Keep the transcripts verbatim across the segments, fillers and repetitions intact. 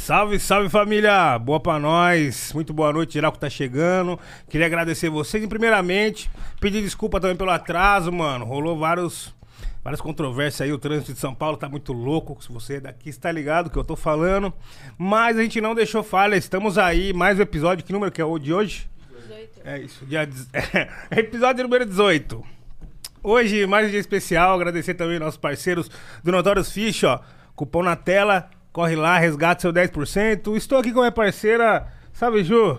Salve, salve família, boa pra nós, muito boa noite, geral que tá chegando. Queria agradecer vocês, e primeiramente, pedir desculpa também pelo atraso, mano. Rolou vários, várias controvérsias aí, o trânsito de São Paulo tá muito louco. Se você é daqui, está ligado o que eu tô falando. Mas a gente não deixou falha, estamos aí, mais um episódio, que número que é o de hoje? dezoito. É isso, dia é, episódio número dezoito. Hoje, mais um dia especial, agradecer também nossos parceiros do Notorious Fish, ó. Cupom na tela. Corre lá, resgata seu dez por cento. Estou aqui com a minha parceira. Salve, Ju.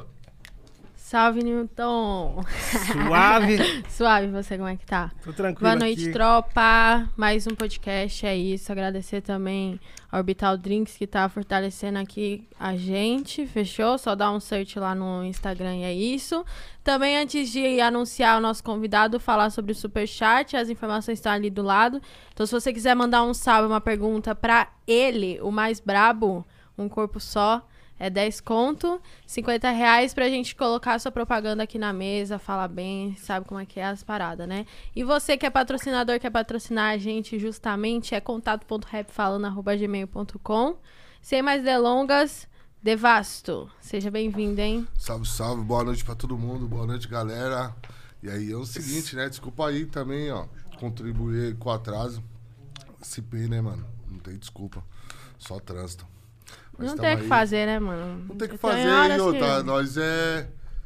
Salve, Newton. Suave. Suave, você como é que tá? Tô tranquilo Boa noite, aqui. tropa. Mais um podcast, é isso. Agradecer também a Orbital Drinks, que tá fortalecendo aqui a gente. Fechou? Só dá um search lá no Instagram e é isso. Também, antes de anunciar o nosso convidado, falar sobre o Superchat. As informações estão ali do lado. Então, se você quiser mandar um salve, uma pergunta pra ele, o mais brabo, um corpo só, é dez conto, cinquenta reais pra gente colocar a sua propaganda aqui na mesa, falar bem, sabe como é que é as paradas, né? E você que é patrocinador, quer patrocinar a gente justamente, é contato ponto rap falando arroba gmail ponto com. Sem mais delongas, Devasto, seja bem-vindo, hein? Salve, salve, boa noite pra todo mundo, boa noite, galera. E aí é o seguinte, né, desculpa aí também, ó, contribuir com o atraso. C P, né, mano, não tem desculpa, só trânsito. Mas não tem o que aí. fazer, né, mano? Não tem o que Tem fazer, horas hein, ô, que- tá? Nós é...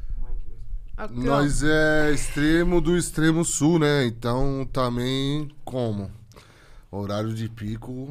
Aqui, ó. Nós é extremo do extremo sul, né? Então, também, como? Horário de pico,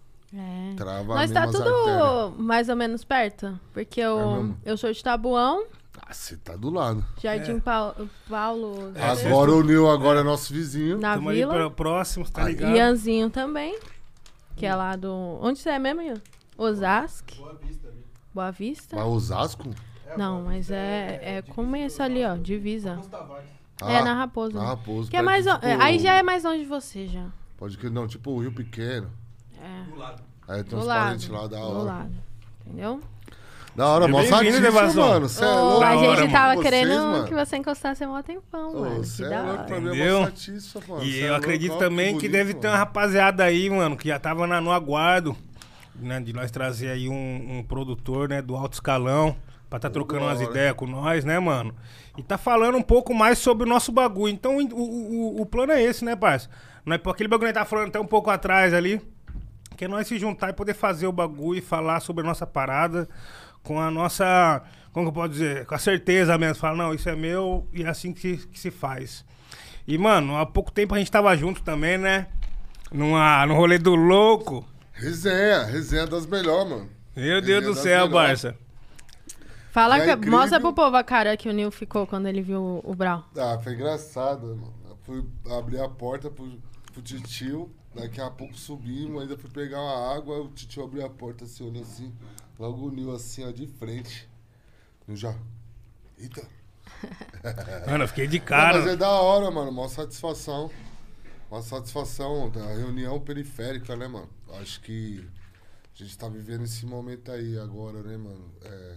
É. trava Nós tá mesmo as tudo artérias. mais ou menos perto, porque É eu, mesmo? eu sou de Tabuão, Ah, você tá do lado. Jardim Pau- Paulo, É, Agora o Nil agora é nosso vizinho. na Tamo aí Vila. para próximos, tá Aí. ligado? Ianzinho também, que é lá do... Onde você é mesmo, Ian? Osasco. Boa Vista. Boa Vista? Mas Osasco? Não, mas é, é começo ali, ó, divisa. Ah, É, na Raposa. Na Raposa. Que é perto, mais, o- tipo, é, aí já é mais longe de você, já. Pode que não, tipo o Rio Pequeno. É, Aí tem do uns lado. parentes lá da Do hora. lado, entendeu? Da hora, Seja mó bem-vindo, satisfação, Devasão. mano. Cê é Ô, louco. a Da gente hora, tava mano. querendo Vocês, mano. que você encostasse um tempão, mano. Você que é da louco, hora. pra mim é Entendeu? mó satisfação, mano. E Cê é eu louco, acredito ó, também que, bonito, deve ter uma mano. rapaziada aí, mano, que já tava na- no aguardo, né, de nós trazer aí um, um produtor, né, do alto escalão, pra tá trocando umas da hora. ideias com nós, né, mano? E tá falando um pouco mais sobre o nosso bagulho. Então, o, o, o- o plano é esse, né, parça? Não é por aquele bagulho que a gente tá falando até um pouco atrás ali, que é nós se juntar e poder fazer o bagulho e falar sobre a nossa parada com a nossa, como que eu posso dizer, com a certeza mesmo. Falar, não, isso é meu e é assim que, que se faz. E, mano, há pouco tempo a gente tava junto também, né? Numa, no rolê do louco. Resenha, resenha das melhores, mano. Meu Deus Resenha do das céu, melhores. Barça. Fala, É que, incrível. mostra pro povo a cara que o Nil ficou quando ele viu o, o Brau. Ah, foi engraçado, mano. Eu fui abrir a porta pro, pro titio, daqui a pouco subimos, ainda fui pegar uma água, o titio abriu a porta, assim, olhou assim, logo o Nil assim, ó, de frente. Eu já... Eita. Mano, eu fiquei de Não, cara. mas é da hora, mano, maior satisfação. Uma satisfação da reunião periférica, né, mano? Acho que a gente tá vivendo esse momento aí agora, né, mano? É,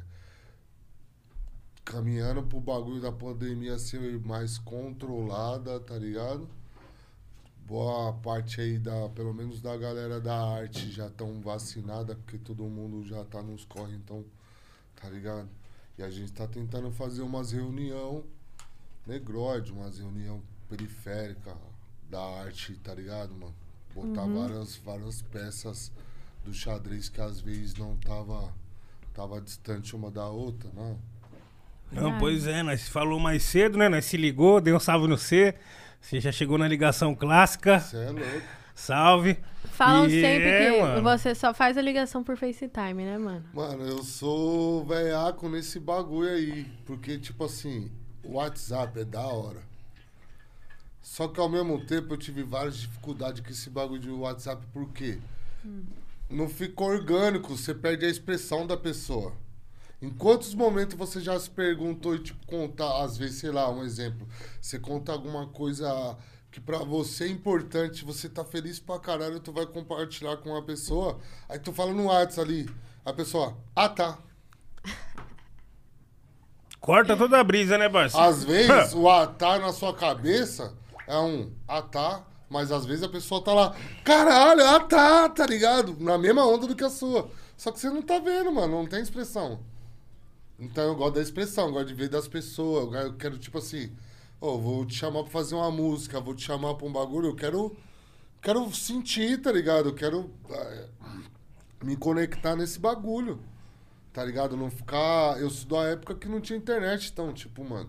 caminhando pro bagulho da pandemia ser mais controlada, tá ligado? Boa parte aí, da, pelo menos da galera da arte, já estão vacinada, porque todo mundo já tá nos corre, então, tá ligado? E a gente tá tentando fazer umas reunião negroide, umas reunião periférica da arte, tá ligado, mano? Botar várias, várias peças do xadrez que às vezes não tava, tava distante uma da outra, não. Não, pois é, nós falou mais cedo, né? Nós se ligou, deu um salve no C. Você já chegou na ligação clássica. Você é louco. Salve. Falam E sempre é, que mano. você só faz a ligação por FaceTime, né, mano? Mano, eu sou velhaco nesse bagulho aí. Porque, tipo assim, o WhatsApp é da hora. Só que ao mesmo tempo eu tive várias dificuldades com esse bagulho de WhatsApp. Por quê? Hum. Não fica orgânico, você perde a expressão da pessoa. Em quantos momentos você já se perguntou e, tipo, contar, às vezes, sei lá, um exemplo. Você conta alguma coisa que pra você é importante, você tá feliz pra caralho, tu vai compartilhar com uma pessoa, aí tu fala no WhatsApp ali, a pessoa, ah tá. Corta toda a brisa, né, Barça? Às vezes o ah tá na sua cabeça é um ah tá, mas às vezes a pessoa tá lá, caralho, ah tá, tá ligado? Na mesma onda do que a sua. Só que você não tá vendo, mano, não tem expressão. Então eu gosto da expressão, eu gosto de ver das pessoas. Eu quero, tipo assim, ô, oh, vou te chamar pra fazer uma música, vou te chamar pra um bagulho, eu quero, quero sentir, tá ligado? Eu quero é, me conectar nesse bagulho, tá ligado? Não ficar... Eu sou da época que não tinha internet, então, tipo, mano...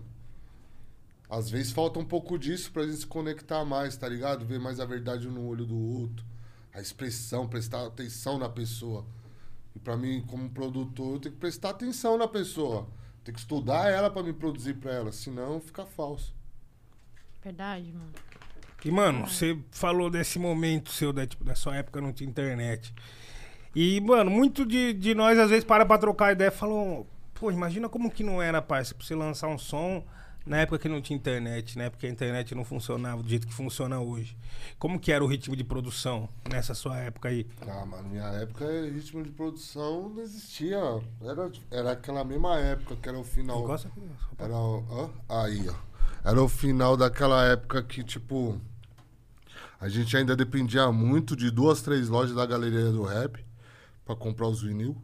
Às vezes falta um pouco disso pra gente se conectar mais, tá ligado? Ver mais a verdade no olho do outro. A expressão, prestar atenção na pessoa. E pra mim, como produtor, eu tenho que prestar atenção na pessoa. Tenho que estudar ela pra me produzir pra ela. Senão, fica falso. Verdade, mano. E, mano, você falou desse momento seu, da, tipo, da sua época não tinha internet. E, mano, muito de, de nós, às vezes, para pra trocar ideia e falam... Pô, imagina como que não era, parça, pra você lançar um som... Na época que não tinha internet, né? Porque a internet não funcionava do jeito que funciona hoje. Como que era o ritmo de produção nessa sua época aí? Ah, mano, minha época, ritmo de produção não existia. Era, era aquela mesma época que era o final... Gosta aqui, era o, ó, aí, ó. Era o final daquela época que, tipo... A gente ainda dependia muito de duas, três lojas da galeria do rap pra comprar os vinil.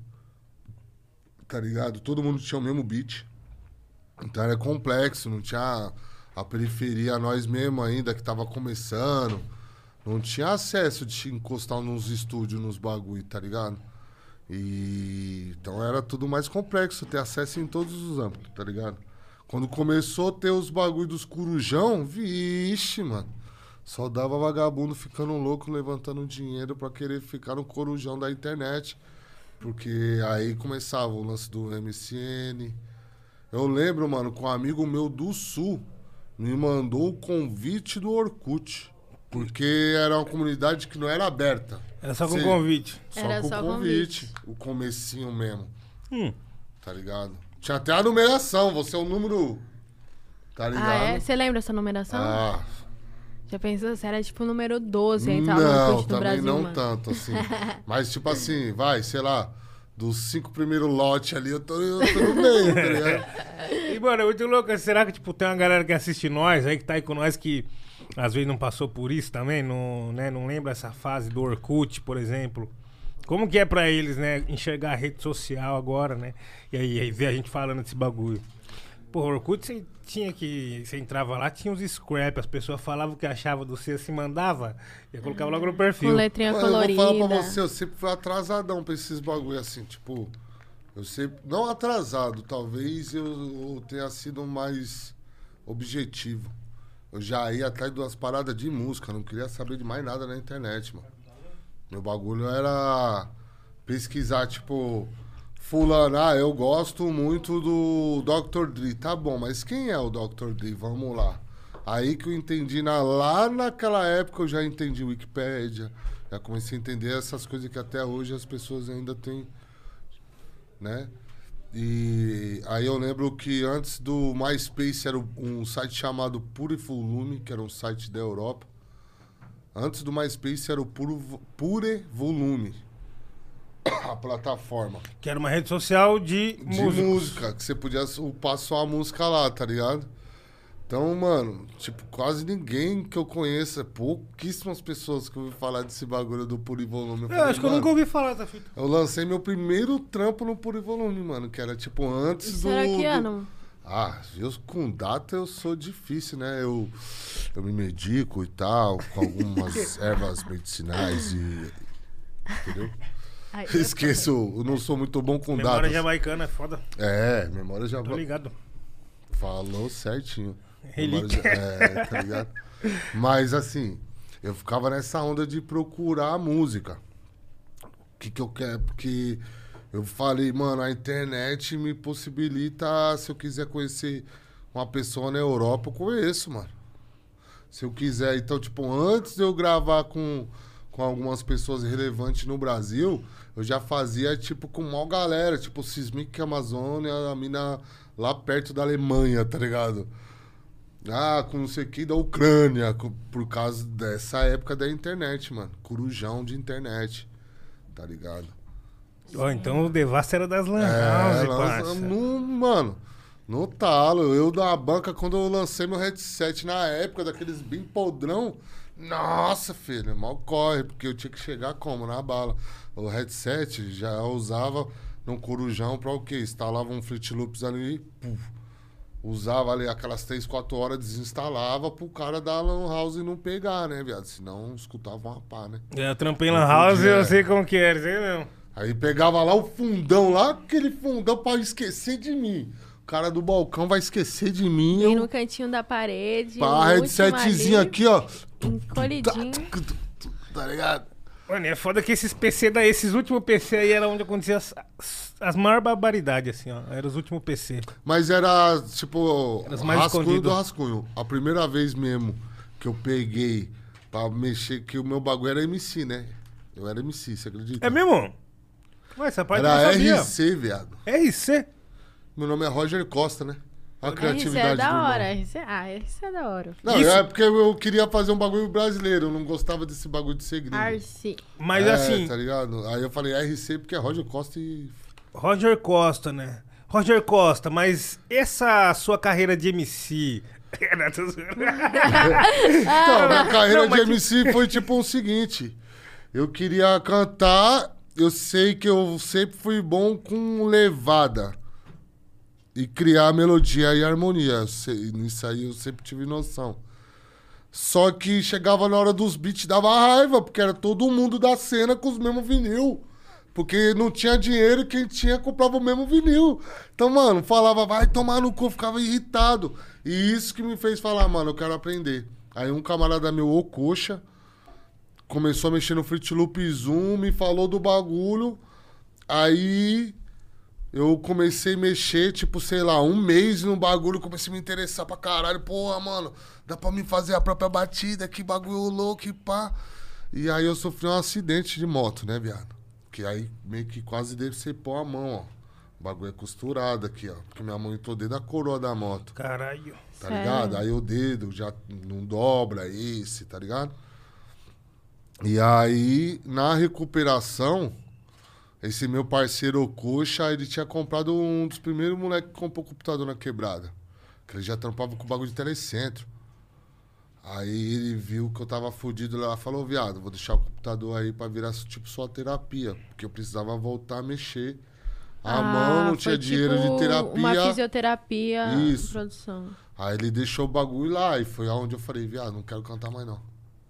Tá ligado? Todo mundo tinha o mesmo beat. Então era complexo, não tinha a periferia, nós mesmo ainda, que tava começando. Não tinha acesso de encostar nos estúdios, nos bagulho, tá ligado? E... Então era tudo mais complexo, ter acesso em todos os âmbitos, tá ligado? Quando começou a ter os bagulho dos corujão, vixe, mano. Só dava vagabundo ficando louco, levantando dinheiro pra querer ficar no corujão da internet. Porque aí começava o lance do M S N... Eu lembro, mano, que um amigo meu do Sul me mandou o convite do Orkut. Porque era uma comunidade que não era aberta. Era só com Cê, convite. Só era com só convite. convite. O comecinho mesmo. Hum. Tá ligado? Tinha até a numeração, você é o número... Tá ligado? Ah, é? Você lembra essa numeração? Ah. Já pensou? Você era tipo o número doze, aí tava Não, no Orkut do também Brasil, não mano. tanto, assim. Mas tipo assim, vai, sei lá... Dos cinco primeiros lotes ali, eu tô, eu tô no meio, tá ligado? E, mano, é muito louco. Será que, tipo, tem uma galera que assiste nós aí, que tá aí com nós, que às vezes não passou por isso também, não, né, não lembra essa fase do Orkut, por exemplo? Como que é pra eles, né, enxergar a rede social agora, né? E aí, aí ver a gente falando desse bagulho. Pô, Orkut, você tinha que... Você entrava lá, tinha uns scrap, as pessoas falavam o que achavam do você, se mandava, e colocava logo no perfil. Com letrinha Mano, colorida. eu vou falar pra você, eu sempre fui atrasadão pra esses bagulho assim, tipo... Eu sempre... Não atrasado, talvez eu, eu tenha sido mais objetivo. Eu já ia atrás de umas paradas de música, não queria saber de mais nada na internet, mano. Meu bagulho era pesquisar, tipo... Fulano, ah, eu gosto muito do doutor Dre. Tá bom, mas quem é o doutor Dre? Vamos lá. Aí que eu entendi, na, lá naquela época eu já entendi Wikipédia. Já comecei a entender essas coisas que até hoje as pessoas ainda têm, né? E aí eu lembro que antes do MySpace era um site chamado Pure Volume, que era um site da Europa. Antes do MySpace era o Puro, Pure Volume. A plataforma. Que era uma rede social de, De músicos. música, que você podia upar só a música lá, tá ligado? Então, mano, tipo, quase ninguém que eu conheça, pouquíssimas pessoas que eu ouvi falar desse bagulho do Purivolume. Eu, Eu falei, acho que eu mano, nunca ouvi falar da fita. eu lancei meu primeiro trampo no Purivolume, mano, que era tipo antes Isso do... era que do- ano? Ah, eu com data eu sou difícil, né? Eu, eu me medico e tal, com algumas ervas medicinais e... Entendeu? Ai, Esqueço, eu não sou muito bom com Memória datas. jamaicana é foda. É, memória já... Tô ligado. Falou certinho. Relíquia. É, tá ligado? Mas assim, eu ficava nessa onda de procurar música. O que que eu quero? Porque eu falei, mano, a internet me possibilita, se eu quiser conhecer uma pessoa na Europa, eu conheço, mano. Se eu quiser, então, tipo, antes de eu gravar com, com algumas pessoas relevantes no Brasil, eu já fazia, tipo, com uma galera, tipo, Sismic Amazônia, a mina lá perto da Alemanha, tá ligado? Ah, com não sei o que da Ucrânia, com- por causa dessa época da internet, mano. Corujão de internet, tá ligado? Ó, então o Devassa era das Lan É, House, lança- parça. no, mano, no talo. Eu da banca, quando eu lancei meu headset na época, daqueles bem podrão, Nossa, filho, mal corre, porque eu tinha que chegar como? Na bala. O headset já usava num corujão pra o quê? Instalava um Fruit Loops ali, puf, usava ali aquelas três, quatro horas, desinstalava pro cara da Lan House não pegar, né, viado? Senão escutava uma pá, né? É, eu trampei em Lan House e eu sei como que era, sei mesmo. Aí pegava lá o fundão, lá aquele fundão pra esquecer de mim. O cara do balcão vai esquecer de mim. Bem eu... no cantinho da parede. Pá, headsetzinho aqui, ó. Encolhidinho. Tá ligado? Mano, é foda que esses P C daí, esses últimos P C aí era onde acontecia as, as, as maiores barbaridades, assim, ó. Era os últimos P C. Mas era, tipo, Era os mais rascunho escondido. do rascunho. A primeira vez mesmo que eu peguei pra mexer, que o meu bagulho era M C, né? Eu era M C, você acredita? É mesmo? Ué, essa parte eu não Era sabia. R C, viado. R C? Meu nome é Roger Costa, né? A R C criatividade é da do hora. irmão. R C... Ah, R C é da hora. Não, Isso. é porque eu queria fazer um bagulho brasileiro. Eu não gostava desse bagulho de ser gringo. R C. Mas É, assim, tá ligado? Aí eu falei R C porque é Roger Costa e... Roger Costa, né? Roger Costa, mas essa sua carreira de M C... Não, tô zoando. Então, minha carreira Não, mas de M C foi tipo o seguinte. Eu queria cantar, eu sei que eu sempre fui bom com levada. E criar melodia e harmonia. Eu sei- Nisso aí eu sempre tive noção. Só que chegava na hora dos beats, dava raiva, porque era todo mundo da cena com os mesmos vinil. Porque não tinha dinheiro e quem tinha comprava o mesmo vinil. Então, mano, falava, vai tomar no cu, eu ficava irritado. E isso que me fez falar, mano, eu quero aprender. Aí um camarada meu, o Coxa, começou a mexer no Fruit Loop Zoom, me falou do bagulho. Aí eu comecei a mexer, tipo, sei lá, um mês no bagulho, comecei a me interessar pra caralho. Porra, mano, dá pra mim fazer a própria batida, que bagulho louco e pá. E aí eu sofri um acidente de moto, né, viado? Que aí meio que quase decepou a mão, ó. O bagulho é costurado aqui, ó. Porque minha mão entrou dentro da coroa da moto. Caralho. Tá Sério? ligado? Aí o dedo já não dobra esse, tá ligado? E aí, na recuperação, esse meu parceiro, o Coxa, ele tinha comprado um dos primeiros moleques que comprou computador na quebrada. Que ele já trampava com o bagulho de telecentro. Aí ele viu que eu tava fudido lá, falou, viado, vou deixar o computador aí pra virar tipo sua terapia. Porque eu precisava voltar a mexer. A Ah, mão, não tinha foi dinheiro tipo de terapia. Uma fisioterapia Isso. de produção. Aí ele deixou o bagulho lá e foi aonde eu falei, viado, não quero cantar mais não.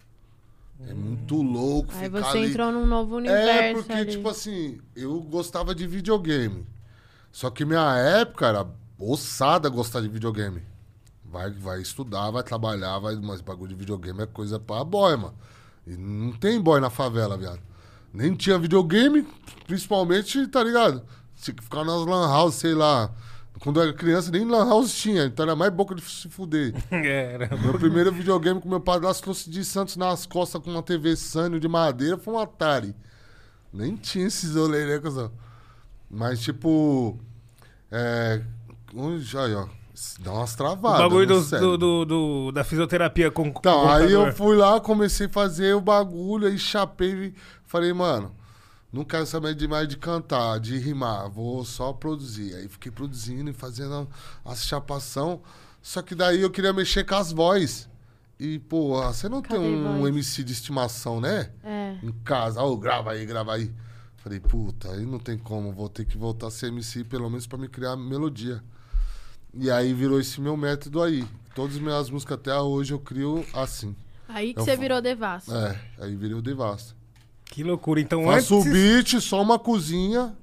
É muito louco Aí ficar você ali. entrou num novo universo. É, porque, ali. tipo assim, eu gostava de videogame. Só que minha época era ossada gostar de videogame. Vai, vai estudar, vai trabalhar, vai, mas bagulho de videogame é coisa pra boy, mano. E não tem boy na favela, viado. Nem tinha videogame, principalmente, tá ligado? Tinha que ficar nas lan house, sei lá. Quando eu era criança, nem lan house tinha, então era mais boca de se fuder. Era. Meu primeiro videogame com meu padrasto trouxe de Santos nas costas com uma T V Sânio de madeira foi um Atari. Nem tinha esses rolês, né, cuzão? Mas, tipo... É... Onde, aí, ó. Dá umas O travadas. bagulho no do, cérebro. do, do- da fisioterapia com Então, com aí eu computador. fui lá, comecei a fazer o bagulho, aí chapei e falei, mano, não quero saber de mais de cantar, de rimar, vou só produzir. Aí fiquei produzindo e fazendo a, a chapação, só que daí eu queria mexer com as vozes. E, pô, você não Cadê tem um voz? M C de estimação, né? É. Em casa, ô, grava aí, grava aí. Falei, puta, aí não tem como, vou ter que voltar a ser M C, pelo menos pra me criar melodia. E aí virou esse meu método aí. Todas as minhas músicas até hoje eu crio assim. Aí que Eu você fa- virou devasso. É, aí virei o Devasta. Que loucura. Então Faço o antes... beat, só uma cozinha,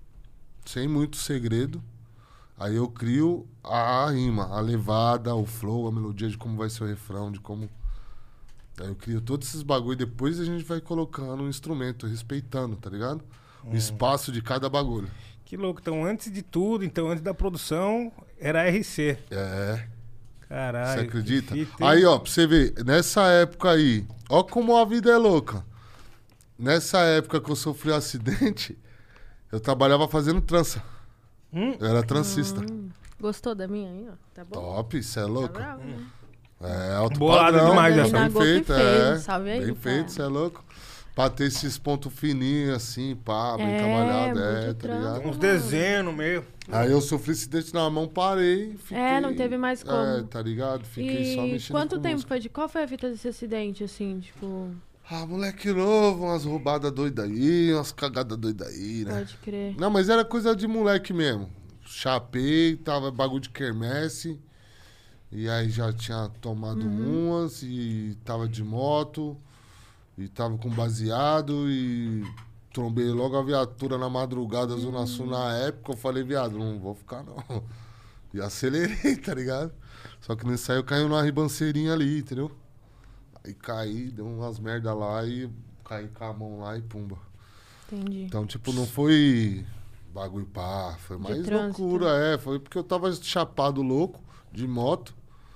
sem muito segredo. Aí eu crio a rima, a levada, o flow, a melodia de como vai ser o refrão, de como... Aí eu crio todos esses bagulho e depois a gente vai colocando um instrumento, respeitando, tá ligado? O espaço de cada bagulho. Que louco. Então antes de tudo, então antes da produção, era R C. É... Caralho. Você acredita? que fita, hein? Aí, ó, pra você ver, nessa época aí, ó como a vida é louca. Nessa época que eu sofri um acidente, eu trabalhava fazendo trança. Hum? Eu era trancista. Hum, gostou da minha aí, ó? Tá bom? Top, você é Tá louco? bravo, né? É, alto Bolado padrão, demais, bem essa. Nagô que feito, fez, é. salve aí, Bem cara. feito, você é louco. Pra ter esses pontos fininhos, assim, pá, bem É, trabalhado, é, muito tá trampo. ligado? Uns desenhos no meio. Aí eu sofri acidente na mão, parei, fiquei... É, não teve mais como. É, tá ligado? Fiquei só E mexendo quanto com tempo música. foi de... Qual foi a fita desse acidente, assim, tipo... Ah, moleque novo, umas roubadas doidas aí, umas cagadas doidas aí, né? Pode crer. Não, mas era coisa de moleque mesmo. Chapei, tava bagulho de quermesse. E aí já tinha tomado Uhum. umas e tava de moto. E tava com baseado e trombei logo a viatura na madrugada, Zona Sul na época. Eu falei, viado, não vou ficar não. E acelerei, tá ligado? Só que nesse aí eu caí numa ribanceirinha ali, entendeu? Aí caí, deu umas merda lá e caí com a mão lá e pumba. Entendi. Então, tipo, não foi bagulho pá, foi De mais trânsito. loucura, é. Foi porque eu tava chapado louco de moto.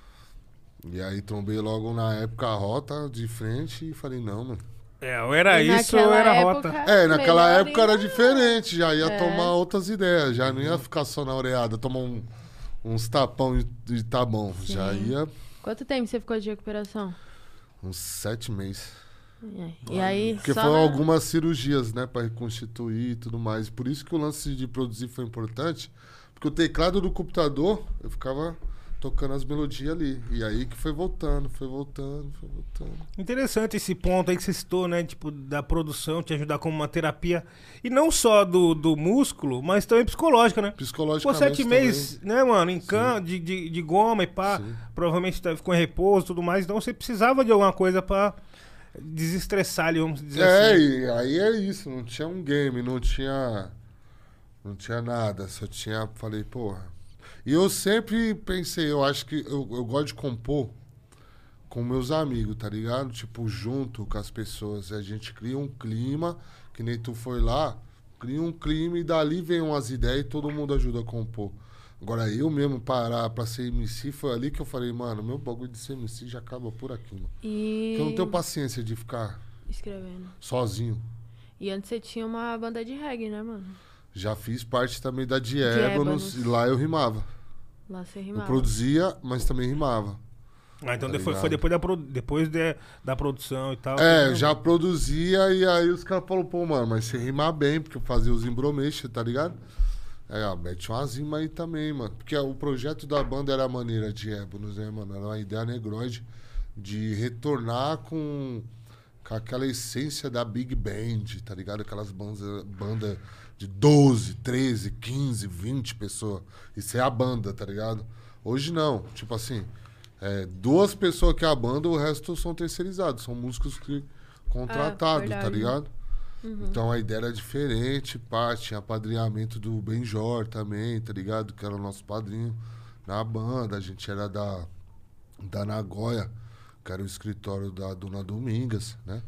E aí trombei logo na época a rota de frente e falei, não, mano. É, ou era E isso ou naquela era época, rota. É, naquela melhor época era ainda- diferente, já ia É. tomar outras ideias, já não ia ficar só na oreada, tomar um- uns tapão e, e tá bom. Sim. Já ia Quanto tempo você ficou de recuperação? uns sete meses. E aí? E aí Porque só foram na- algumas cirurgias, né, pra reconstituir e tudo mais. Por isso que o lance de produzir foi importante, porque o teclado do computador, eu ficava tocando as melodias ali. E aí que foi voltando, foi voltando, foi voltando. Interessante esse ponto aí que você citou, né? Tipo, da produção, te ajudar como uma terapia. E não só do, do músculo, mas também psicológica, né? Pô, Psicologicamente sete também. meses, né, mano? Em can, de, de, de goma e pá. Sim. Provavelmente tá- ficou em repouso e tudo mais. Então você precisava de alguma coisa pra desestressar ali, vamos dizer É, assim. e aí é isso, não tinha um game, não tinha. Não tinha nada, só tinha. Falei, porra. E eu sempre pensei, eu acho que eu, eu gosto de compor com meus amigos, tá ligado? Tipo, junto com as pessoas. A gente cria um clima, que nem tu foi lá, cria um clima e dali vem umas ideias e todo mundo ajuda a compor. Agora, eu mesmo parar pra ser M C, foi ali que eu falei, mano, meu bagulho de ser M C já acaba por aqui, mano. E... Porque eu não tenho paciência de ficar Escrevendo. sozinho. E antes você tinha uma banda de reggae, né, mano? Já fiz parte também da Diébonos, Diébonos. e lá eu rimava. Lá você Eu rimava. produzia, mas também rimava. Ah, então Tá depois, foi ligado? depois, da, produ- depois de- da produção e tal. É, Você- já produzia e aí os caras falaram, pô, mano, mas você rimar bem, porque eu fazia os embromeixos, tá ligado? É, ó, mete umas rimas aí também, mano. Porque o projeto da banda era a maneira de Ébonos, né, mano? Era uma ideia negroide de retornar com, com aquela essência da Big Band, tá ligado? Aquelas bandas banda de doze, treze, quinze, vinte pessoas. Isso é a banda, tá ligado? Hoje não. Tipo assim, é, duas pessoas que é a banda, o resto são terceirizados. São músicos que contratados, tá verdade. ligado? Uhum. Então a ideia era diferente, pá, tinha apadrinhamento do Benjor também, tá ligado? Que era o nosso padrinho na banda, a gente era da, da Nagoya, que era o escritório da Dona Domingas, né?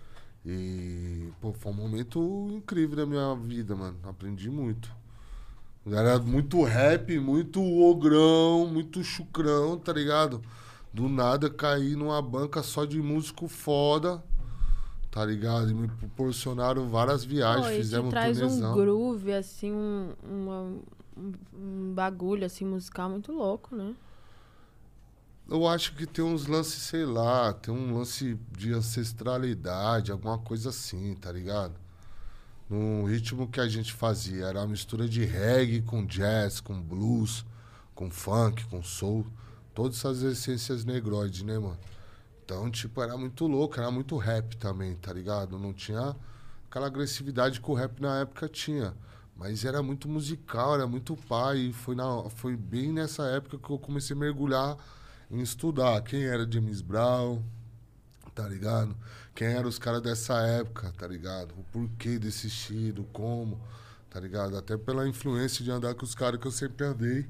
E, pô, foi um momento incrível da minha vida, mano. Aprendi muito. Era muito rap, muito ogrão, muito chucrão, tá ligado? Do nada caí numa banca só de músico foda, tá ligado? E me proporcionaram várias viagens, Pô, e te fizemos um traz turnezão. um groove, assim, um, uma- um, um bagulho, assim, musical muito louco, né? Eu acho que tem uns lances, sei lá, tem um lance de ancestralidade, alguma coisa assim, tá ligado? No ritmo que a gente fazia, era uma mistura de reggae com jazz, com blues, com funk, com soul, todas essas essências negroides, né, mano? Então, tipo, era muito louco, era muito rap também, tá ligado? Não tinha aquela agressividade que o rap na época tinha. Mas era muito musical, era muito pai. E foi, na, foi bem nessa época que eu comecei a mergulhar em estudar quem era James Brown, tá ligado? Quem eram os caras dessa época, tá ligado? O porquê desse estilo, como, tá ligado? Até pela influência de andar com os caras que eu sempre andei.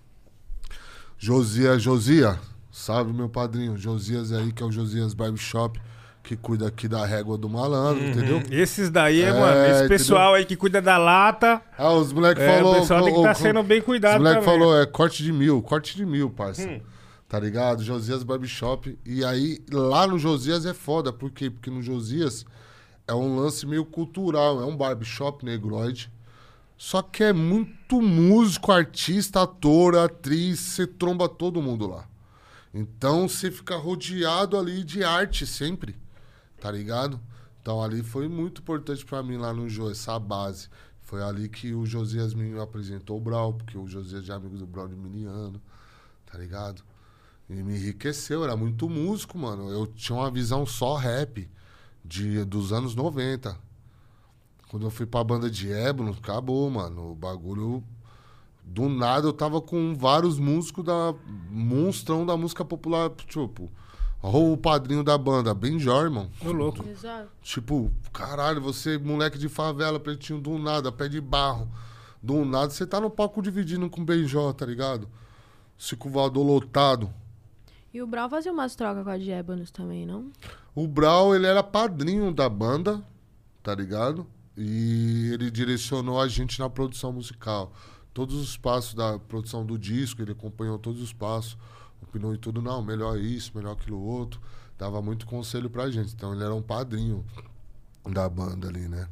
Josias, Josia, salve meu padrinho. Josias aí, que é o Josias Barbershop, que cuida aqui da régua do malandro, Uhum. entendeu? Esses daí, É, mano, esse entendeu? pessoal aí que cuida da lata. Ah, os moleques É, falou... o pessoal tem que ô, estar ô, sendo bem Os cuidado moleques também. falou, é corte de mil, corte de mil, parça. Hum. Tá ligado? Josias Barbershop. E aí, lá no Josias é foda. Por quê? Porque no Josias é um lance meio cultural. É um barbershop negroide. Só que é muito músico, artista, ator, atriz. Você tromba todo mundo lá. Então, você fica rodeado ali de arte sempre. Tá ligado? Então ali foi muito importante pra mim lá no Jô, essa base. Foi ali que o Josias me apresentou o Brau, porque o Josias é amigo do Brau de Miliano, tá ligado? E me enriqueceu, era muito músico, mano. Eu tinha uma visão só rap de, dos anos noventa. Quando eu fui pra banda de Ébano, acabou, mano. O bagulho... Do nada eu tava com vários músicos da... monstrão da música popular, tipo... O padrinho da banda, Benjor, irmão. Ô, louco. Exato. Tipo, caralho, você, moleque de favela, pretinho, do nada, pé de barro. Do nada, você tá no palco dividindo com o Benjor, tá ligado? Cico Voador lotado. E o Brau fazia umas trocas com a de Ébano também, não? O Brau, ele era padrinho da banda, tá ligado? E ele direcionou a gente na produção musical. Todos os passos da produção do disco, ele acompanhou todos os passos. Opinou em tudo, não, melhor isso, melhor aquilo outro. Dava muito conselho pra gente. Então ele era um padrinho da banda ali, né?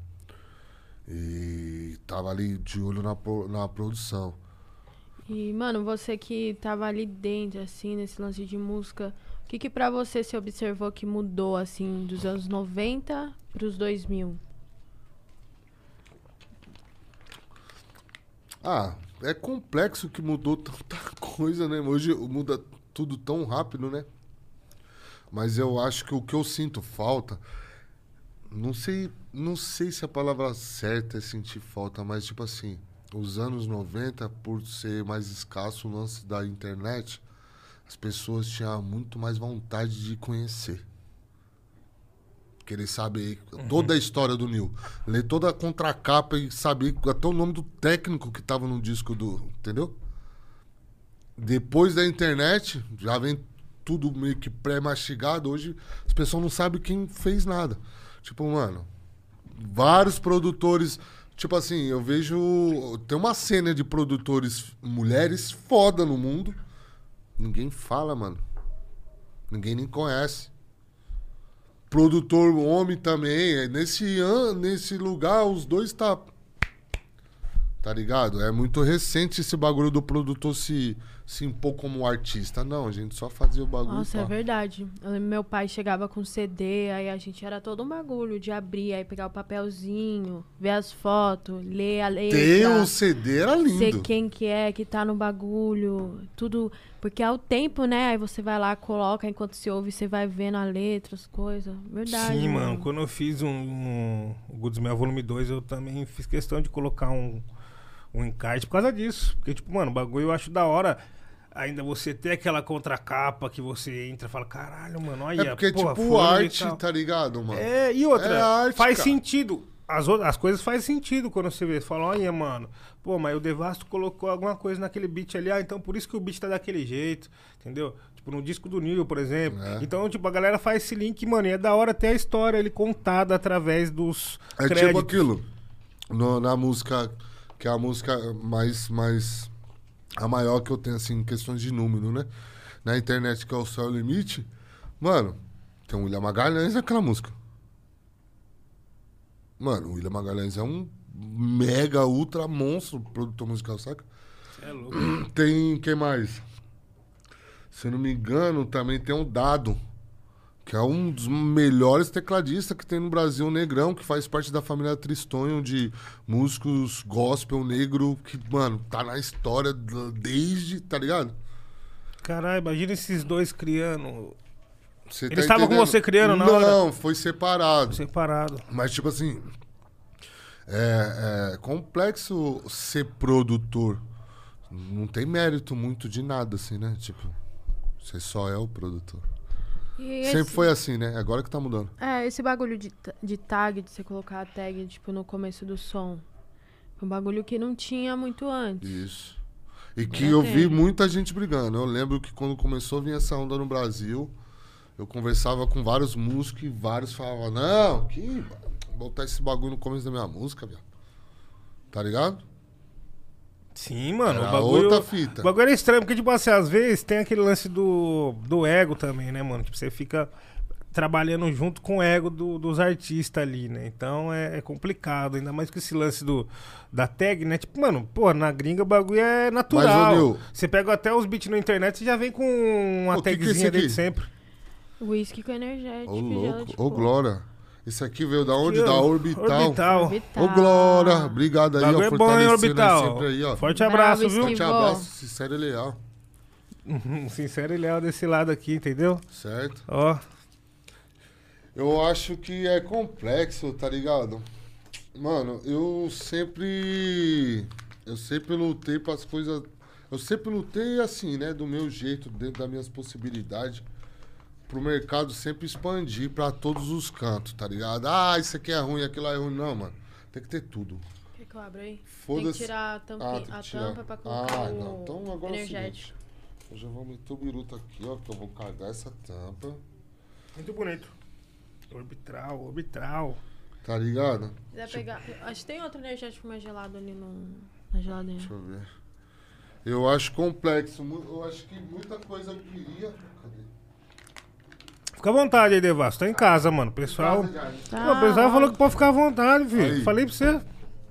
E tava ali de olho na, na produção. E, mano, você que tava ali dentro, assim, nesse lance de música, o que que pra você se observou que mudou, assim, dos anos noventa pros dois mil? Ah, é complexo que mudou tanta coisa, né? Hoje muda tudo tão rápido, né? Mas eu acho que o que eu sinto falta... Não sei, não sei se a palavra certa é sentir falta, mas tipo assim... Os anos noventa, por ser mais escasso o lance da internet... As pessoas tinham muito mais vontade de conhecer. Querer saber toda a história do Nil. Ler toda a contracapa e saber até o nome do técnico que tava no disco do... Entendeu? Depois da internet, já vem tudo meio que pré-mastigado. Hoje, as pessoas não sabem quem fez nada. Tipo, mano, vários produtores... Tipo assim, eu vejo... Tem uma cena de produtores mulheres foda no mundo. Ninguém fala, mano. Ninguém nem conhece. Produtor homem também. Nesse, an, nesse lugar, os dois tá... Tá ligado? É muito recente esse bagulho do produtor se, se impor como artista. Não, a gente só fazia o bagulho. Nossa, e é verdade. Eu lembro meu pai chegava com C D, aí a gente era todo um bagulho de abrir, aí pegar o papelzinho, ver as fotos, ler a letra. Ter um C D era lindo. Ser quem que é, que tá no bagulho, tudo... Porque é o tempo, né? Aí você vai lá, coloca, enquanto se ouve, você vai vendo a letra, as coisas. Verdade. Sim, mano. Quando eu fiz um, um, o Goodsmell Volume dois, eu também fiz questão de colocar um... um encarte por causa disso. Porque, tipo, mano, o bagulho eu acho da hora ainda você ter aquela contracapa que você entra e fala, caralho, mano, olha, É porque, porra, tipo, fulano e arte, tal. tá ligado, mano? É, e outra, É arte, faz cara. sentido. As, outras, as coisas fazem sentido quando você vê. Você fala, olha, mano, pô, mas o Devasto colocou alguma coisa naquele beat ali, ah, então por isso que o beat tá daquele jeito, entendeu? Tipo, no disco do Nil, por exemplo. É. Então, tipo, a galera faz esse link, mano, e é da hora até a história ele contada através dos É créditos. tipo aquilo. No, na música, que é a música mais, mais... A maior que eu tenho, assim, em questões de número, né? Na internet, que é o Céu Limite. Mano, tem o William Magalhães naquela música. Mano, o William Magalhães é um mega, ultra monstro produtor musical, saca? É louco. Tem, quem mais? Se eu não me engano, também tem o Dado, que é um dos melhores tecladistas que tem no Brasil, o Negrão, que faz parte da família Tristonho, de músicos gospel negro, que, mano, tá na história desde, tá ligado? Caralho, imagina esses dois criando. Você Eles tá estavam com entendendo? você criando na Não, hora? Não, foi separado. Separado. Mas, tipo assim, é, é complexo ser produtor. Não tem mérito muito de nada, assim, né? Tipo, você só é o produtor. E Sempre esse- foi assim, né? Agora que tá mudando. É, esse bagulho de, ta- de tag, de você colocar a tag, tipo, no começo do som. É um bagulho que não tinha muito antes. Isso. E que Já eu tem. vi muita gente brigando. Eu lembro que quando começou a vir essa onda no Brasil, eu conversava com vários músicos e vários falavam, não, que botar esse bagulho no começo da minha música, viado. Tá ligado? Sim, mano. Era o bagulho, outra fita. O bagulho é estranho, porque, tipo assim, às vezes tem aquele lance do, do ego também, né, mano? Tipo, você fica trabalhando junto com o ego do- dos artistas ali, né? Então é, é complicado, ainda mais com esse lance do, da tag, né? Tipo, mano, pô, na gringa o bagulho é natural. Mas, ô, Nil- Você pega até os beats na internet e já vem com uma Ô, que que é esse tagzinha aqui? desde sempre. Whisky com energético. Ô, e gelo louco. de Ô, coco. Glória. Esse aqui veio da onde? Aqui, Da ó, Orbital. Orbital. Ô, Glória, obrigado aí, ó, Bagulho é bom, hein, fortalecendo Orbital. sempre aí, ó. Forte abraço, Bravo, viu? Forte Esquivou. abraço, sincero e leal, Uhum, sincero e leal desse lado aqui, entendeu? certo? Ó, Eu acho que é complexo, tá ligado? Mano, eu sempre... Eu sempre lutei pras coisas... Eu sempre lutei assim, né? Do meu jeito, dentro das minhas possibilidades. Pro mercado sempre expandir pra todos os cantos, tá ligado? Ah, isso aqui é ruim, aquilo lá é ruim. Não, mano. Tem que ter tudo. Quer que eu abra aí? Tem que Foda-se. tirar a, tampi- Ah, tem que a tirar. tampa pra colocar Ah, o não. Então agora é o energético. seguinte. Eu já vou meter o biruta aqui, ó. Que eu vou carregar essa tampa. muito bonito. Orbital, orbital. Tá ligado? Se quiser pegar... Acho que tem outro energético mais gelado ali no, na geladeira. Deixa eu ver. Eu acho complexo. mu- Eu acho que muita coisa eu queria. Cadê? Fica à vontade aí, Devasso. Tá em casa, mano. O pessoal. Casa já, né? Tá, Pô, o pessoal ó. falou que pode ficar à vontade, filho. Aí. Falei pra você.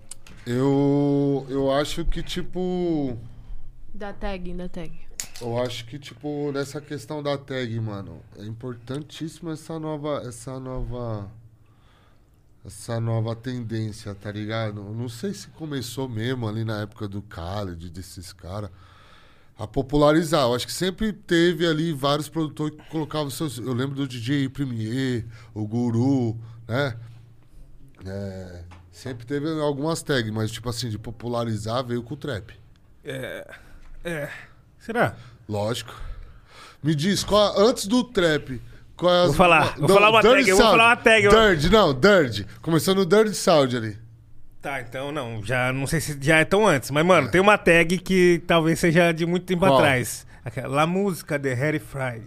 Eu, eu acho que, tipo... Da tag, da tag. Eu acho que, tipo, nessa questão da tag, mano, é importantíssima essa nova... Essa nova... Essa nova tendência, tá ligado? Eu não sei se começou mesmo ali na época do Khaled, desses caras, a popularizar. Eu acho que sempre teve ali vários produtores que colocavam seus... Eu lembro do D J Premier, o Guru, né? É, sempre teve algumas tags, mas, tipo assim, de popularizar veio com o trap. É. É. Será? Lógico. Me diz, qual, antes do trap, qual é as... Vou falar, vou Não, falar uma Dirty tag, eu vou Sound. falar uma tag. eu- Dirt, não, Dirt. Começou no Dirty Sound ali. Tá, então não. Já não sei se já é tão antes. Mas, mano, tem uma tag que talvez seja de muito tempo Qual? atrás. Aquela, La Música de Harry Fry.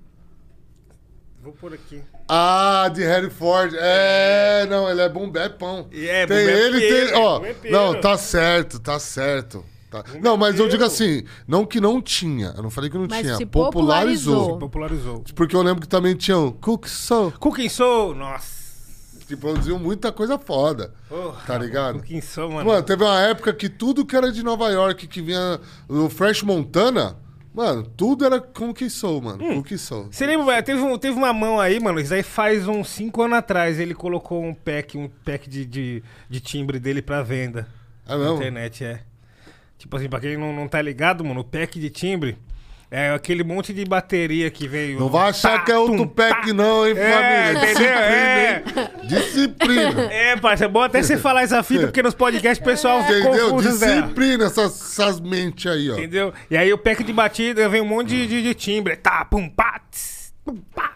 Vou pôr aqui. Ah, de Harry Ford. É, não, ele é bumbepão. E é, tem bumbepeiro, ele, tem... Ó, bumbepeiro. não, tá certo, tá certo. Tá. Não, mas eu digo assim, não que não tinha. Eu não falei que não Mas tinha. se Popularizou. Popularizou. Porque eu lembro que também tinham Cook Soul, Cooking Soul, nossa. que produziam muita coisa foda. Porra, Tá ligado? Cooking Soul, mano. Mano, teve uma época que tudo que era de Nova York, que vinha o Fresh Montana, mano, tudo era Cook Soul, mano. Hum. Cook Soul. Você lembra, velho, teve, um, teve uma mão aí, mano, isso aí faz uns cinco anos atrás, ele colocou um pack, um pack de, de, de timbre dele pra venda. É Na mesmo? internet, é. Tipo assim, pra quem não, não tá ligado, mano, o pack de timbre é aquele monte de bateria que veio... Não vai achar Tá, que é outro tum, pack tá. não, hein, É, família? entendeu? É. Disciplina, hein? Disciplina. É, parceiro, é bom até você falar essa fita, porque nos podcasts o pessoal fica Entendeu? confuso, Zé. Disciplina essas, essas mentes aí, ó. Entendeu? E aí o pack de batida vem um monte de, de, de timbre. Tá, pum, pá, tss, pum, pá.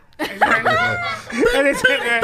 Aí, descendo, é.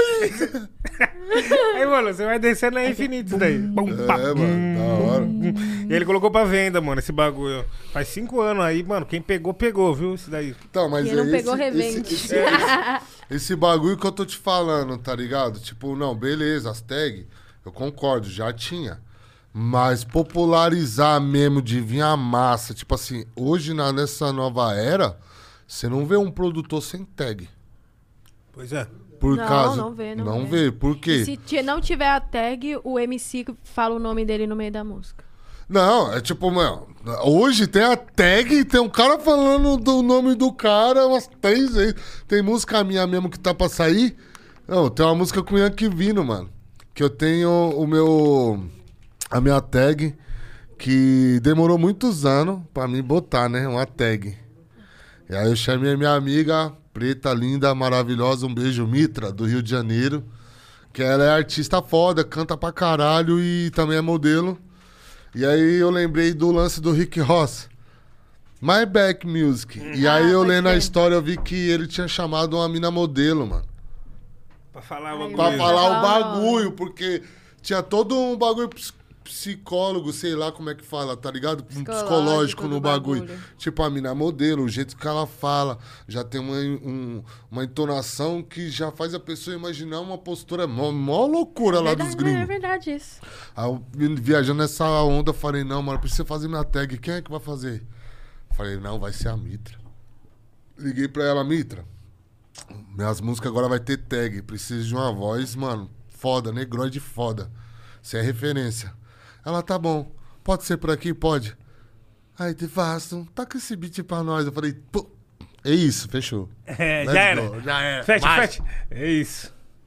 Aí, mano, você vai descendo é infinito isso daí. Pum, pá, É, mano, da hora. E ele colocou pra venda, mano, esse bagulho. Faz cinco anos aí, mano. Quem pegou, pegou, viu? Isso daí. Então, mas Quem é não esse, pegou, esse, revende. esse, esse, esse bagulho que eu tô te falando, tá ligado? Tipo, não, beleza, as tags, eu concordo, já tinha. Mas popularizar mesmo de vir a massa, tipo assim, hoje na, nessa nova era, você não vê um produtor sem tag. Pois é. Por Não, causa. não vê, não Não vê. vê, por E quê? se ti- não tiver a tag, o M C fala o nome dele no meio da música. Não, é tipo, mano, hoje tem a tag, tem um cara falando do nome do cara umas três vezes. Tem música minha mesmo que tá pra sair. Não, tem uma música com o Yankee Vino, mano. Que eu tenho o meu. A minha tag, que demorou muitos anos pra mim botar, né? Uma tag. E aí eu chamei a minha amiga, preta, linda, maravilhosa, um beijo, Mitra, do Rio de Janeiro. Que ela é artista foda, canta pra caralho e também é modelo. E aí eu lembrei do lance do Rick Ross. My Back Music. E aí Ah, eu pode lendo a crer. história, eu vi que ele tinha chamado uma mina modelo, mano. Pra falar o Aí, bagulho. Pra Beleza. falar o Ah. bagulho, porque tinha todo um bagulho ps- psicólogo, sei lá como é que fala, tá ligado? Um Psicológico psicológico no do bagulho. bagulho. Tipo, a mina modelo, o jeito que ela fala, já tem uma, um- uma entonação que já faz a pessoa imaginar uma postura mó, mó loucura lá dos Verdade, gringos. é verdade isso. Aí eu viajando nessa onda, eu falei, não, mano, precisa fazer minha tag. Quem é que vai fazer? Falei, não, vai ser a Mitra. Liguei pra ela, Mitra. Minhas músicas agora vai ter tag. Preciso de uma voz, mano, foda, negroide foda. Você é referência. Ela, tá bom. Pode ser por aqui? Pode. Aí, Devasso, toca esse beat pra nós. Eu falei, pô, é isso, fechou. É, Let's já era. go, já era. Fete, Marcha. fete. É isso.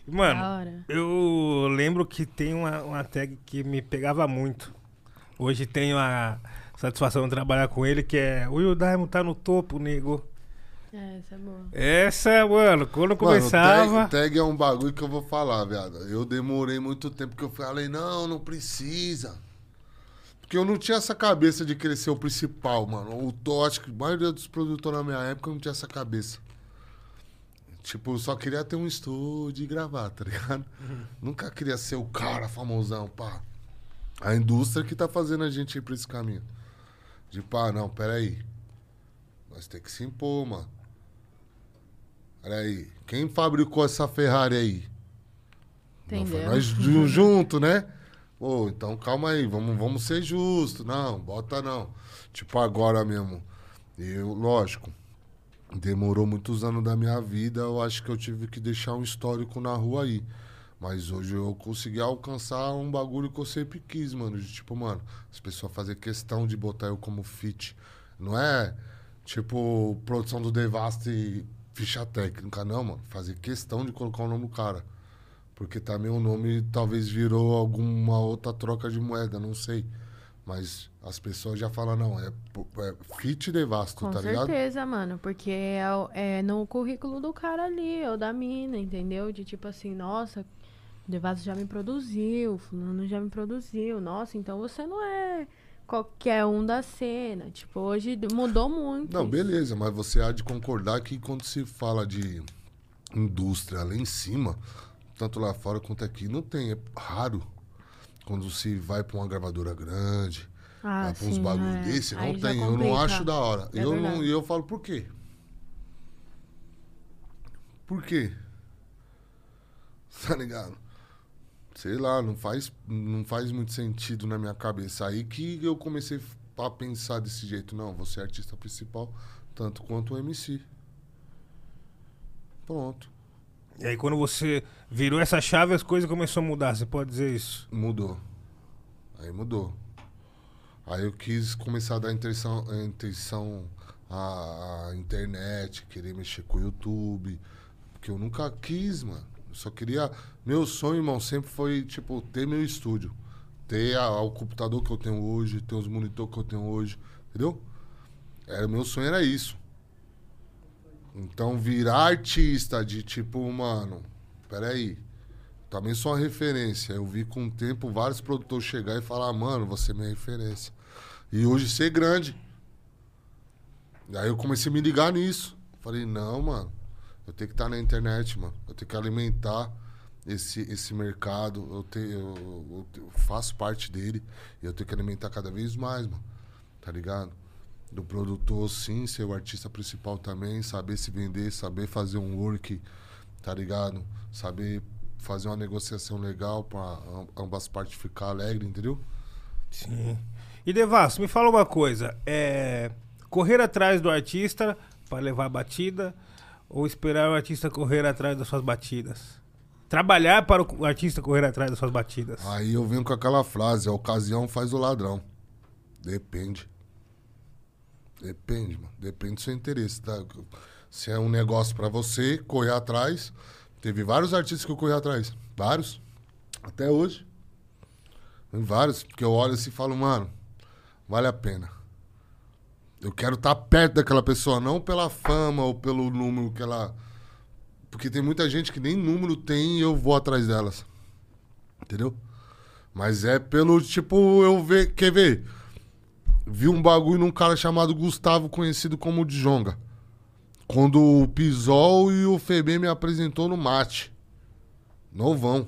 Mano, eu lembro que tem uma, uma tag que me pegava muito. Hoje tenho a satisfação de trabalhar com ele, que é o Will Diamond tá no topo, nego. É, essa é boa. Essa, mano, quando começava... Mano, tag, tag é um bagulho que eu vou falar, viado. Eu demorei muito tempo que eu falei, não, não precisa. Porque eu não tinha essa cabeça de querer ser o principal, mano. O tô, acho que a maioria dos produtores na minha época não tinha essa cabeça. Tipo, eu só queria ter um estúdio e gravar, tá ligado? Uhum. Nunca queria ser o cara famosão, pá. A indústria que tá fazendo a gente ir pra esse caminho. De pá, não, peraí. Nós temos que se impor, mano. Peraí. Quem fabricou essa Ferrari aí? Entendeu? Não foi nós junto, né? Pô, então calma aí, vamos, vamos ser justos. Não, bota não. Tipo, agora mesmo. Eu, lógico, demorou muitos anos da minha vida, eu acho que eu tive que deixar um histórico na rua aí. Mas hoje eu consegui alcançar um bagulho que eu sempre quis, mano. De tipo, mano, as pessoas fazem questão de botar eu como feat. Não é, tipo, produção do Devasta e ficha técnica, não, mano. Fazer questão de colocar o nome do cara. Porque também o nome talvez virou alguma outra troca de moeda, não sei. Mas as pessoas já falam, não, é, é feat Devasto, Com tá ligado? Com certeza, mano, porque é, é no currículo do cara ali, ou da mina, entendeu? De tipo assim, nossa, o Devasto já me produziu, fulano já me produziu, nossa, então você não é qualquer um da cena. Tipo, hoje mudou muito. Não, isso. Beleza, mas você há de concordar que quando se fala de indústria lá em cima, tanto lá fora quanto aqui, não tem, é raro. Quando se vai pra uma gravadora grande, ah, vai pra uns sim, bagulho é. desse, não Aí já tem. Eu complica. não acho da hora. É eu, não, verdade. eu falo, por quê? Por quê? Tá ligado? Sei lá, não faz, não faz muito sentido na minha cabeça. Aí que eu comecei a pensar desse jeito. Não, você é artista principal, tanto quanto o M C. Pronto. E aí quando você virou essa chave, as coisas começaram a mudar, você pode dizer isso? Mudou. Aí mudou. Aí eu quis começar a dar intenção, intenção à, à internet, querer mexer com o YouTube. Porque eu nunca quis, mano. Eu só queria... Meu sonho, irmão, sempre foi, tipo, ter meu estúdio. Ter a, o computador que eu tenho hoje, ter os monitores que eu tenho hoje. Entendeu? Era, meu sonho era isso. Então, virar artista de tipo, mano, peraí, também sou uma referência. Eu vi com o tempo vários produtores chegar e falar, mano, você é minha referência. E hoje ser grande. E aí eu comecei a me ligar nisso. Falei, não, mano, eu tenho que estar na internet, mano. Eu tenho que alimentar esse, esse mercado. Eu, te, eu, eu, eu faço parte dele. E eu tenho que alimentar cada vez mais, mano. Tá ligado? Do produtor, sim, ser o artista principal também, saber se vender, saber fazer um work, tá ligado? Saber fazer uma negociação legal pra ambas partes ficar alegres, entendeu? Sim. E Devasto, me fala uma coisa, é correr atrás do artista pra levar a batida ou esperar o artista correr atrás das suas batidas? Trabalhar para o artista correr atrás das suas batidas? Aí eu venho com aquela frase, a ocasião faz o ladrão. Depende. Depende, mano. Depende do seu interesse, tá? Se é um negócio pra você, correr atrás. Teve vários artistas que eu corri atrás. Vários. Até hoje. Tem vários. Porque eu olho assim e falo, mano, vale a pena. Eu quero estar perto daquela pessoa, não pela fama ou pelo número que ela... Porque tem muita gente que nem número tem e eu vou atrás delas. Entendeu? Mas é pelo, tipo, eu ver... Quer ver? Vi um bagulho num cara chamado Gustavo, conhecido como Djonga. Quando o Pisol e o Febem me apresentou no Mate. Novão.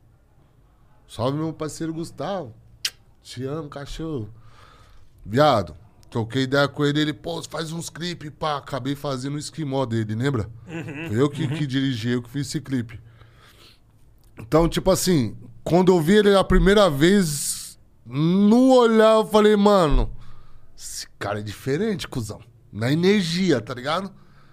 Salve meu parceiro Gustavo. Te amo, cachorro. Viado, troquei ideia com ele, ele, pô, faz uns clipes, pá. Acabei fazendo o esquimó dele, lembra? Uhum, Foi eu que, uhum. que dirigi, eu que fiz esse clipe. Então, tipo assim, quando eu vi ele a primeira vez, no olhar eu falei, mano... Esse cara é diferente, cuzão. Na energia, tá ligado?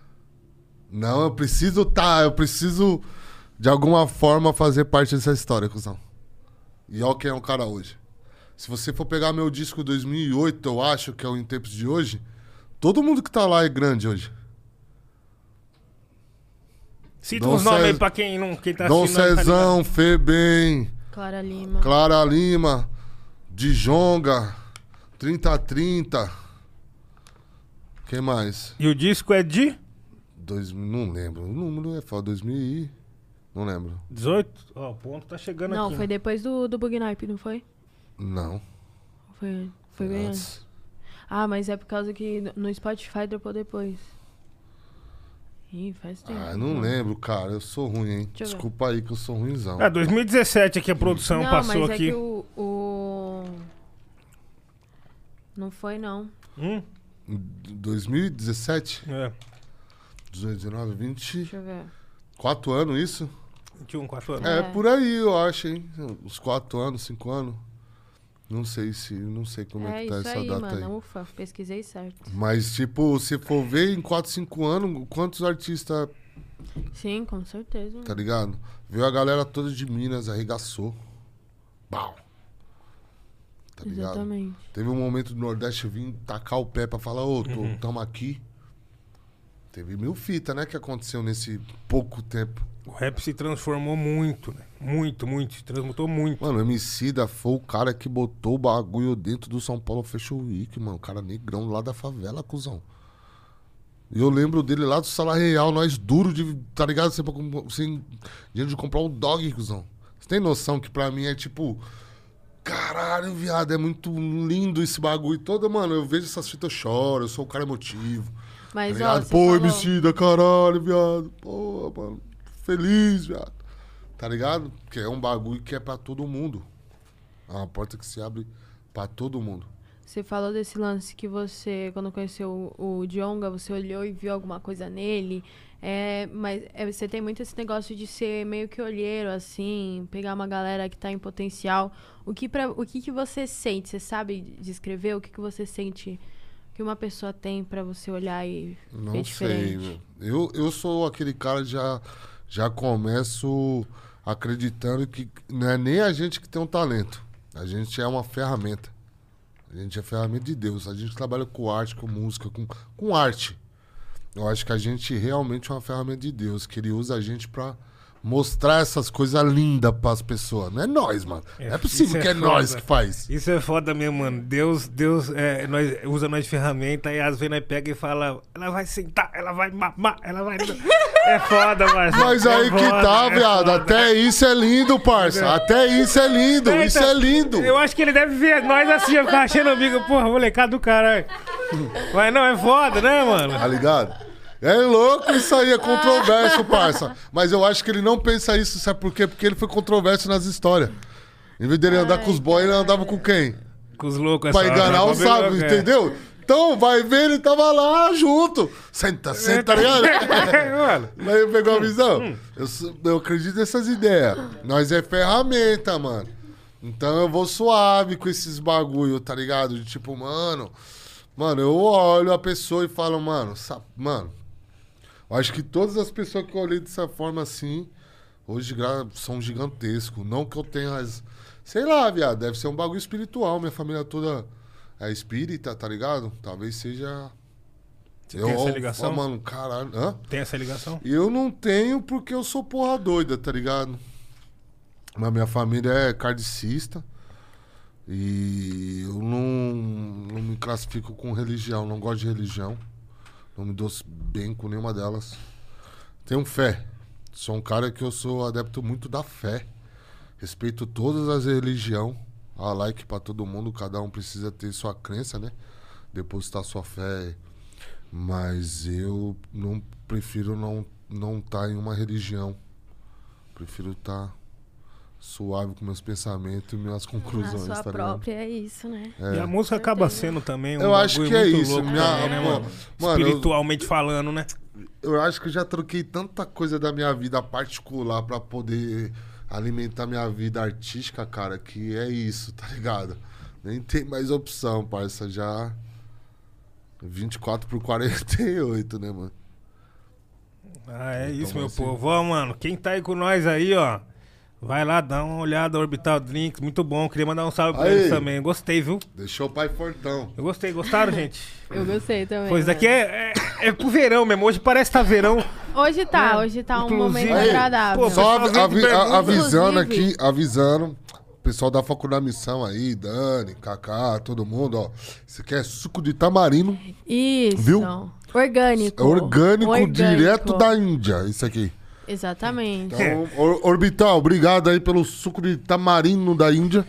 Não, eu preciso tá, eu preciso de alguma forma fazer parte dessa história, cuzão. E olha quem é o cara hoje. Se você for pegar meu disco dois mil e oito, eu acho que é o Em Tempos de Hoje, todo mundo que tá lá é grande hoje. Cita Dom os nomes Cez- aí pra quem, não, quem tá Dom assistindo. não tá Cezão, ligado. Febem, Clara Lima. Clara Lima, Djonga, trinta a trinta. Quem mais? E o disco é de Dois, não lembro. O número é foda. dois mil e... Não lembro. dezoito? Ó, o ponto tá chegando Não, aqui. foi depois do, do Bug Nipe, não foi? Não. Foi, foi bem antes. Antes. Ah, mas é por causa que no- no Spotify dropou depois. Ih, faz tempo. Ah, não lembro, cara. Eu sou ruim, hein? Deixa eu ver. Desculpa aí que eu sou ruimzão. É, dois mil e dezessete aqui a produção Não, passou mas é aqui. que o, o... Não foi, não. Hum? dois mil e dezessete? É, dezoito, dezenove, vinte... Deixa eu ver. quatro anos, isso? vinte e um, quatro anos. É, É. por aí, eu acho, hein? Uns quatro anos, cinco anos. Não sei se... Não sei como é, É que tá isso essa aí, data mano. aí. Ufa, pesquisei certo. Mas, tipo, se for ver em quatro, cinco anos, quantos artistas, Sim, com certeza. tá ligado? Veio a galera toda de Minas, arregaçou. Bau. Tá ligado? Exatamente. Teve um momento do Nordeste vir tacar o pé pra falar, ô, tô, tamo aqui. Teve mil fitas, né, que aconteceu nesse pouco tempo. O rap se transformou muito, né? Muito, muito. Se transmutou muito. Mano, o Emicida foi o cara que botou o bagulho dentro do São Paulo Fashion Week, mano. O cara negrão lá da favela, cuzão. E eu lembro dele lá do Sala Real, nós duro de, tá ligado? Sem, sem dinheiro de comprar um dog, cuzão. Você tem noção que pra mim é tipo... Caralho, viado, é muito lindo esse bagulho todo, mano. Eu vejo essas fitas, eu choro, eu sou um cara emotivo. Mas, Tá ó, ligado? você Pô, falou... Emicida, caralho, viado. Pô, mano, feliz, viado. Tá ligado? Porque é um bagulho que é pra todo mundo. É uma porta que se abre pra todo mundo. Você falou desse lance que você, quando conheceu o, o Djonga, você olhou e viu alguma coisa nele. É, mas é, você tem muito esse negócio de ser meio que olheiro, assim, pegar uma galera que tá em potencial. O que, pra, o que, que você sente? Você sabe descrever o que, que você sente que uma pessoa tem pra você olhar e Não ver sei, diferente? meu. Eu, eu sou aquele cara que já, já começo acreditando que não é nem a gente que tem um talento. A gente é uma ferramenta. A gente é ferramenta de Deus. A gente trabalha com arte, com música, com, com arte. Eu acho que a gente realmente é uma ferramenta de Deus, que ele usa a gente pra mostrar essas coisas lindas pras pessoas. Não é nós, mano. É, não é possível isso é que é foda. nós que faz. Isso é foda mesmo, mano. Deus, Deus é, nós, usa nós de ferramenta e às vezes nós pega e fala, ela vai sentar, ela vai mamar, ela vai... É foda, mas... Mas é aí que foda, tá, é viado. foda. Até isso é lindo, parça. Até isso é lindo. É, Isso então, é lindo. Eu acho que ele deve ver nós assim, eu ficar achando amigo, porra, molecada do caralho. Mas não, é foda, né, mano? Tá ligado? É louco isso aí, é controverso, parça. Mas eu acho que ele não pensa isso, sabe por quê? Porque ele foi controverso nas histórias. Em vez dele andar Ai, com os boys, ele andava com quem? Com os loucos, Pra essa enganar hora, os bagulho sábios, louco, é. entendeu? Então, vai ver, ele tava lá junto. Senta, senta, tá ligado? Mano. Mas ele pegou a visão? Eu, sou- eu acredito nessas ideias. Nós é ferramenta, mano. Então eu vou suave com esses bagulho, tá ligado? De tipo, mano... Mano, eu olho a pessoa e falo, mano... sa- Mano... Eu acho que todas as pessoas que eu olhei dessa forma assim... Hoje gra- são gigantescos. Não que eu tenha as... Sei lá, viado. Deve ser um bagulho espiritual. Minha família toda é espírita, tá ligado? Talvez seja... Você tem essa ligação? Ó, mano, caralho... Hã? Tem essa ligação? Eu não tenho porque eu sou porra doida, tá ligado? Mas minha família é kardecista. E eu não, não me classifico com religião, não gosto de religião. Não me dou bem com nenhuma delas. Tenho fé. Sou um cara que eu sou adepto muito da fé. Respeito todas as religiões. A like pra todo mundo, cada um precisa ter sua crença, né? Depositar sua fé. Mas eu não prefiro não não estar em uma religião. Prefiro estar suave com meus pensamentos e minhas conclusões, A sua tá própria é isso, né? ligado? E a É. música acaba sendo também um Eu acho bagulho que é muito isso, louco minha- também, né, pô, mano? mano, eu- Espiritualmente falando, né? Eu acho que eu já troquei tanta coisa da minha vida particular pra poder alimentar minha vida artística, cara, que é isso, tá ligado? Nem tem mais opção, parça. Já vinte e quatro por quarenta e oito, né, mano? Ah, é Então, isso, meu assim- povo. Ó, mano, quem tá aí com nós aí, ó. Vai lá, dá uma olhada, Orbital Drinks, muito bom. Queria mandar um salve pra Aí. eles também. Gostei, viu? Deixou o pai fortão. Eu gostei, gostaram, gente? Eu gostei também. Pois mano. daqui é, é, é pro verão mesmo. Hoje parece que tá verão. Hoje tá, É, hoje tá um inclusive- momento Aí, agradável. pô, Só pessoal avi- vem de avi- a- pergunta. avisando Inclusive- aqui, avisando. O pessoal da Faculdade Missão aí, Dani, Kaká, todo mundo, ó. Isso aqui é suco de tamarindo. Isso. Viu? Orgânico. É orgânico, Orgânico. direto da Índia, isso aqui. Exatamente. Então, Or- Orbital, obrigado aí pelo suco de tamarindo da Índia.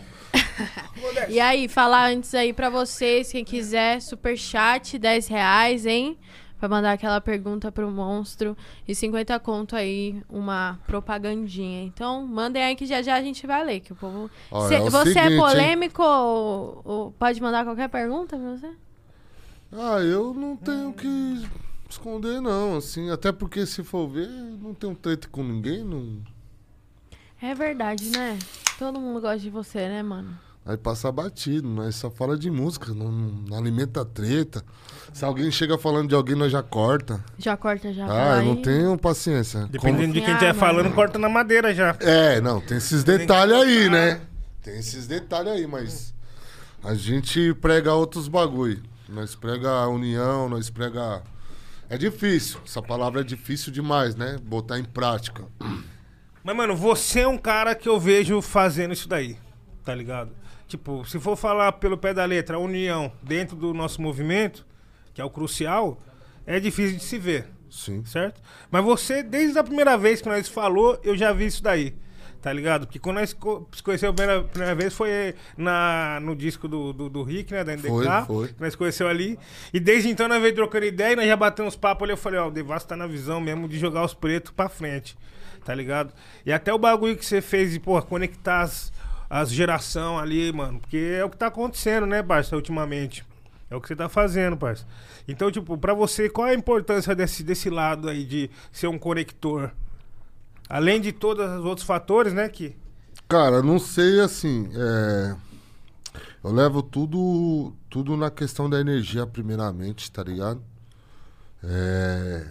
E aí, falar antes aí pra vocês, quem quiser, superchat, dez reais, hein? Pra mandar aquela pergunta pro monstro. E cinquenta conto aí, uma propagandinha. Então, mandem aí que já já a gente vai ler, que o povo... Ó, Cê- é o você seguinte, é hein? polêmico ou, ou pode mandar qualquer pergunta pra você? Ah, eu não tenho que esconder, não, assim. Até porque, se for ver, não tenho treta com ninguém, não... É verdade, né? Todo mundo gosta de você, né, mano? Aí passa batido, nós só fala de música, não, não alimenta treta. Se alguém chega falando de alguém, nós já corta. Já corta, já Ah, fala eu não aí. tenho paciência. Dependendo de quem Ah, estiver mano. falando, corta na madeira já. Como- É, não, tem esses detalhes aí, né? Tem esses detalhes aí, mas a gente prega outros bagulho. Nós prega a união, nós prega... É difícil, essa palavra é difícil demais, né? Botar em prática. Mas, mano, você é um cara que eu vejo fazendo isso daí, tá ligado? Tipo, se for falar pelo pé da letra, a união dentro do nosso movimento, que é o crucial, é difícil de se ver, Sim. certo? Mas você, desde a primeira vez que nós falou, eu já vi isso daí, tá ligado? Porque quando nós co- se conheceu a primeira, primeira vez foi na, no disco do, do, do Rick, né, da N D K, Foi, foi. que nós conheceu ali. E desde então nós veio trocando ideia e nós já batemos papos ali. Eu falei, ó, o Devasso tá na visão mesmo de jogar os pretos pra frente, tá ligado? E até o bagulho que você fez de, porra, conectar as, as gerações ali, mano. Porque é o que tá acontecendo, né, parça, ultimamente. É o que você tá fazendo, parça. Então, tipo, pra você, qual é a importância desse, desse lado aí de ser um conector? Além de todos os outros fatores, né, que... Cara, não sei, assim, é... eu levo tudo, tudo na questão da energia, primeiramente, tá ligado? É...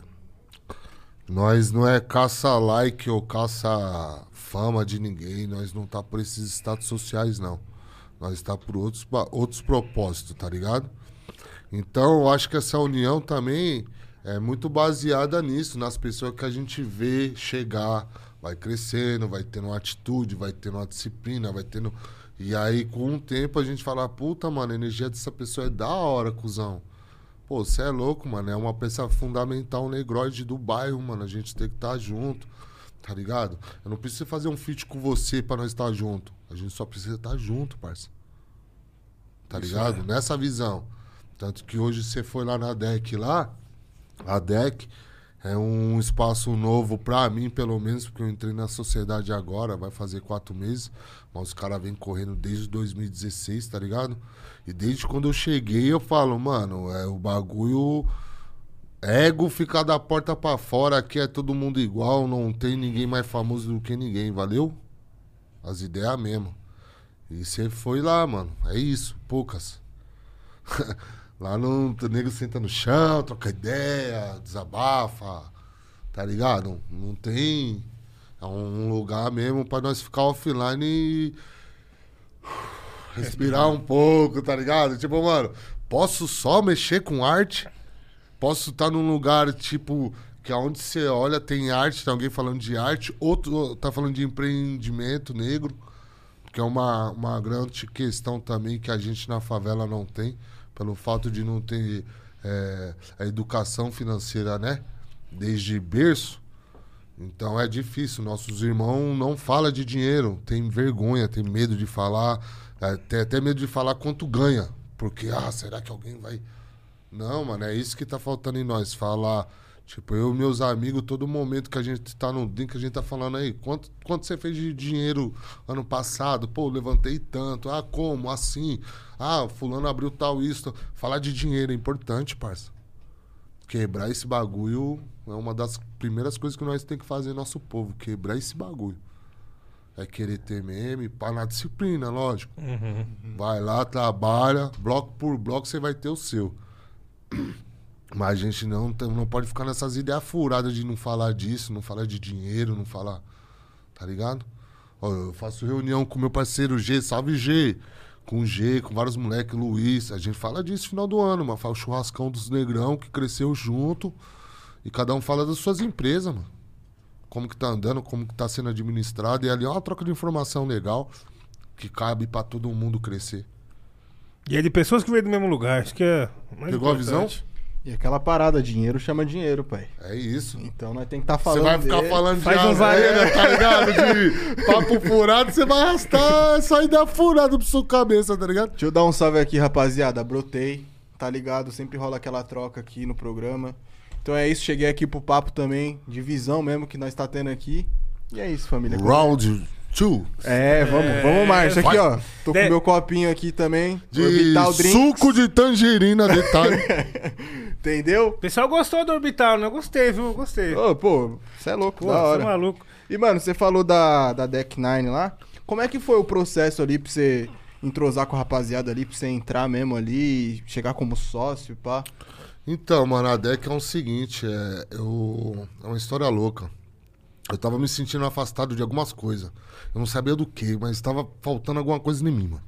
Nós não é caça like ou caça fama de ninguém, nós não tá por esses status sociais, não. Nós tá por outros, ba- outros propósitos, tá ligado? Então, eu acho que essa união também é muito baseada nisso, nas pessoas que a gente vê chegar, vai crescendo, vai tendo uma atitude, vai tendo uma disciplina, vai tendo... E aí, com o tempo, a gente fala, puta, mano, a energia dessa pessoa é da hora, cuzão. Pô, você é louco, mano, é uma peça fundamental, um negroide do bairro, mano, a gente tem que estar junto, tá ligado? Eu não preciso fazer um feat com você pra nós estar junto, a gente só precisa estar junto, parça. Tá Isso ligado? é. Nessa visão. Tanto que hoje você foi lá na D E C lá, a D E C é um espaço novo pra mim, pelo menos, porque eu entrei na sociedade agora, vai fazer quatro meses, mas os caras vêm correndo desde dois mil e dezesseis, tá ligado? E desde quando eu cheguei, eu falo, mano, é o bagulho... Ego ficar da porta pra fora, aqui é todo mundo igual, não tem ninguém mais famoso do que ninguém, valeu? As ideias mesmo. E você foi lá, mano, é isso, poucas. Lá no o nego senta no chão, troca ideia, desabafa, tá ligado? Não tem. É um lugar mesmo pra nós ficar offline e respirar um pouco, tá ligado? Tipo, mano, posso só mexer com arte? Posso estar num lugar, tipo, que aonde você olha tem arte, tem alguém falando de arte, outro tá falando de empreendimento negro, que é uma, uma grande questão também que a gente na favela não tem, pelo fato de não ter é, a educação financeira, né? Desde berço. Então é difícil. Nossos irmãos não falam de dinheiro, tem vergonha, tem medo de falar, é, tem até medo de falar quanto ganha. Porque, ah, será que alguém vai... Não, mano, é isso que tá faltando em nós, falar... Tipo, eu e meus amigos, todo momento que a gente tá no drink, a gente tá falando aí, quanto, quanto você fez de dinheiro ano passado? Pô, levantei tanto. Ah, como? Assim. Ah, fulano abriu tal isso. Falar de dinheiro é importante, parça. Quebrar esse bagulho é uma das primeiras coisas que nós temos que fazer nosso povo. Quebrar esse bagulho. É querer ter meme, pá, na disciplina, lógico. Uhum. Vai lá, trabalha, bloco por bloco você vai ter o seu. Mas a gente não, não pode ficar nessas ideias furadas de não falar disso, não falar de dinheiro, não falar... Tá ligado? Ó, eu faço reunião com meu parceiro G, salve G. Com o G, com vários moleques, Luiz. A gente fala disso no final do ano, mano. Fala o churrascão dos negrão que cresceu junto. E cada um fala das suas empresas, mano. Como que tá andando, como que tá sendo administrado. E ali é uma troca de informação legal que cabe pra todo mundo crescer. E é de pessoas que veio do mesmo lugar. Isso que é mais Pegou a importante. visão? E aquela parada, dinheiro chama dinheiro, pai. É isso. Então nós tem que estar tá Você falando vai ficar dele. falando Faz de um azeira, tá ligado? De papo furado, você vai arrastar essa ideia furada pra sua cabeça, tá ligado? Deixa eu dar um salve aqui, rapaziada. Brotei, tá ligado? Sempre rola aquela troca aqui no programa. Então é isso, cheguei aqui pro papo também, de visão mesmo que nós tá tendo aqui. E é isso, família. Round two. É, vamos, É, vamos, Márcio. Aqui, vai. ó. Tô com De- meu copinho aqui também. De Orbital Drinks. suco de tangerina, detalhe. Entendeu? O pessoal gostou do Orbital, né? Eu gostei, viu? Eu gostei. Ô, pô, você é louco, Pô, da você é hora. maluco. E, mano, você falou da, da Deck Nine lá. Como é que foi o processo ali pra você entrosar com a rapaziada ali, pra você entrar mesmo ali, chegar como sócio, pá? Então, mano, a D E C é o seguinte, é, eu, é uma história louca. Eu tava me sentindo afastado de algumas coisas. Eu não sabia do que, mas tava faltando alguma coisa em mim, mano.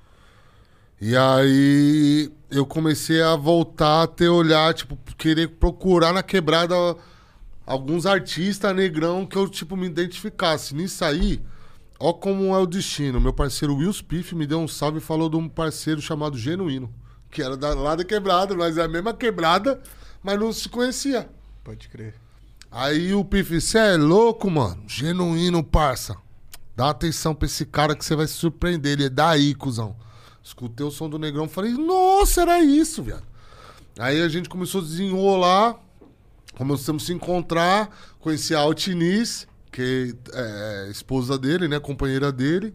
E aí eu comecei a voltar a ter olhar, tipo, querer procurar na quebrada alguns artistas negrão que eu, tipo, me identificasse. Nisso aí, ó como é o destino. Meu parceiro Will Spiff me deu um salve e falou de um parceiro chamado Genuíno, que era da, lá da quebrada, mas é a mesma quebrada, mas não se conhecia. Pode crer. Aí o Piff, cê é louco, mano? Genuíno, parça. Dá atenção pra esse cara que você vai se surpreender. Ele é daí, cuzão. Escutei o som do Negrão e falei, nossa, era isso, viado. Aí a gente começou a desenrolar, começamos a se encontrar, conheci a Altiniz, que é esposa dele, né, companheira dele.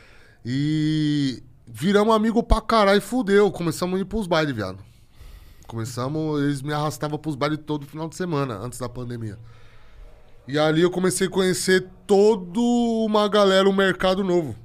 E viramos amigo pra caralho e fudeu. Começamos a ir pros bailes, viado. Começamos, eles me arrastavam pros bailes todo final de semana, antes da pandemia. E ali eu comecei a conhecer toda uma galera, um mercado novo.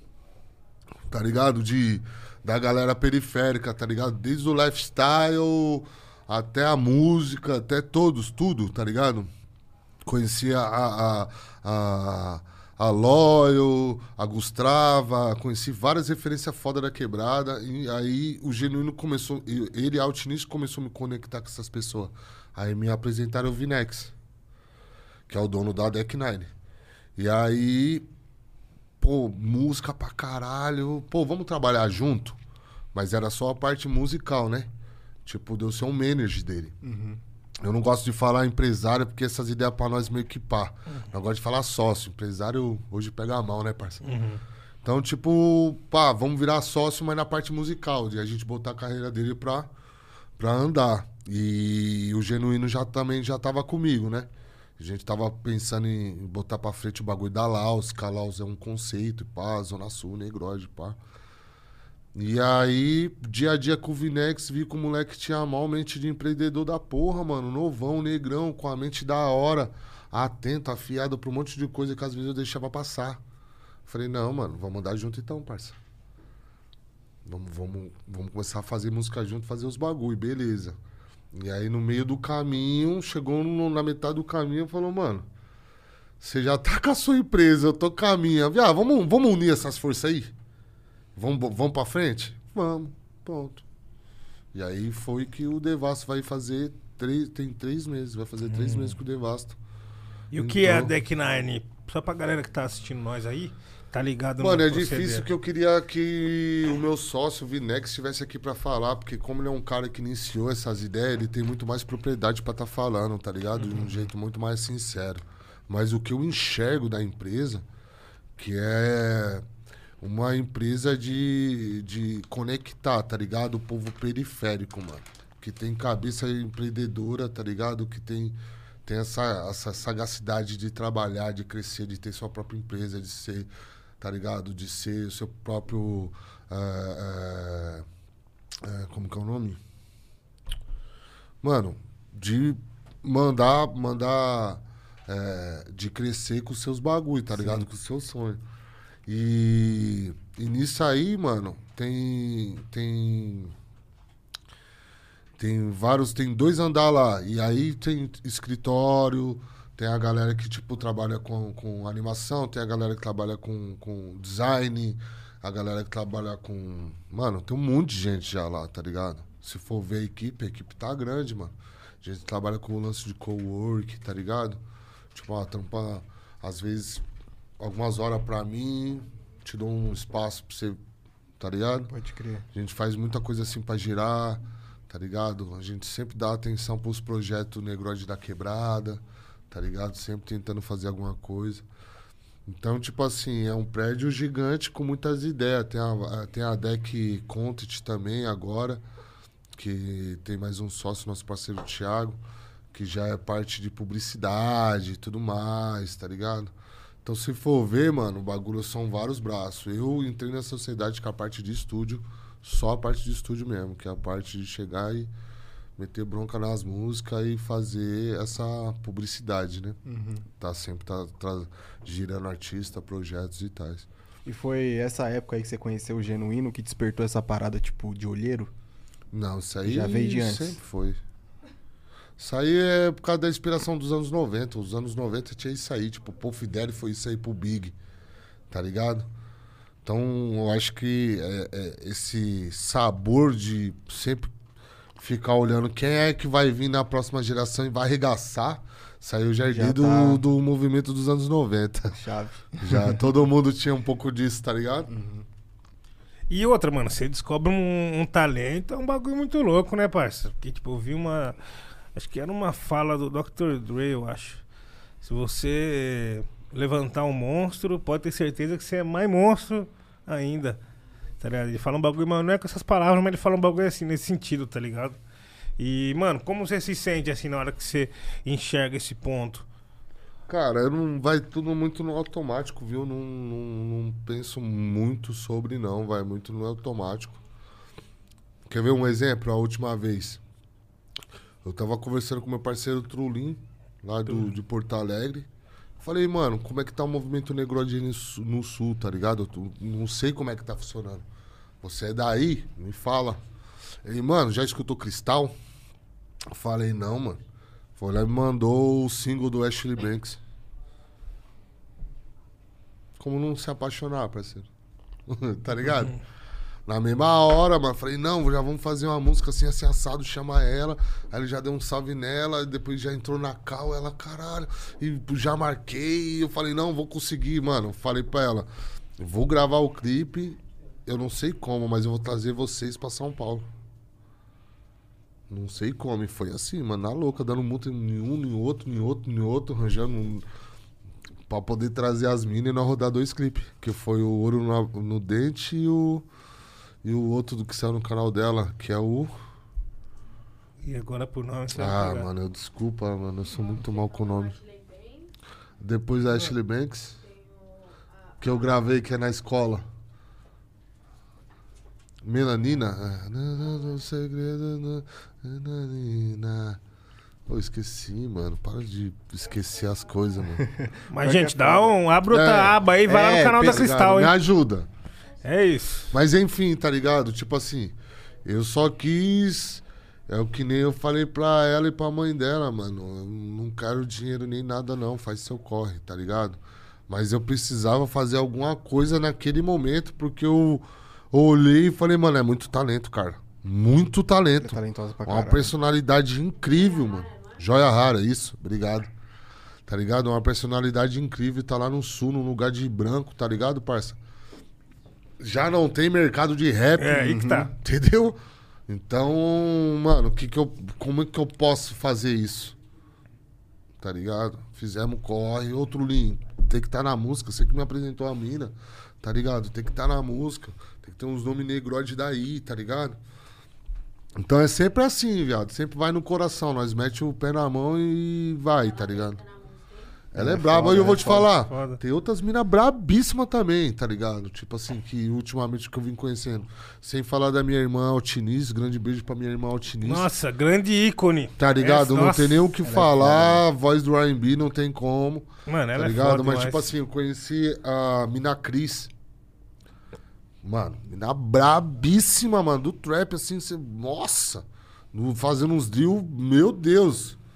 Tá ligado? De, da galera periférica, tá ligado? Desde o lifestyle até a música, até todos, tudo, tá ligado? Conhecia a, a, a, a Loyal, a Gustrava, conheci várias referências foda da quebrada. E aí o Genuíno começou, ele, Altiniz, começou a me conectar com essas pessoas. Aí me apresentaram o Vinex, que é o dono da Deck Nine. E aí, pô, música pra caralho. Pô, vamos trabalhar junto? Mas era só a parte musical, né? Tipo, deu ser um manager dele. Uhum. Eu não gosto de falar empresário, porque essas ideias pra nós meio que pá. Uhum. Eu gosto de falar sócio. Empresário hoje pega a mão, né, parceiro? Uhum. Então, tipo, pá, vamos virar sócio, mas na parte musical. De a gente botar a carreira dele pra, pra andar. E o Genuíno já também já tava comigo, né? A gente tava pensando em botar pra frente o bagulho da Laus, que a Laus é um conceito, pá, Zona Sul, Negrode, pá. E aí, dia a dia com o Vinex, vi que o moleque tinha mal mente de empreendedor da porra, mano. Novão, negrão, com a mente da hora, atento, afiado pra um monte de coisa que às vezes eu deixava passar. Falei, não, mano, vamos andar junto então, parça. Vamos, vamos, vamos começar a fazer música junto, fazer os bagulho, beleza. E aí, no meio do caminho, chegou no, na metade do caminho e falou, mano, você já tá com a sua empresa, eu tô com a minha. Ah, vamos, vamos unir essas forças aí? Vamos, vamos pra frente? Vamos, ponto. E aí foi que o Devasto vai fazer, três, tem três meses, vai fazer três Hum. meses com o Devasto. E o que é a Então- Deck Nine? Só pra galera que tá assistindo nós aí, tá ligado Mano, no é proceder. difícil que eu queria que o meu sócio, o Vinex, estivesse aqui pra falar, porque como ele é um cara que iniciou essas ideias, ele tem muito mais propriedade pra tá falando, tá ligado? De um jeito muito mais sincero. Mas o que eu enxergo da empresa, que é uma empresa de, de conectar, tá ligado? O povo periférico, mano. Que tem cabeça empreendedora, tá ligado? Que tem, tem essa, essa sagacidade de trabalhar, de crescer, de ter sua própria empresa, de ser, tá ligado? De ser o seu próprio... é, é, é, como que é o nome? Mano, de mandar... mandar é, de crescer com os seus bagulho, tá ligado? Com os seus sonhos. E, e nisso aí, mano, tem... Tem... Tem vários... Tem dois andar lá. E aí tem escritório... Tem a galera que, tipo, trabalha com, com animação, tem a galera que trabalha com, com design, a galera que trabalha com... Mano, tem um monte de gente já lá, tá ligado? Se for ver a equipe, a equipe tá grande, mano. A gente trabalha com o lance de co-work, tá ligado? Tipo, uma trampa, às vezes, algumas horas pra mim, te dou um espaço pra você, tá ligado? Pode crer. A gente faz muita coisa assim pra girar, tá ligado? A gente sempre dá atenção pros projetos Negrode da Quebrada, tá ligado? Sempre tentando fazer alguma coisa. Então, tipo assim, é um prédio gigante com muitas ideias. Tem a, tem a Deck Content também agora, que tem mais um sócio, nosso parceiro Thiago, que já é parte de publicidade e tudo mais, tá ligado? Então, se for ver, mano, o bagulho são vários braços. Eu entrei na sociedade com a parte de estúdio, só a parte de estúdio mesmo, que é a parte de chegar e meter bronca nas músicas e fazer essa publicidade, né? Uhum. Tá sempre tá, tá girando artista, projetos e tais. E foi essa época aí que você conheceu o Genuíno que despertou essa parada, tipo, de olheiro? Não, isso aí Já veio de antes? sempre foi. Isso aí é por causa da inspiração dos anos noventa. Os anos noventa tinha isso aí. Tipo, o Paul Fideli foi isso aí pro Big. Tá ligado? Então, eu acho que é, é, esse sabor de sempre ficar olhando quem é que vai vir na próxima geração e vai arregaçar, saiu já, Já do, tá. do movimento dos anos noventa. Chave. Já todo mundo tinha um pouco disso, tá ligado? Uhum. E outra, mano, você descobre um, um talento, é um bagulho muito louco, né, parça? Porque, tipo, eu vi uma... Acho que era uma fala do doutor Dre, eu acho. Se você levantar um monstro, pode ter certeza que você é mais monstro ainda, tá ligado? Ele fala um bagulho, mano, não é com essas palavras, mas ele fala um bagulho assim, nesse sentido, tá ligado? E, mano, como você se sente, assim, na hora que você enxerga esse ponto? Cara, eu não, vai tudo muito no automático, viu? Não, não, não penso muito sobre, não. Vai muito no automático. Quer ver um exemplo? A última vez, eu tava conversando com meu parceiro Trulin, lá do, de Porto Alegre. Falei, mano, como é que tá o movimento Negrode no, sul- no sul, tá ligado? Eu tô- não sei como é que tá funcionando. Você é daí? Me fala. Ele, mano, já escutou Cristal? Eu falei, não, mano. Foi lá e me mandou o single do Ashley Banks. Como não se apaixonar, parceiro? Tá ligado? Na mesma hora, mano, falei, não, já vamos fazer uma música assim, assim, assado, chama ela. Aí ele já deu um salve nela, depois já entrou na cal, ela, caralho, e já marquei. E eu falei, não, vou conseguir, mano. Falei pra ela, vou gravar o clipe, eu não sei como, mas eu vou trazer vocês pra São Paulo. Não sei como, e foi assim, mano, na louca, dando multa em um, em outro, em outro, em outro, arranjando um, pra poder trazer as minas e nós rodar dois clipes. Que foi o Ouro no, no Dente e o, e o outro do que saiu no canal dela, que é o... E agora por nome você vai Ah, pegar. mano, eu, desculpa, mano, eu sou muito mal com o nome. Depois da Ashley Banks, que eu gravei, que é na escola. Melanina? É. O segredo da Melanina. Pô, esqueci, mano. Para de esquecer as coisas, mano. Mas, gente, dá um... Abre outra É. aba aí, vai lá É, no canal da Obrigado, Cristal, me hein? ajuda. É isso. Mas enfim, tá ligado? Tipo assim, eu só quis... É o que nem eu falei pra ela e pra mãe dela, mano. Eu não quero dinheiro nem nada, não. Faz seu corre, tá ligado? Mas eu precisava fazer alguma coisa naquele momento, porque eu olhei e falei, mano, é muito talento, cara. Muito É talento. talentosa pra Uma caralho. personalidade incrível, mano. Joia rara, isso. Obrigado. Tá ligado? Uma personalidade incrível. Tá lá no sul, num lugar de branco, tá ligado, parça? Já não tem mercado de rap. É, aí que tá. Entendeu? Então, mano, que que eu, como é que eu posso fazer isso? Tá ligado? Fizemos corre, outro link. Tem que estar na música. Você que me apresentou a mina, tá ligado? Tem que estar na música. Tem que ter uns nomes negrode daí, tá ligado? Então é sempre assim, viado. Sempre vai no coração. Nós mete o pé na mão e vai, tá ligado? Ela é, É braba. foda, E eu vou é te foda, falar, foda. tem outras minas brabíssimas também, tá ligado? Tipo assim, que ultimamente que eu vim conhecendo. Sem falar da minha irmã Altiniz, grande beijo pra minha irmã Altiniz. Nossa, grande ícone. Tá ligado? Essa- Não nossa. tem nem o que Ela é falar, voz do R and B não tem como, Mano, ela tá é ligado? foda Mas demais. tipo assim, eu conheci a Mina Cris. Mano, mina brabíssima, mano, do trap, assim, você... Nossa! No- Fazendo uns drill, meu Deus!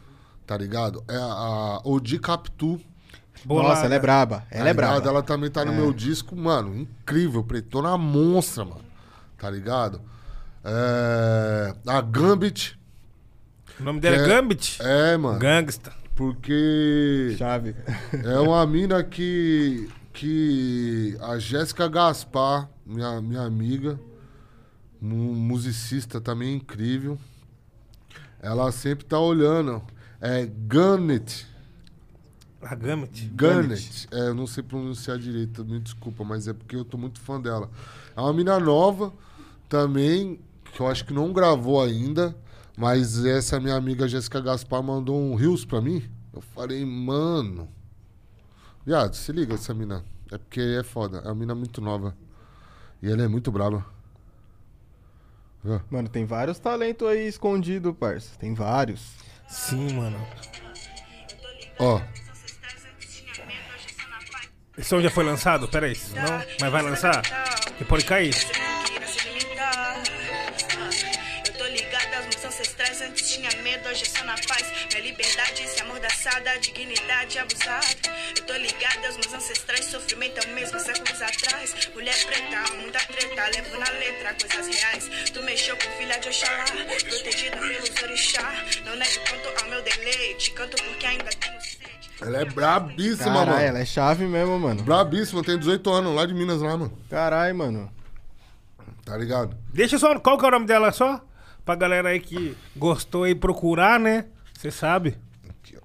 tá ligado? É a Odi Capitu. Bolada. Nossa, ela é braba. Ela tá é braba. ligado? Ela também tá no É. meu disco, mano, incrível, pretona monstra, mano, tá ligado? É... A Gambit. O nome dela é, É- Gambit? É, mano, Gangsta. porque Chave. é uma mina que, que a Jéssica Gaspar, minha, minha amiga, mu- musicista também incrível, ela sempre tá olhando. É Gunnet. A Gambit. Gunnet. É, eu não sei pronunciar direito, me desculpa, mas é porque eu tô muito fã dela. É uma mina nova também, que eu acho que não gravou ainda, mas essa minha amiga Jéssica Gaspar mandou um Rios pra mim. Eu falei, mano... Viado, se liga essa mina. É porque é foda. É uma mina muito nova. E ela é muito braba. Viu? Mano, tem vários talentos aí escondidos, parça. Tem vários. Sim, mano. Ó, Esse som já foi lançado? Pera aí. Não? Mas vai lançar? Que pode cair. Eu tô ligada aos meus ancestrais, antes tinha medo, hoje é só na paz. Minha liberdade se amordaçada, dignidade abusada. Eu tô ligada aos meus ancestrais, sofrimento é o mesmo séculos atrás. Mulher preta, muita treta, levo na letra coisas reais. Tu mexeu com filha de Oxalá, protegida pelos orixá. Não nego quanto ao meu deleite, canto porque ainda tenho sede. ela é brabíssima, Caralho, mano. ela é chave mesmo, mano. Brabíssima, tem dezoito anos, lá de Minas, lá, mano. Caralho, mano. Tá ligado? Deixa só. Qual que é o nome dela só? Pra galera aí que gostou aí procurar, né? Você sabe. Aqui, ó.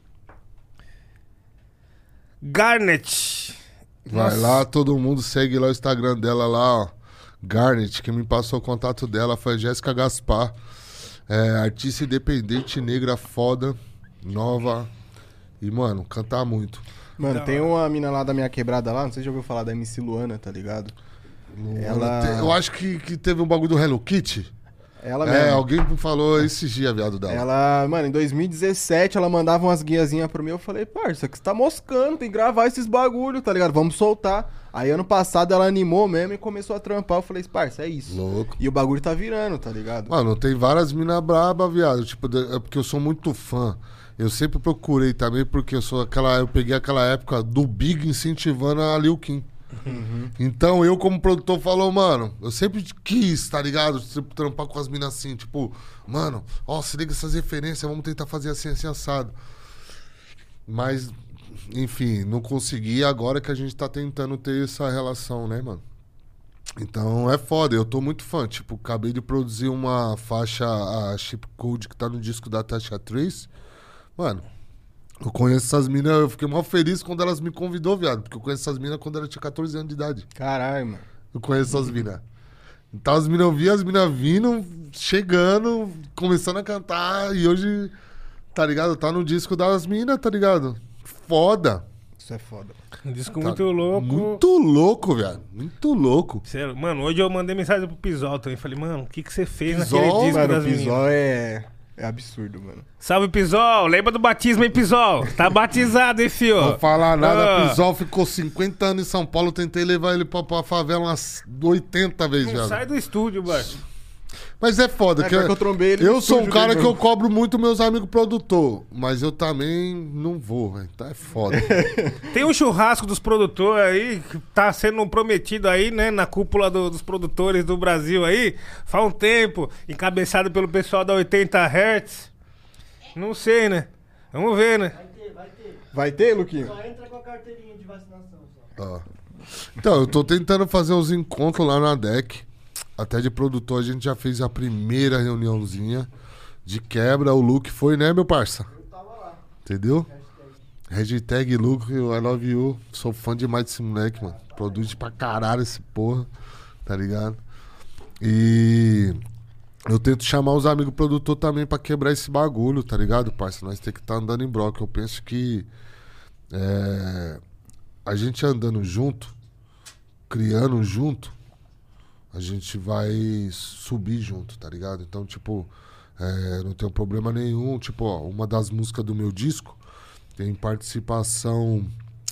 Garnet. Vai Nossa. lá, todo mundo segue lá o Instagram dela lá, ó. Garnet, quem me passou o contato dela foi a Jéssica Gaspar. É, artista independente, negra, foda, nova. E, mano, cantar muito. Mano, Da tem hora. uma mina lá da minha quebrada lá, não sei se já ouviu falar da M C Luana, tá ligado? Ela- Te- Eu acho que, que teve um bagulho do Hello Kitty. Ela É, mesmo. alguém me falou esses dias, viado dela. Ela, mano, em dois mil e dezessete ela mandava umas guiazinhas pra mim, eu falei, parça, que você tá moscando, tem que gravar esses bagulho, tá ligado? Vamos soltar. Aí ano passado ela animou mesmo e começou a trampar, eu falei, parça, é isso. Louco. E o bagulho tá virando, tá ligado? Mano, tem várias minas brabas, viado. Tipo, de- é porque eu sou muito fã. Eu sempre procurei também, porque eu sou aquela. Eu peguei aquela época do Big incentivando a Lil Kim. Então eu, como produtor, falou, mano, eu sempre quis, tá ligado? Sempre trampar com as minas assim, tipo, mano, ó, se liga essas referências, vamos tentar fazer assim, assim, assado. Mas, enfim, não consegui, agora que a gente tá tentando ter essa relação, né, mano? Então é foda, eu tô muito fã. Tipo, acabei de produzir uma faixa, a Chip Code, que tá no disco da Tasha Trace. Mano, eu conheço essas minas, eu fiquei mal feliz quando elas me convidou, viado. Porque eu conheço essas minas quando ela tinha catorze anos de idade. Caralho, mano. Eu conheço essas minas. Então as minas, eu vi as minas vindo, chegando, começando a cantar. E hoje, tá ligado? Tá no disco das minas, tá ligado? Foda. Isso é foda. Um disco Tá muito louco. Muito louco, viado. Muito louco. Sério, mano, hoje eu mandei mensagem pro Pisol também. Falei, mano, o que, que você fez Pisol, naquele disco Mano, das o meninas? Pisol é... é absurdo, mano. Salve, Pisol. Lembra do batismo, hein, Pisol? Tá batizado, hein, fio? Não falar nada, Ah. Pisol ficou cinquenta anos em São Paulo, tentei levar ele pra, pra favela umas oitenta vezes, Não viado. sai do estúdio, mano. Mas é foda, É, que pior que eu trombei ele eu no sou um estúdio cara dele que eu mesmo. cobro muito meus amigos produtor, mas eu também não vou, velho. Tá é foda. Tem um churrasco dos produtores aí, que tá sendo prometido aí, né, na cúpula do- dos produtores do Brasil aí, faz um tempo, encabeçado pelo pessoal da oitenta Hertz. Não sei, né? Vamos ver, né? Vai ter, vai ter. Vai ter, Luquinho? Só entra com a carteirinha de vacinação só. Ó. Então, eu tô tentando fazer uns encontros lá na D E C. Até de produtor, a gente já fez a primeira reuniãozinha de quebra. O Luke foi, né, meu parça? Eu tava lá. Entendeu? Hashtag Luke, I love you. Sou fã demais desse moleque, mano. Produz pra caralho esse porra, tá ligado? E eu tento chamar os amigos produtor também pra quebrar esse bagulho, tá ligado, parça? Nós tem que estar andando em bloco. Eu penso que é, a gente andando junto, criando junto, a gente vai subir junto, tá ligado? Então, tipo, é, não tem problema nenhum. Tipo, ó, uma das músicas do meu disco tem participação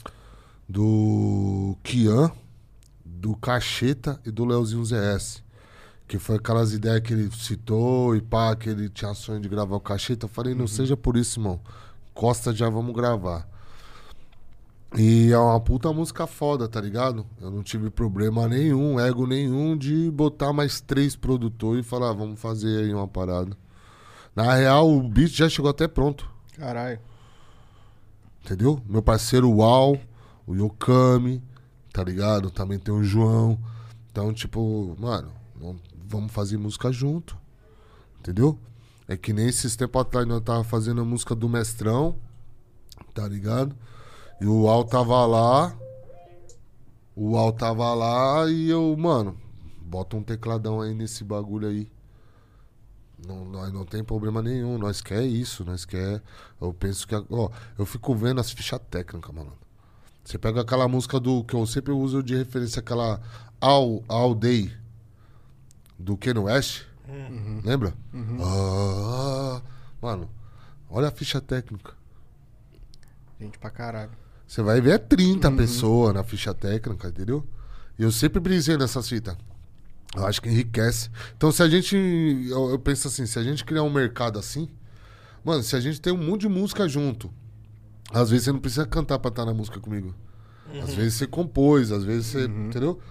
do Kian, do Cacheta e do Leozinho Z S. Que foi aquelas ideias que ele citou e pá, que ele tinha sonho de gravar o Cacheta. Eu falei, não seja por isso, irmão. encosta, já vamos gravar. E é uma puta música foda, tá ligado? Eu não tive problema nenhum, ego nenhum de botar mais três produtores e falar, vamos fazer aí uma parada. Na real, o beat já chegou até pronto. Caralho. Entendeu? Meu parceiro Uau, o Yokami, tá ligado? Também tem o João. Então, tipo, mano, vamos fazer música junto. Entendeu? É que nem esses tempos atrás nós tava fazendo a música do Mestrão, tá ligado? E o Uau tava lá. O Uau tava lá e eu, mano, bota um tecladão aí nesse bagulho aí. Não, nós não tem problema nenhum. Nós quer isso, nós quer. Eu penso que. Ó, eu fico vendo as fichas técnicas, mano. Você pega aquela música do. Que eu sempre uso de referência, aquela All, All Day do Kanye West. Uhum. Lembra? Uhum. Ah, mano, olha a ficha técnica. Gente pra caralho. Você vai ver é trinta uhum. pessoas na ficha técnica, entendeu? E eu sempre brisei nessas fitas. Eu acho que enriquece. Então, se a gente... Eu, eu penso assim, se a gente criar um mercado assim... Mano, se a gente tem um monte de música junto... Às vezes você não precisa cantar pra estar na música comigo. Uhum. Às vezes você compôs, às vezes você... Uhum. Entendeu?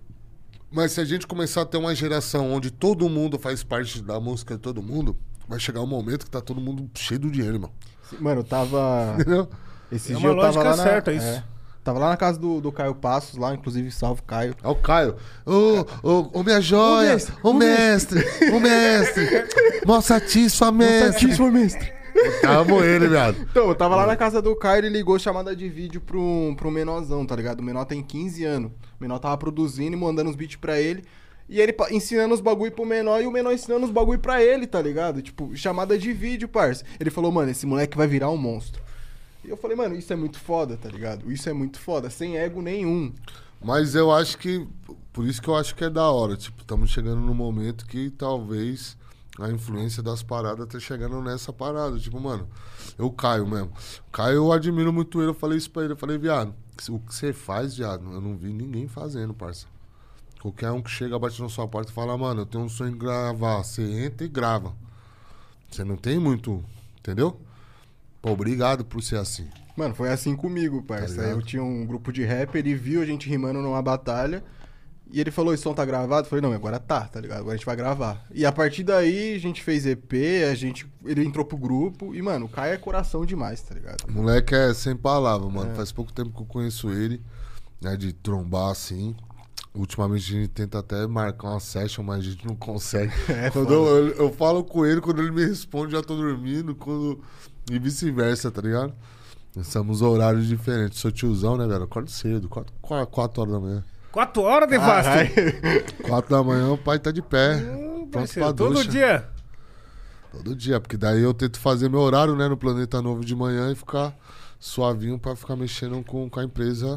Mas se a gente começar a ter uma geração onde todo mundo faz parte da música de todo mundo... Vai chegar um momento que tá todo mundo cheio de dinheiro, irmão. Mano, eu tava... Entendeu? Esse é dia uma eu tava lógica lá na... certa, isso. É. Tava lá na casa do, do Caio Passos, lá, inclusive, salve Caio. É o Caio. Ô, ô, ô, minha joia! Ô, mestre! Ô, mestre! Mó satisfa, mestre! Satisfa, mestre! Amo ele, viado. Então, eu tava lá na casa do Caio, ele ligou chamada de vídeo pro, pro menorzão, tá ligado? O menor tem quinze anos. O menor tava produzindo e mandando os beats pra ele. E ele ensinando os bagulho pro menor e o menor ensinando os bagulho pra ele, tá ligado? Tipo, chamada de vídeo, parça. Ele falou, mano, esse moleque vai virar um monstro. E eu falei, mano, isso é muito foda, tá ligado? Isso é muito foda, sem ego nenhum. Mas eu acho que... Por isso que eu acho que é da hora. Tipo, estamos chegando num momento que talvez a influência das paradas tá chegando nessa parada. Tipo, mano, eu Caio mesmo. Caio, eu admiro muito ele. Eu falei isso pra ele. Eu falei, viado, o que você faz, viado, eu não vi ninguém fazendo, parça. Qualquer um que chega, bate na sua porta e fala, mano, eu tenho um sonho de gravar. Você entra e grava. Você não tem muito... Entendeu? Pô, obrigado por ser assim. Mano, foi assim comigo, parça. Tá, eu tinha um grupo de rap, ele viu a gente rimando numa batalha e ele falou, esse som tá gravado? Eu falei, não, agora tá, tá ligado? Agora a gente vai gravar. E a partir daí, a gente fez E P, a gente... ele entrou pro grupo e, mano, o Caio é coração demais, tá ligado? O moleque é sem palavras, mano. É. Faz pouco tempo que eu conheço ele, né, de trombar assim. Ultimamente a gente tenta até marcar uma session, mas a gente não consegue. É, quando eu, eu, eu falo com ele, quando ele me responde, já tô dormindo, quando... E vice-versa, tá ligado? Estamos horários diferentes. Sou tiozão, né, velho? Acordo cedo, quatro, quatro horas da manhã. Quatro horas, Devasto? Quatro da manhã o pai tá de pé. Hum, pronto parceiro, pra todo ducha. dia? Todo dia, porque daí eu tento fazer meu horário, né, no Planeta Novo de manhã e ficar suavinho pra ficar mexendo com, com a empresa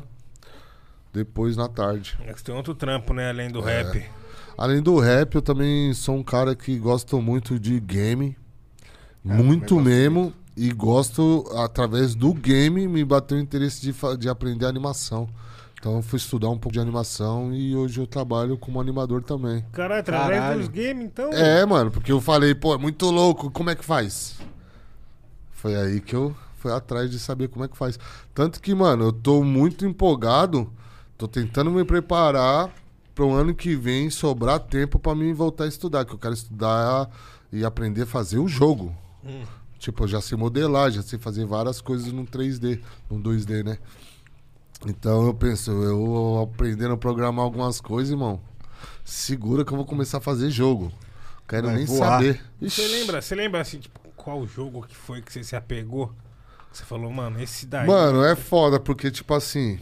depois na tarde. É que você tem outro trampo, né, além do É. rap. Além do rap, eu também sou um cara que gosto muito de game. É, muito também gosto mesmo. muito. E gosto, através do game, me bateu o interesse de, fa- de aprender animação. Então eu fui estudar um pouco de animação e hoje eu trabalho como animador também. Caralho, através Caralho. dos games, então? É, mano, porque eu falei, pô, é muito louco, como é que faz? Foi aí que eu fui atrás de saber como é que faz. Tanto que, mano, eu tô muito empolgado, tô tentando me preparar para o ano que vem sobrar tempo pra mim voltar a estudar, que eu quero estudar e aprender a fazer o jogo. Hum. Tipo, eu já sei modelar, já sei fazer várias coisas no três D, no dois D, né? Então eu penso, eu aprendendo a programar algumas coisas, irmão, segura que eu vou começar a fazer jogo. Quero Vai nem voar. saber. Você lembra, você lembra assim, tipo, qual jogo que foi que você se apegou? Você falou, mano, esse daí. Mano, é foda, porque, tipo assim,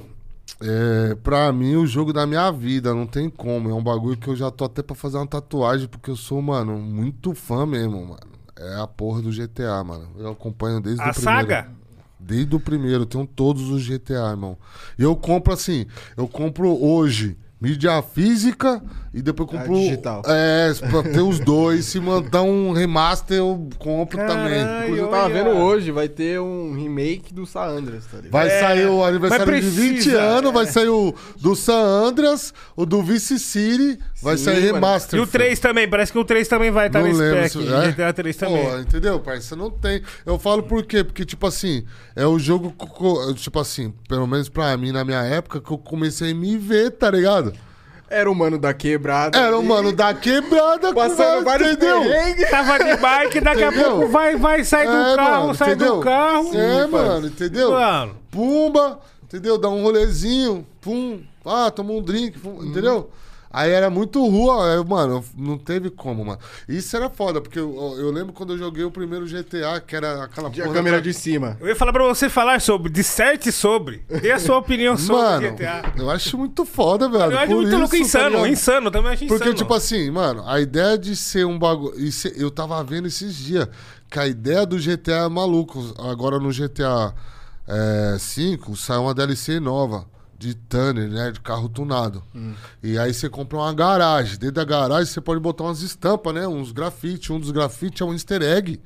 é, pra mim, o jogo da minha vida, não tem como. É um bagulho que eu já tô até pra fazer uma tatuagem, porque eu sou, mano, muito fã mesmo, mano. É a porra do G T A, mano. Eu acompanho desde A o primeiro. saga? Desde o primeiro, eu tenho todos os G T A, irmão. E eu compro assim, eu compro hoje, mídia física e depois A compro... digital. É, pra ter os dois. Se mandar um remaster, eu compro Caralho. também. Inclusive, eu tava olha. vendo hoje, vai ter um remake do San Andreas, tá ligado? Vai É, sair o aniversário mas de vinte precisa, anos, é. vai sair o do San Andreas, o do Vice City, vai Sim, sair mano. remaster. E o três também, parece que o três também vai estar Não no lembro spec. se- é? G T A três também. Pô, entendeu, parceiro? Não tem. Eu falo por quê? Porque, tipo assim, é o jogo, co- co- tipo assim, pelo menos pra mim, na minha época, que eu comecei a me ver, tá ligado? Era o mano da quebrada. Era o ali, mano da quebrada, Passando com- vários entendeu? perrengues. Tava de bike, daqui a Entendeu? pouco vai, vai sair do É, carro, mano, sai entendeu? do carro. É, Sim, mano, entendeu? Mano, Pumba, entendeu? Dá um rolezinho, pum, ah, toma um drink, pum, entendeu? Aí era muito rua, aí, mano, não teve como, mano. Isso era foda, porque eu, eu lembro quando eu joguei o primeiro G T A, que era aquela De a porra câmera da- de cima. eu ia falar pra você falar sobre, disserte sobre. Dê a sua opinião sobre o Mano, G T A. eu acho muito foda, velho. Eu acho por muito louco, isso, tá insano, ligado? insano, também acho insano. Porque, tipo assim, mano, a ideia de ser um bagulho. Eu tava vendo esses dias que a ideia do G T A é maluco. Agora no G T A é, cinco saiu uma D L C nova. De Tanner, né? De carro tunado. E aí você compra uma garagem. Dentro da garagem você pode botar umas estampas, né? Uns grafite. Um dos grafites é um easter egg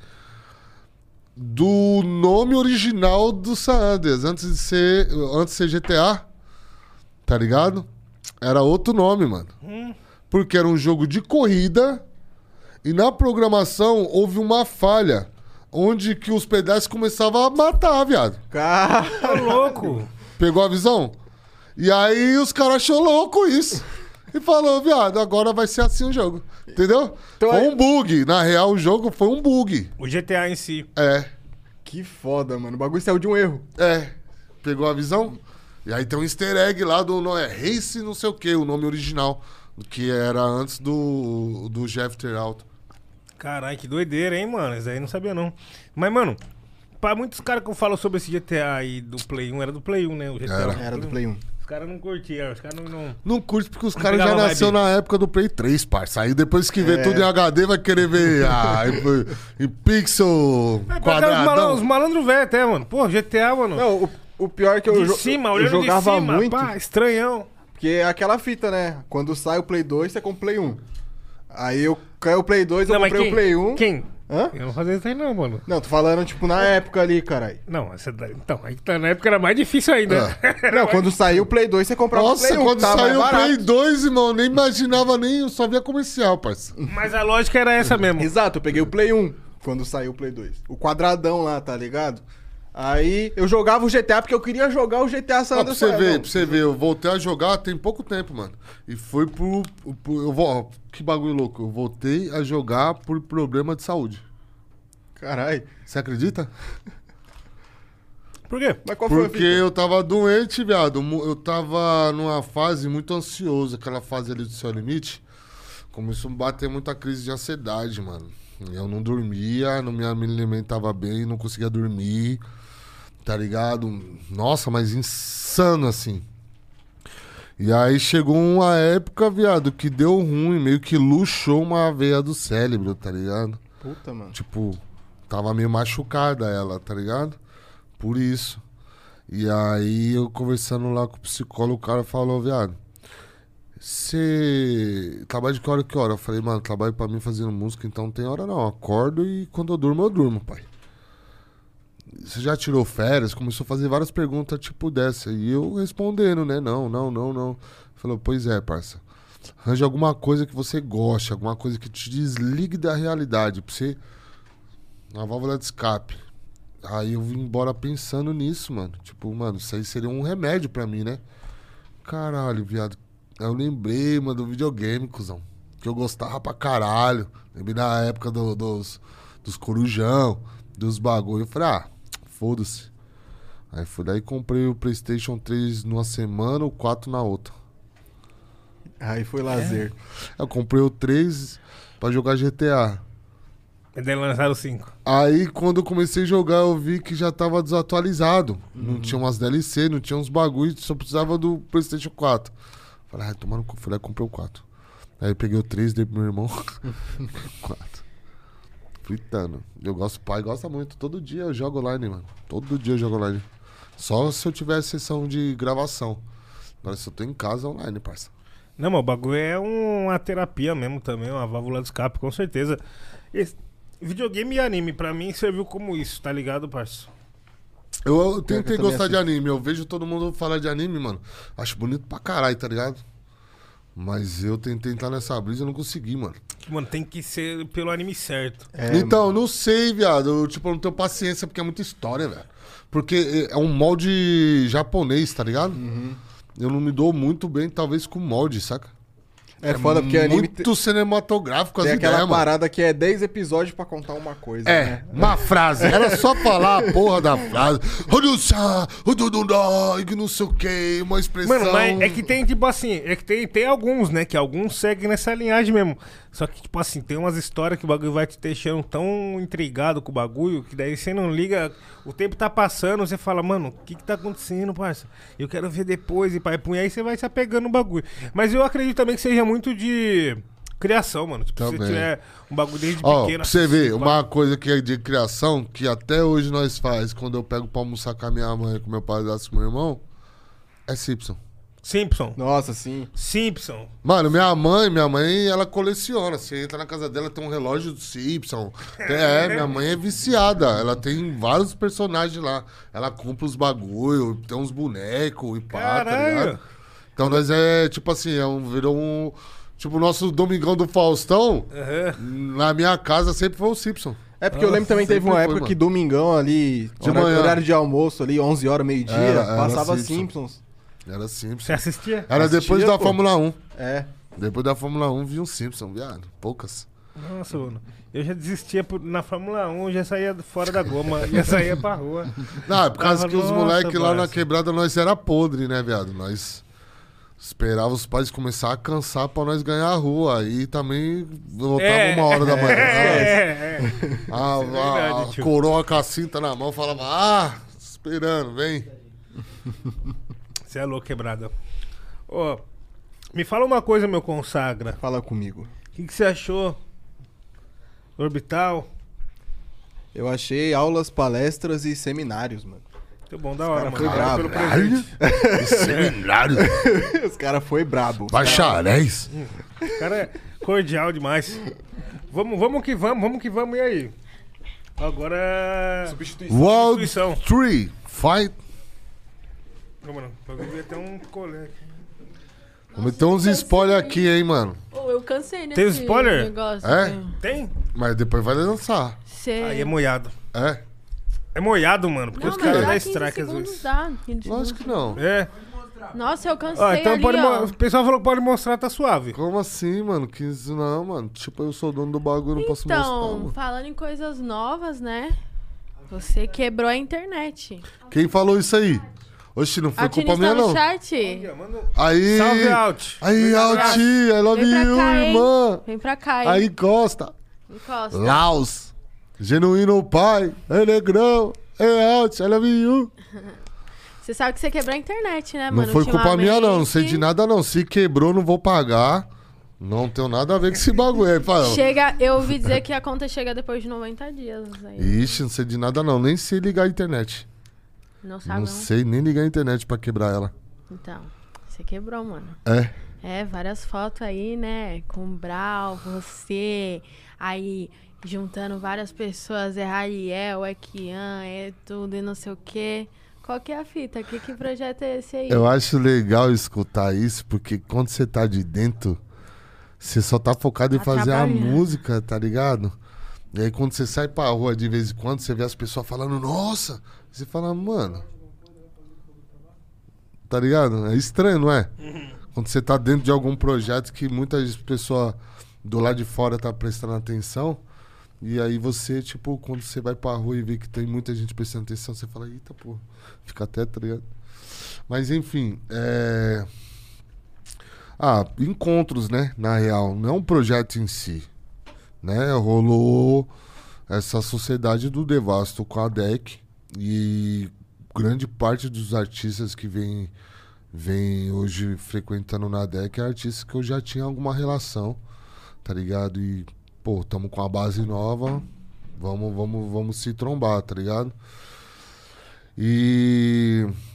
do nome original do San Andreas. Antes de ser, antes de ser G T A. Tá ligado? Era outro nome, mano. Porque era um jogo de corrida e na programação houve uma falha onde que os pedaços começavam a matar, viado. Cara, Tá louco. Pegou a visão? E aí os caras achou louco isso. E falou, viado, agora vai ser assim o jogo. Entendeu? Então foi aí- um bug. Na real, o jogo foi um bug. O G T A em si. É, que foda, mano. O bagulho saiu de um erro. é. Pegou a visão? E aí tem um easter egg lá do não é Race não sei o que, o nome original. Que era antes do, do Jeffter Auto. Caralho, que doideira, hein, mano? Isso aí eu não sabia, não. Mas, mano, pra muitos caras que eu falo sobre esse G T A aí do Play um, era do Play um, né? O G T A. Era. Era do Play um. Os caras não curtiam, os caras não... não... Não curte porque os Não caras já pegava nasceu vibe. na época do Play três, parça. Aí depois que vê É. tudo em H D, vai querer ver ah, em, em pixel É, pra cá, os quadradão. malandros malandro velho até, mano. Pô, G T A, mano. Não, o, o pior é que eu, de jo- cima, eu olhando jogava de cima, muito. pá, estranhão. Porque é aquela fita, né? Quando sai o Play dois, você compra o Play um. Aí eu caiu o Play dois, eu Não, mas comprei quem? o Play um. Quem? Hã? Eu não vou fazer isso aí não, mano. Não, tô falando, tipo, na época ali, caralho. Não, essa daí- então, aí tá, na época era mais difícil ainda. Não, quando saiu o Play dois, você comprava Nossa, o Play um. quando tava saiu o mais barato. Play dois, irmão, nem imaginava nem, eu só via comercial, parça. Mas a lógica era essa mesmo. Exato, eu peguei o Play um quando saiu o Play dois. O quadradão lá, tá ligado? Aí eu jogava o G T A porque eu queria jogar o G T A San Ah, pra Andreas. você Falei, ver, não, pra você ver, eu voltei a jogar tem pouco tempo, mano. E foi pro. pro eu vou, ó, que bagulho louco. Eu voltei a jogar por problema de saúde. Caralho. Você acredita? Por quê? Mas qual foi a Porque fita? eu tava doente, viado. Mu- Eu tava numa fase muito ansiosa, aquela fase ali do Seu Limite. Começou a me bater muita crise de ansiedade, mano. Eu não dormia, não me alimentava bem, não conseguia dormir, tá ligado? Nossa, mas insano assim. E aí chegou uma época, viado, que deu ruim, meio que luxou uma veia do cérebro, tá ligado? Puta, mano. Tipo, tava meio machucada ela, tá ligado? Por isso. E aí eu conversando lá com o psicólogo, o cara falou, viado, você trabalha de que hora a que hora? Eu falei, mano, trabalho pra mim fazendo música, então não tem hora não. Eu acordo e quando eu durmo, eu durmo, pai. Você já tirou férias? Começou a fazer várias perguntas tipo dessa. E eu respondendo, né? Não, não, não, não. Falou, pois é, parça. Arranja alguma coisa que você goste, alguma coisa que te desligue da realidade, pra você... Uma válvula de escape. Aí eu vim embora pensando nisso, mano. Tipo, mano, isso aí seria um remédio pra mim, né? Caralho, viado. Aí eu lembrei, mano, do videogame, cuzão. Que eu gostava pra caralho. Lembrei da época do- dos, dos corujão, dos bagulho. Eu falei, ah, foda-se. Aí fui lá e comprei o PlayStation três numa semana, o quatro na outra. Aí foi lazer. Eu comprei o três pra jogar G T A. E daí lançaram o cinco. Aí, quando eu comecei a jogar, eu vi que já tava desatualizado. Não tinha umas D L C, não tinha uns bagulhos, só precisava do PlayStation quatro. Falei, ah, tomando cu, fui lá e comprei o quatro. Aí eu peguei o três, dei pro meu irmão. quatro. Fritando. Eu gosto, pai gosta muito. Todo dia eu jogo online, mano. Todo dia eu jogo online. Só se eu tiver sessão de gravação. Agora, se eu tô em casa, online, parça. Não, mas o bagulho é um- uma terapia mesmo também, uma válvula de escape, com certeza. Esse- videogame e anime, pra mim, serviu como isso, tá ligado, parça? Eu, eu que eu tentei também gostar de assisto. anime. Eu vejo todo mundo falar de anime, mano. Acho bonito pra caralho, tá ligado? Mas eu tentei entrar nessa brisa e não consegui, mano. Mano, tem que ser pelo anime certo. É, Então, não sei, viado. Eu, tipo, eu não tenho paciência porque é muita história, velho. Porque é um molde japonês, tá ligado? Uhum. Eu não me dou muito bem, talvez, com molde, saca? É foda porque anime muito te- cinematográfico as tem aquela ideias, mano. parada que é dez episódios pra contar uma coisa, É, né? uma frase. Era só falar a porra da frase. Rodusá, rodudundá, e que não sei o que, uma expressão. Mano, mas é que tem, tipo assim, é que tem, tem alguns, né? Que alguns seguem nessa linhagem mesmo. Só que, tipo assim, tem umas histórias que o bagulho vai te deixando tão intrigado com o bagulho que daí você não liga. O tempo tá passando, você fala, mano, o que que tá acontecendo, parça? Eu quero ver depois e pai, e aí você vai se apegando no bagulho. Mas eu acredito também que seja muito de criação, mano. Tipo, se Também. você tiver um bagulho desde Ó, pequeno. pra você ver, assistindo, uma coisa que é de criação, que até hoje nós faz, quando eu pego pra almoçar com a minha mãe, com meu padrasto, com meu irmão, é Simpson. Simpson. Nossa, sim. Simpson. Mano, minha mãe, minha mãe, ela coleciona. Você entra na casa dela, tem um relógio do Simpson. Tem- É, minha mãe é viciada. Ela tem vários personagens lá. Ela compra os bagulho, tem uns bonecos e pá, tá Caralho. ligado? Então nós é, tipo assim, é um, virou um... Tipo, o nosso Domingão do Faustão, Aham. na minha casa sempre foi o Simpson. É porque eu lembro também teve uma sempre época foi, que mano. domingão ali, De horário, manhã. horário de almoço ali, onze horas, meio-dia, Era- era passava Simpson. Simpsons. Era Simpson. Você assistia? Era Assistia, depois da pô. Fórmula um. É. Depois da Fórmula um vinha um Simpson, viado. Poucas. Nossa, mano. Eu já desistia por- na Fórmula um, já saía fora da goma, já saía pra rua. Não, é por causa Tava, que os nossa, moleques lá na parça. quebrada nós era podre, né, viado? Nós esperava os pais começar a cansar pra nós ganhar a rua. Aí também voltava É. uma hora da manhã. É, é. A, Isso é verdade, a, a tio. coroa com a cinta na mão falava, ah, esperando, vem. Você é louco, quebrada. Ô, me fala uma coisa, meu consagra. Fala comigo. O que, que você achou? Orbital? Eu achei aulas, palestras e seminários, mano. Muito bom, da hora, cara mano. foi Obrigado brabo. pelo presente. Seminário. Os caras foi brabo. Bacharéis. O cara é cordial demais. Vamos, vamos que vamos, vamos que vamos, e aí? Agora. Substituição. World Substituição. três. Fight. Ô, mano, eu devia ter um colete aqui. Vamos ter uns spoilers aqui, hein, mano. Ô, eu cansei nesse Tem spoiler? negócio. É? né? Tem? Mas depois vai lançar. Cê... Aí é moiado. É? É moiado, mano, porque Não, os mas caras dá dão quinze strike às segundos vezes. dá. quinze Lógico segundos. que não. É. Nossa, eu cansei Ó, então ali, pode. mo- ó. O pessoal falou que pode mostrar, tá suave. Como assim, mano? quinze não, mano. Tipo, eu sou dono do bagulho, eu não posso mostrar, Então, mano. falando em coisas novas, né? Você quebrou a internet. Quem falou isso aí? Oxi, não foi A Tini culpa minha, está no não. chat? Aí. Salve, Alt. Aí, Alti, I love Vem pra you, cá, hein? irmã. Vem pra cá, hein? Aí, Costa. Encosta. Laos. Genuíno pai. É negrão. É Alt, I love you. Você sabe que você quebrou a internet, né, Não mano? foi culpa minha, não. Não sei Ultimamente, de nada, não. Se quebrou, não vou pagar. Não tenho nada a ver com esse bagulho aí, pai. Chega, eu ouvi dizer que a conta chega depois de noventa dias. Aí. Ixi, não sei de nada, não. Nem sei ligar a internet. Não sabe, Não não? sei nem ligar a internet pra quebrar ela. Então, você quebrou, mano. É. É, várias fotos aí, né? Com o Brau, você, aí juntando várias pessoas, é Rariel, é Kian, é tudo e não sei o quê. Qual que é a fita? Que, que projeto é esse aí? Eu acho legal escutar isso, porque quando você tá de dentro, você só tá focado em Tá fazer a trabalhando. música, tá ligado? E aí quando você sai pra rua de vez em quando, você vê as pessoas falando, nossa! Você fala, mano. Tá ligado? É estranho, não é? Quando você tá dentro de algum projeto que muitas pessoas do lado de fora tá prestando atenção. E aí você, tipo, quando você vai pra rua e vê que tem muita gente prestando atenção, você fala, eita, pô, fica até, tá ligado? Mas enfim, é... Ah, encontros, né, na real, não é um projeto em si, né, rolou essa sociedade do Devasto com a D E C e grande parte dos artistas que vem, vem hoje frequentando na D E C é artistas que eu já tinha alguma relação, tá ligado? E, pô, tamo com a base nova, vamos, vamos, vamos se trombar, tá ligado? E... E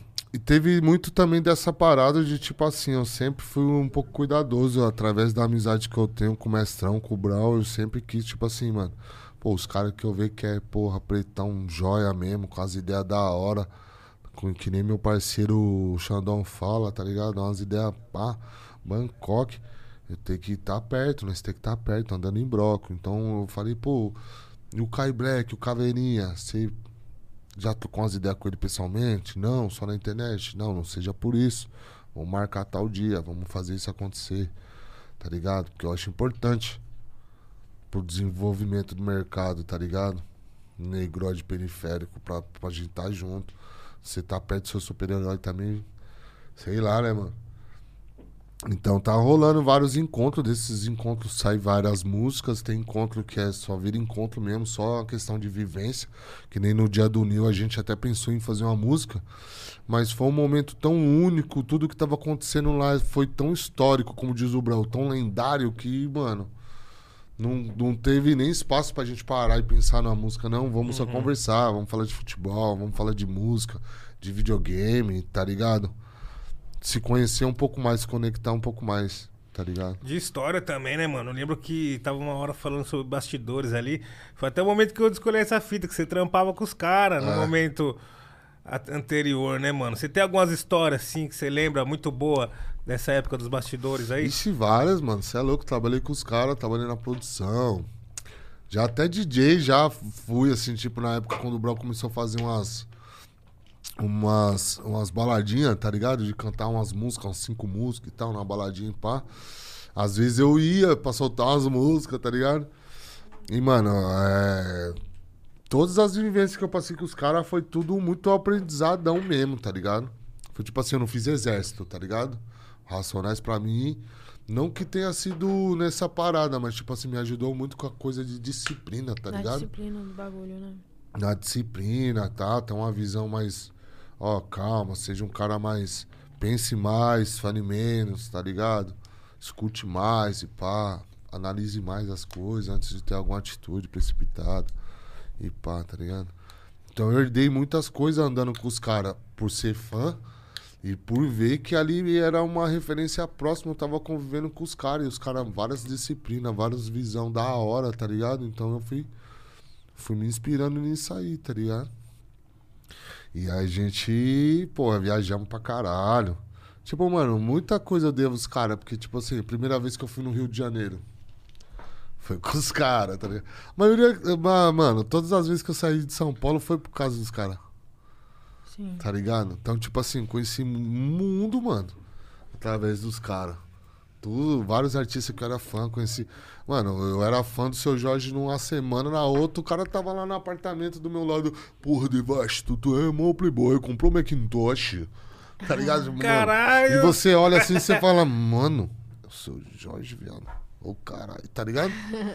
teve muito também dessa parada de, tipo assim, eu sempre fui um pouco cuidadoso, através da amizade que eu tenho com o Mestrão, com o Brau, eu sempre quis, tipo assim, mano, pô, os caras que eu vejo que é, porra, pretão, joia mesmo, com as ideias da hora, com, que nem meu parceiro Xandão fala, tá ligado? Umas ideias, pá, Bangkok, eu tenho que estar perto, nós tem que estar perto, andando em broco. Então eu falei, pô, e o Kai Black, o Caveirinha, você já trocou umas ideias com ele pessoalmente? Não, só na internet? Não, não seja por isso. Vamos marcar tal dia, vamos fazer isso acontecer, tá ligado? Porque eu acho importante pro desenvolvimento do mercado, tá ligado? Negro de periférico, pra, pra gente tá junto. Você tá perto do seu super-herói também, sei lá, né, mano? Então tá rolando vários encontros, desses encontros saem várias músicas, tem encontro que é só vira encontro mesmo, só uma questão de vivência, que nem no dia do Nil a gente até pensou em fazer uma música, mas foi um momento tão único, tudo que tava acontecendo lá foi tão histórico, como diz o Brau, tão lendário que, mano, não, não teve nem espaço pra gente parar e pensar numa música, não, vamos só Uhum. conversar, vamos falar de futebol, vamos falar de música, de videogame, tá ligado? Se conhecer um pouco mais, se conectar um pouco mais, tá ligado? De história também, né, mano? Eu lembro que tava uma hora falando sobre bastidores ali. Foi até o momento que eu descolhi essa fita, que você trampava com os caras no É. momento a- anterior, né, mano? Você tem algumas histórias, assim, que você lembra muito boa dessa época dos bastidores aí? Ixi, várias, mano. Você é louco, trabalhei com os caras, trabalhei na produção. Já até D J já fui, assim, tipo, na época quando o Brau começou a fazer umas. Umas, umas baladinhas, tá ligado? De cantar umas músicas, uns cinco músicas e tal, na baladinha, pá. Às vezes eu ia pra soltar umas músicas, tá ligado? E, mano, é... todas as vivências que eu passei com os caras foi tudo muito aprendizadão mesmo, tá ligado? Foi tipo assim, eu não fiz exército, tá ligado? Racionais pra mim, não que tenha sido nessa parada, mas tipo assim, me ajudou muito com a coisa de disciplina, tá Na ligado? disciplina do bagulho, né? Na disciplina, tá? Tem uma visão mais... Ó, calma, seja um cara mais... Pense mais, fale menos, tá ligado? Escute mais e pá. Analise mais as coisas antes de ter alguma atitude precipitada. E pá, tá ligado? Então eu herdei muitas coisas andando com os caras por ser fã e por ver que ali era uma referência próxima. Eu tava convivendo com os caras e os caras, várias disciplinas, várias visão da hora, tá ligado? Então eu fui, fui me inspirando nisso aí, tá ligado? E aí a gente, pô, viajamos pra caralho. Tipo, mano, muita coisa eu devo os caras, porque, tipo assim, a primeira vez que eu fui no Rio de Janeiro foi com os caras, tá ligado? A maioria, ma- mano, todas as vezes que eu saí de São Paulo foi por causa dos caras, Sim. tá ligado? Então, tipo assim, conheci o mundo, mano, através dos caras. Tudo, vários artistas que eu era fã, conheci. Mano, eu era fã do Seu Jorge numa semana, na outra o cara tava lá no apartamento do meu lado. Porra, Devasto, tu é mó playboy, comprou Macintosh. Tá ligado? Mano, Caralho! e você olha assim e você fala, mano, eu sou o Jorge, viado. Ô caralho, tá ligado?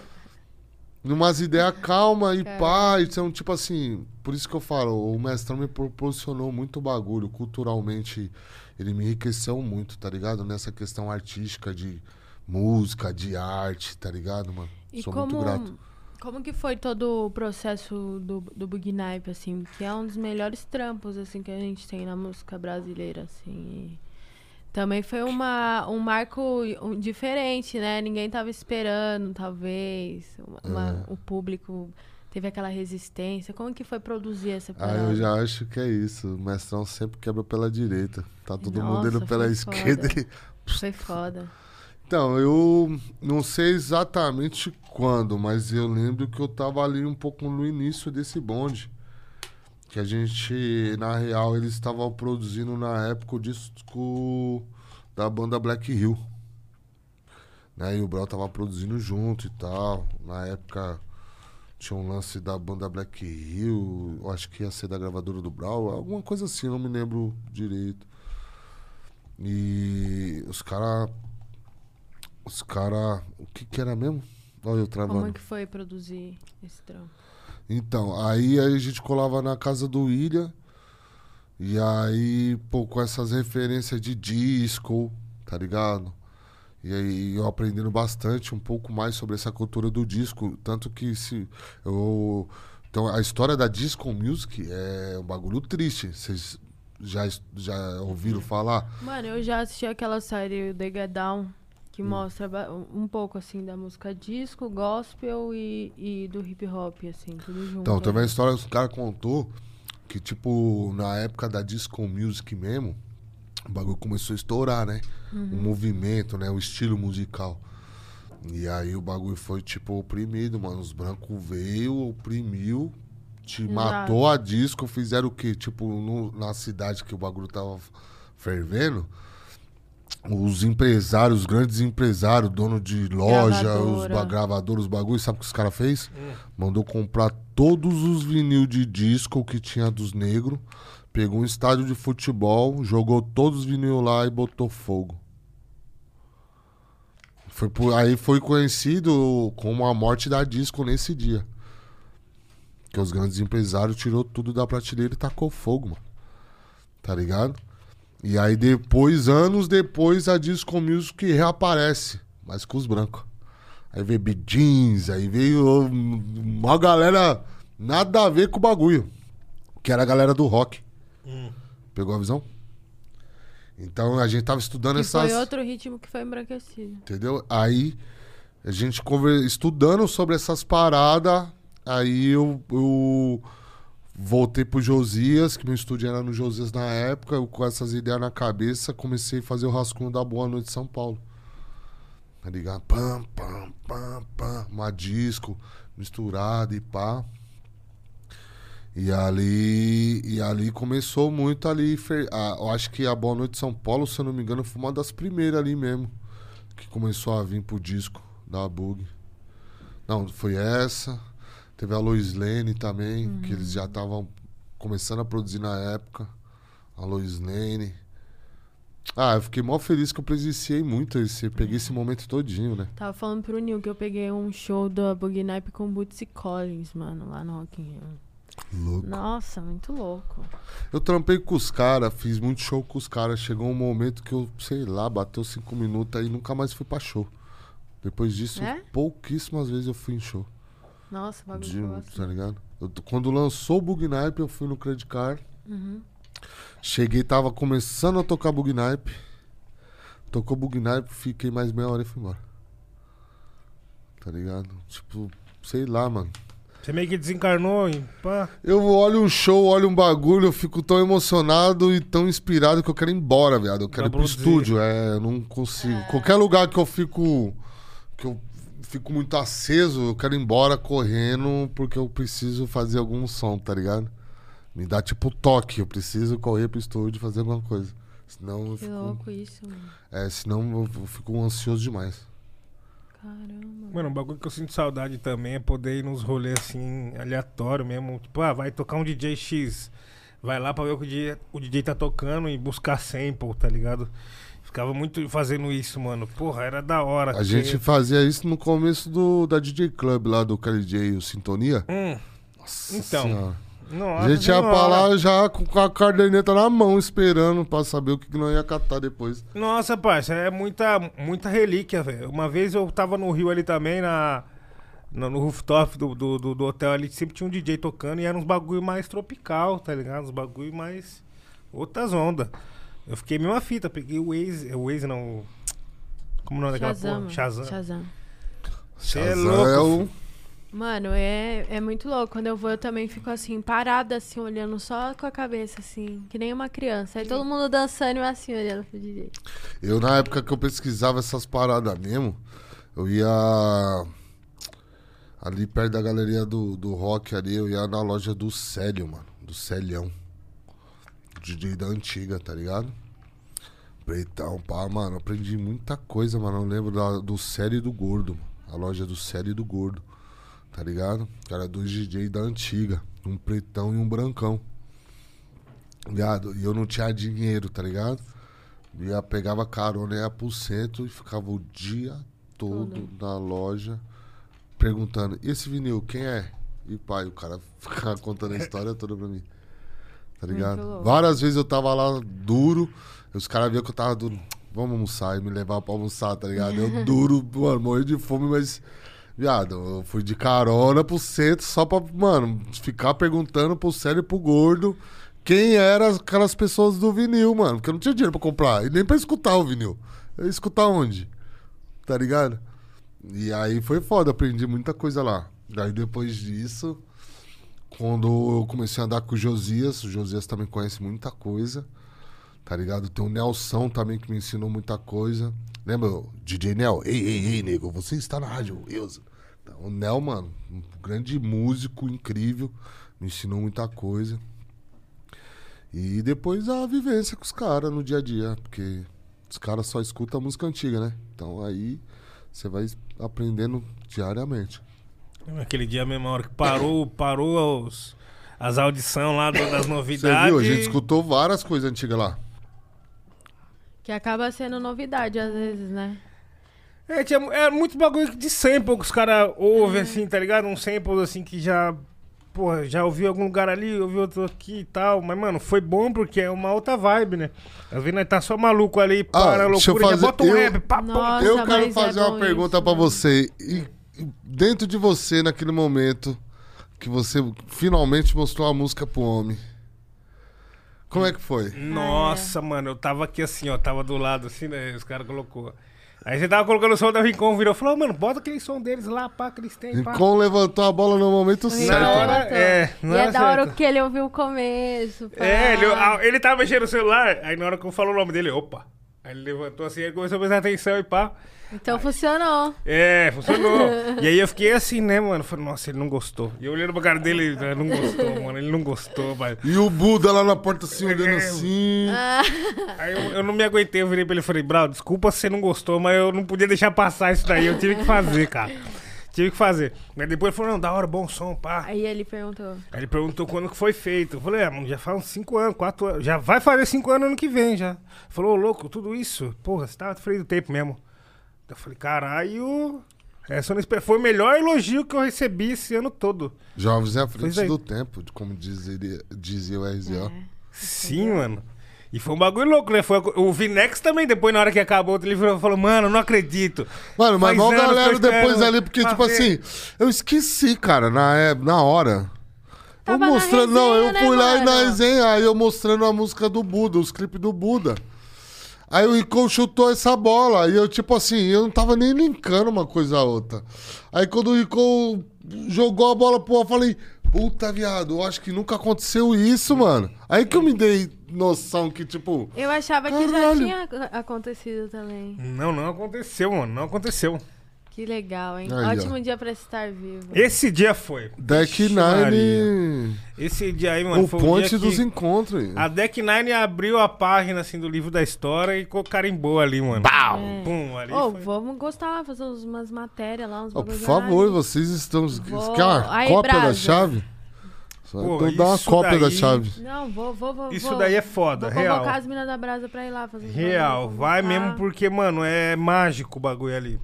Numas ideias calmas e pá, então, tipo assim, por isso que eu falo, o mestrão me proporcionou muito bagulho, culturalmente, ele me enriqueceu muito, tá ligado? Nessa questão artística de música, de arte, tá ligado, mano? E Sou como, muito grato. como que foi todo o processo do, do Bugnipe, assim? Que é um dos melhores trampos, assim, que a gente tem na música brasileira, assim. E também foi uma, um marco um, diferente, né? Ninguém tava esperando, talvez. Uma, uma- o público teve aquela resistência. Como que foi produzir essa Ah, parada? eu já acho que é isso. O mestrão sempre quebra pela direita. Tá todo mundo Nossa, indo pela foi esquerda. foda. Ele... Foi foda. Então, eu não sei exatamente quando, mas eu lembro que eu tava ali um pouco no início desse bonde. Que a gente, na real, eles estavam produzindo na época o disco da banda Black Hill. Né? E o Brau tava produzindo junto e tal. Na época tinha um lance da banda Black Hill, eu acho que ia ser da gravadora do Brau, alguma coisa assim, não me lembro direito. E os caras. Os caras. O que que era mesmo? Olha eu travando. Como é que foi produzir esse trampo? Então, aí a gente colava na casa do William. E aí, pô, com essas referências de disco, tá ligado? E aí eu aprendendo bastante, um pouco mais sobre essa cultura do disco. Tanto que se eu... Então, a história da disco music é um bagulho triste. Vocês já, já ouviram falar? Mano, eu já assisti aquela série The Get Down, que hum. mostra um pouco, assim, da música disco, gospel e, e do hip hop, assim, tudo junto. Então, também a história que o cara contou que, tipo, na época da disco music mesmo, o bagulho começou a estourar, né? Uhum. O movimento, né? O estilo musical. E aí o bagulho foi, tipo, oprimido, mano. Os brancos veio, oprimiu, te Exato. matou a disco, fizeram o quê? Tipo, no, na cidade que o bagulho tava fervendo, os empresários, os grandes empresários, dono de loja, Gravadora. os gravadores, os bagulhos, sabe o que os caras fez? Hum. Mandou comprar todos os vinil de disco que tinha dos negros, pegou um estádio de futebol, jogou todos os vinil lá e botou fogo. Foi por, aí foi conhecido como a morte da disco nesse dia. Que os grandes empresários tirou tudo da prateleira e tacou fogo, mano. Tá ligado? E aí depois, anos depois, a Disco Music reaparece, mas com os brancos. Aí veio Big Jeans, aí veio uma galera nada a ver com o bagulho. Que era a galera do rock. Hum. Pegou a visão? Então a gente tava estudando que essas... foi outro ritmo que foi embranquecido. Entendeu? Aí a gente conver... estudando sobre essas paradas, aí eu... eu... voltei pro Josias, que meu estúdio era no Josias na época, eu, com essas ideias na cabeça, comecei a fazer o rascunho da Boa Noite São Paulo. Tá ligado? Pam, pam, pam, pam, uma disco misturada e pá. E ali, e ali começou muito ali, a, eu acho que a Boa Noite São Paulo, se eu não me engano, foi uma das primeiras ali mesmo, que começou a vir pro disco da Bug. Não, foi essa... Teve a Lois Lane também, uhum. que eles já estavam começando a produzir na época. A Lois Lane. Ah, eu fiquei mó feliz que eu presenciei muito esse. Peguei esse momento todinho, né? Tava falando pro Nil que eu peguei um show da Boogie Nipe com Bootsy Collins, mano, lá no Rock in Rio. Louco. Nossa, muito louco. Eu trampei com os caras, fiz muito show com os caras. Chegou um momento que eu, sei lá, bateu cinco minutos aí e nunca mais fui pra show. Depois disso, é? pouquíssimas vezes eu fui em show. Nossa, bagulho de, que eu gosto. Tá ligado? Eu, quando lançou o Bug Nipe, eu fui no Credit Card. Uhum. Cheguei, tava começando a tocar Bug Nipe. Tocou Bug Nipe, fiquei mais meia hora e fui embora. Tá ligado? Tipo, sei lá, mano. Você meio que desencarnou, hein? Pá. Eu olho um show, olho um bagulho, eu fico tão emocionado e tão inspirado que eu quero ir embora, viado. Eu quero ir pro estúdio. É, eu não consigo. É... Qualquer lugar que eu fico... Que eu fico muito aceso, eu quero ir embora correndo porque eu preciso fazer algum som, tá ligado? Me dá tipo toque, eu preciso correr pro estúdio e fazer alguma coisa. Senão eu que fico... louco isso, mano. É, senão eu, eu fico ansioso demais. Caramba. Mano, um bagulho que eu sinto saudade também é poder ir nos rolês assim, aleatório mesmo. Tipo, ah, vai tocar um D J X. Vai lá pra ver o que o D J, o D J tá tocando e buscar sample, tá ligado? Ficava muito fazendo isso, mano. Porra, era da hora. A que... gente fazia isso no começo do, da D J Club lá do K L J, o Sintonia. Hum. Nossa então. Senhora. Nossa, a gente ia pra lá já com a caderneta na mão, esperando pra saber o que, que nós ia catar depois. Nossa, parça, é muita, muita relíquia, velho. Uma vez eu tava no Rio ali também, na, no, no rooftop do, do, do, do hotel ali, sempre tinha um D J tocando e era uns bagulho mais tropical, tá ligado? Uns bagulho mais... outras ondas. Eu fiquei mesma fita, peguei o Waze, o Waze não... Como o nome daquela porra? Shazam. Shazam. Você é louco. É o... Mano, é, é muito louco. Quando eu vou, eu também fico assim, parada, assim, olhando só com a cabeça, assim, que nem uma criança. Aí todo mundo dançando e eu assim, olhando pro D J. Eu, na época que eu pesquisava essas paradas mesmo, eu ia ali perto da galeria do, do rock ali, eu ia na loja do Célio, mano. Do Celião. D J da antiga, tá ligado? Pretão, pá, mano. Aprendi muita coisa, mano. Eu lembro da, do Célio e do Gordo, mano. A loja do Célio e do Gordo. Tá ligado? Era dois D J da antiga. Um pretão e um brancão. Ligado? E eu não tinha dinheiro, tá ligado? Ia, pegava carona, ia pro centro e ficava o dia todo Tudo. na loja perguntando, e esse vinil, quem é? E pai, o cara ficava contando a história toda pra mim. Tá ligado? Várias vezes eu tava lá duro, os caras viam que eu tava duro. Vamos almoçar, e me levar pra almoçar, tá ligado? Eu duro, mano, morri de fome, mas... Viado, eu fui de carona pro centro só pra, mano, ficar perguntando pro Célio e pro Gordo quem eram aquelas pessoas do vinil, mano. Porque eu não tinha dinheiro pra comprar. E nem pra escutar o vinil. Eu ia escutar onde? Tá ligado? E aí foi foda, aprendi muita coisa lá. Daí depois disso, quando eu comecei a andar com o Josias, o Josias também conhece muita coisa. Tá ligado? Tem o Nelson também que me ensinou muita coisa. Lembra, D J Nel? Ei, ei, ei, nego, você está na rádio Eusa. O Nel, mano, um grande músico, incrível. Me ensinou muita coisa. E depois a vivência com os caras no dia a dia. Porque os caras só escutam a música antiga, né? Então aí você vai aprendendo diariamente. Aquele dia mesmo, a hora que parou, parou os, as audições lá do- das novidades. Você viu? A gente escutou várias coisas antigas lá. Que acaba sendo novidade às vezes, né? É, tinha, é muito bagulho de sample que os caras ouvem, assim, tá ligado? Um sample, assim, que já... Porra, já ouvi em algum lugar ali, ouvi outro aqui e tal. Mas, mano, foi bom porque é uma outra vibe, né? Às vezes nós tá só maluco ali, para, Ah, deixa eu loucura, já fazer- bota um eu- rap, pá, pá. Nossa, eu quero mas fazer é uma bom pergunta isso, pra né? você. E, e dentro de você, naquele momento que você finalmente mostrou a música pro homem, como é que foi? Nossa, mano, eu tava aqui assim, ó, tava do lado assim, né? Os caras colocou. Aí você tava colocando o som da Rincon, virou, falou, mano, bota aquele som deles lá, pá, que eles têm, pá. Rincon levantou a bola no momento Rincon certo. Na hora, levantou. é, na E é hora da hora certa. que ele ouviu o começo. Pá. É, ele, a- ele tava mexendo no celular, aí na hora que eu falo o nome dele, opa. Aí ele levantou assim, ele começou a prestar atenção e pá. Então funcionou. É, funcionou. E aí eu fiquei assim, né, mano? Falei, nossa, ele não gostou. E eu olhando pra cara dele, ele não gostou, mano. Ele não gostou, pai. E o Buda lá na porta assim, olhando É. assim. Aí eu, eu não me aguentei, eu virei pra ele e falei, Brau, desculpa se você não gostou, mas eu não podia deixar passar isso daí. Eu tive que fazer, cara. Tive que fazer. Mas depois ele falou, não, da hora, bom som, pá. Aí ele perguntou. Aí ele perguntou quando que foi feito. Eu falei, é, mano, já faz uns cinco anos, quatro anos. Já vai fazer cinco anos ano que vem, já. Ele falou, ô, louco, tudo isso? Porra, você tava à frente do tempo mesmo. Eu falei, caralho... Essa eu não esper- foi o melhor elogio que eu recebi esse ano todo. Jovens é à Pois frente é. do tempo, como dizeria, dizia o R Z O. É. Sim, mano. E foi um bagulho louco, né? Foi, o Vinex também, depois, na hora que acabou, ele virou e falou, mano, não acredito. Mano, mas Faz mal anos que eu galera espero depois ali, porque, tipo fazer. assim, eu esqueci, cara, na, é- na hora. Tava eu na mostrando, não, eu resenha, fui né, lá e na mano? resenha, aí eu mostrando a música do Buda, os clipes do Buda. Aí o Rico chutou essa bola, e eu, tipo assim, eu não tava nem linkando uma coisa a outra. Aí quando o Rico jogou a bola pro ar, eu falei, puta, viado, eu acho que nunca aconteceu isso, mano. Aí que eu me dei noção que, tipo, Eu achava que já Caralho. tinha ac- acontecido também. Não, não aconteceu, mano. Não aconteceu. Que legal, hein? Aí, ó. Ótimo dia pra estar vivo. Esse dia foi. Deck Vixe, Maria. Nine, Esse dia aí, mano, o foi ponte o dia dos que encontros. aí. a Deck Nine abriu a página, assim, do livro da história e co- carimbou ali, mano. É. Pum, ali Ô, foi. vamos gostar, fazer uns- umas matérias lá, uns Ó, por bagulho favor, lá. vocês estão. Vou- Quer uma Aí, cópia da Brasa. chave? Só Pô, então dá uma isso cópia da daí- chave. Não, vou, vou, vou. Isso vou- daí é foda, vou real. convocar as minas da Brasa pra ir lá fazer uns Real, bagulho, vai convocar. mesmo porque, mano, é mágico o bagulho ali.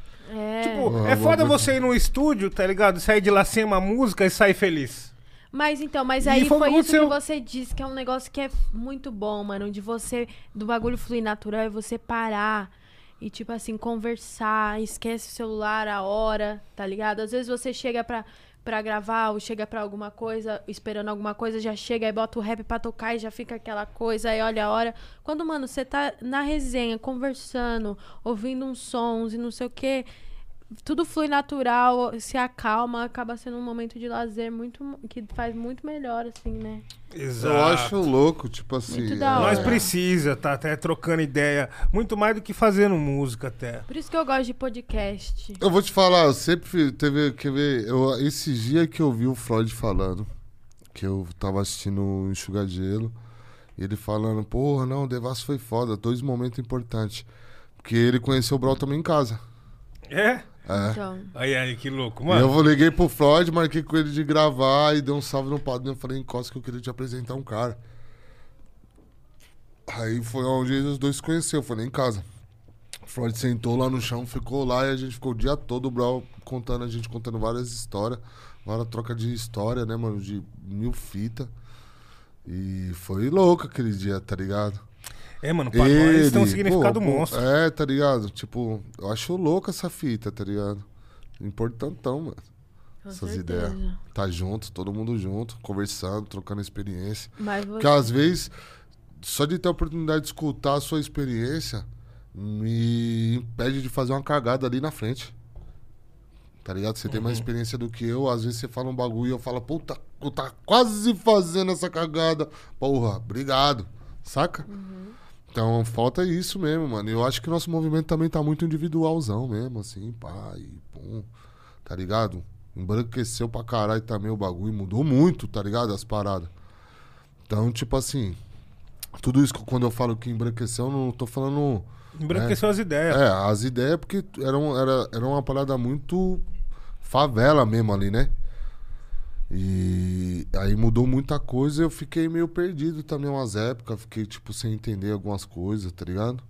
É. Tipo, Ah, é foda bagulho. você ir no estúdio, tá ligado? Sair de lá sem uma música e sair feliz. Mas então, mas E aí foi o foi, que isso que aconteceu. você disse, que é um negócio que é muito bom, mano. De você, do bagulho fluir natural, é você parar e, tipo assim, conversar, esquece o celular, a hora, tá ligado? Às vezes você chega pra, pra gravar ou chega pra alguma coisa, esperando alguma coisa, já chega e bota o rap pra tocar e já fica aquela coisa, aí olha a hora. Quando, mano, você tá na resenha, conversando, ouvindo uns sons e não sei o quê, tudo flui natural, se acalma, acaba sendo um momento de lazer muito que faz muito melhor, assim, né? Exato. Eu acho louco, tipo assim. Muito da Nós hora. precisa, tá até trocando ideia. Muito mais do que fazendo música até. Por isso que eu gosto de podcast. Eu vou te falar, eu sempre fi- teve. Quer ver? Eu, esse dia que eu vi o Freud falando, que eu tava assistindo o Enxuga Gelo, e ele falando, porra, não, o Devasso foi foda, dois momentos importantes. Porque ele conheceu o Brau também em casa. É? É. Então, Aí, aí, que louco, E mano. eu liguei pro Freud, marquei com ele de gravar e dei um salve no padrinho. Eu falei, encosta que eu queria te apresentar um cara. Aí foi onde os dois se conheceram, foi lá em casa. O Freud sentou lá no chão, ficou lá e a gente ficou o dia todo, o Brau contando, a gente contando várias histórias, várias trocas de história, né, mano, de mil fitas. E foi louco aquele dia, tá ligado? É, mano, pra nós tem um Ele, significado pô, pô, monstro. É, tá ligado? Tipo, eu acho louco essa fita, tá ligado? Importantão, mano. Com essas certeza. ideias. Tá junto, todo mundo junto, conversando, trocando experiência. Mas você... Porque às vezes, só de ter a oportunidade de escutar a sua experiência, me impede de fazer uma cagada ali na frente. Tá ligado? Você tem mais experiência do que eu, às vezes você fala um bagulho e eu falo, puta, eu tá quase fazendo essa cagada. Porra, obrigado. Saca? Uhum. Então, falta isso mesmo, mano. Eu acho que o nosso movimento também tá muito individualzão mesmo, assim, pá, e pum, tá ligado? Embranqueceu pra caralho também o bagulho, mudou muito, tá ligado? As paradas. Então, tipo assim, tudo isso que quando eu falo que embranqueceu, eu não tô falando... Embranqueceu as ideias. É, as ideias porque eram, era, era uma parada muito favela mesmo ali, né? E aí mudou muita coisa e eu fiquei meio perdido também umas épocas. Fiquei, tipo, sem entender algumas coisas, tá ligado?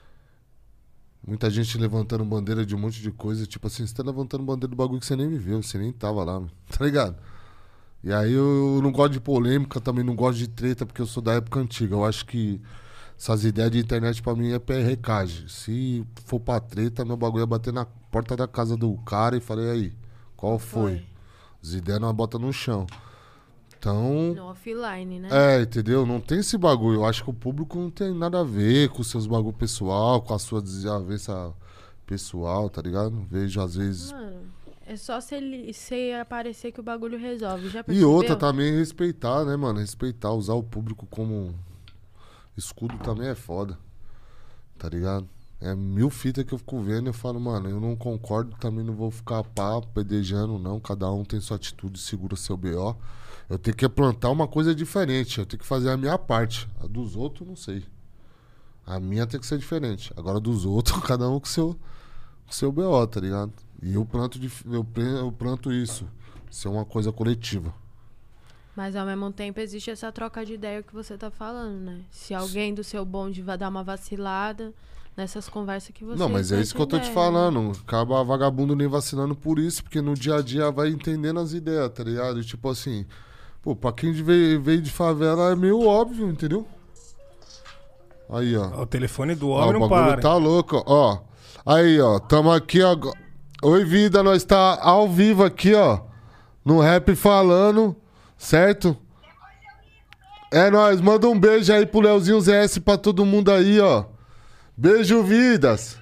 Muita gente levantando bandeira de um monte de coisa. Tipo assim, você tá levantando bandeira do bagulho que você nem viveu, você nem tava lá, tá ligado? E aí eu não gosto de polêmica, também não gosto de treta, porque eu sou da época antiga. Eu acho que essas ideias de internet pra mim é perrecagem. Se for pra treta, meu bagulho é bater na porta da casa do cara e falei, aí, qual foi? Foi. As ideias nós bota no chão. Então... No offline, né? É, entendeu? Não tem esse bagulho. Eu acho que o público não tem nada a ver com os seus bagulho pessoal, com a sua desavença pessoal, tá ligado? Vejo às vezes... Mano, é só se ele se aparecer que o bagulho resolve. Já E percebeu? outra também respeitar, né, mano? Respeitar, usar o público como escudo também é foda. Tá ligado? É mil fitas que eu fico vendo e eu falo, mano, eu não concordo, também não vou ficar pá, pedejando, não. Cada um tem sua atitude, segura seu B O. Eu tenho que plantar uma coisa diferente. Eu tenho que fazer a minha parte. A dos outros, não sei. A minha tem que ser diferente. Agora dos outros, cada um com seu, com seu B O, tá ligado? E eu planto, de, eu, eu planto isso. Ser uma coisa coletiva. Mas ao mesmo tempo existe essa troca de ideia que você tá falando, né? Se alguém do seu bonde vai dar uma vacilada nessas conversas que você... Não, mas é isso que eu tô te falando. Acaba vagabundo nem vacinando por isso, porque no dia a dia vai entendendo as ideias, tá ligado? E tipo assim, pô, pra quem veio, veio de favela é meio óbvio, entendeu? Aí, ó. O telefone do Ó, homem o não bagulho para. tá louco, ó. Aí, ó, tamo aqui agora. Oi, vida, nós tá ao vivo aqui, ó. No Rap Falando, certo? É nóis, manda um beijo aí pro Leozinho Z S pra todo mundo aí, ó. Beijo, vidas.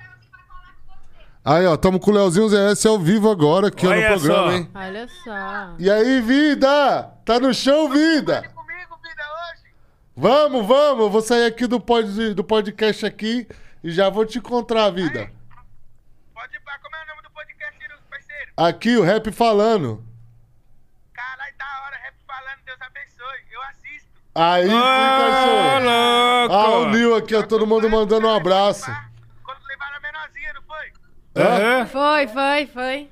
Aí, ó, tamo com o Leozinho Z S ao vivo agora aqui ó, no Olha programa, só. hein? Olha só. E aí, vida? Tá no chão, vida? Comigo, vida, hoje? Vamos, vamos. Eu vou sair aqui do, pod, do podcast aqui e já vou te encontrar, vida. Pode ir pra... Como é o nome do podcast, parceiro? Aqui, o Rap Falando. Caralho, da hora, rap falando, Deus abençoe. Eu assisto. Aí, sim, cachorro. louco! Ah, o Nil aqui, ó, todo mundo mandando um abraço. Quando levaram a menorzinha, não foi? Aham. Foi, foi, foi.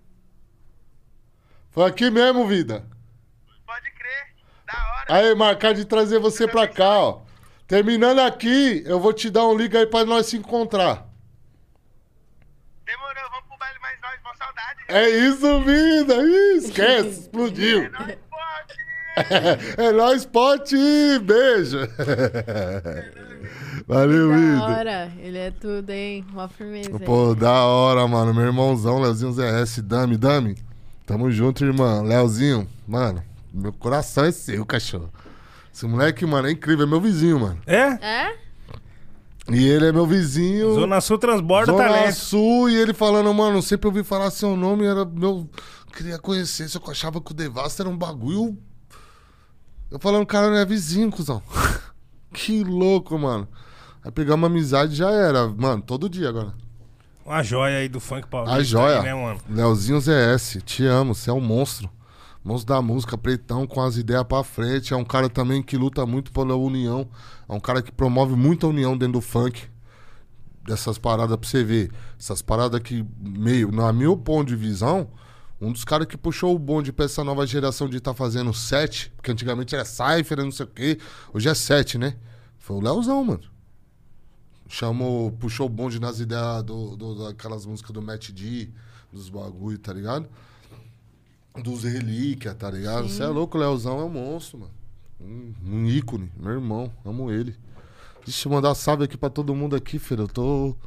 Foi aqui mesmo, vida. Pode crer, da hora. Aí, marcar de trazer você pra cá, ó. Terminando aqui, eu vou te dar um liga aí pra nós se encontrar. Demorou, vamos pro baile mais nós, boa saudade. É isso, vida. Ih, esquece, explodiu. Nós pode! É nóis, pote. Beijo. Valeu, Da vida. hora. Ele é tudo, hein? Uma firmeza. hein? Pô, da hora, mano. Meu irmãozão, Leozinho Z S, Dami, Dami. Tamo junto, irmão. Leozinho, mano, meu coração é seu, cachorro. Esse moleque, mano, é incrível. É meu vizinho, mano. É? É? E ele é meu vizinho. Zona Sul transborda Zona talento. Sul. E ele falando, mano, sempre ouvi falar seu nome. Era meu... Queria conhecer, só que eu achava que o Devasta era um bagulho... Eu falando, cara, não é vizinho, cuzão. Que louco, mano. Aí pegar uma amizade já era, mano, todo dia agora. Uma joia aí do funk paulista. A joia. aí, né, mano? Leozinho Z S, te amo, você é um monstro. Monstro da música, pretão, com as ideias pra frente. É um cara também que luta muito pela união. É um cara que promove muita união dentro do funk. Dessas paradas pra você ver. Essas paradas que, meio, na meu ponto de visão, um dos caras que puxou o bonde pra essa nova geração de tá fazendo set, porque antigamente era Cypher, não sei o quê. Hoje é set, né? Foi o Leozão, mano. Chamou, puxou o bonde nas ideias do, do, daquelas músicas do Matt D, dos bagulho, tá ligado? Dos relíquias, tá ligado? Você é louco, o Leozão é um monstro, mano. Um, um ícone, meu irmão, amo ele. Deixa eu mandar salve aqui pra todo mundo aqui, filho. Eu tô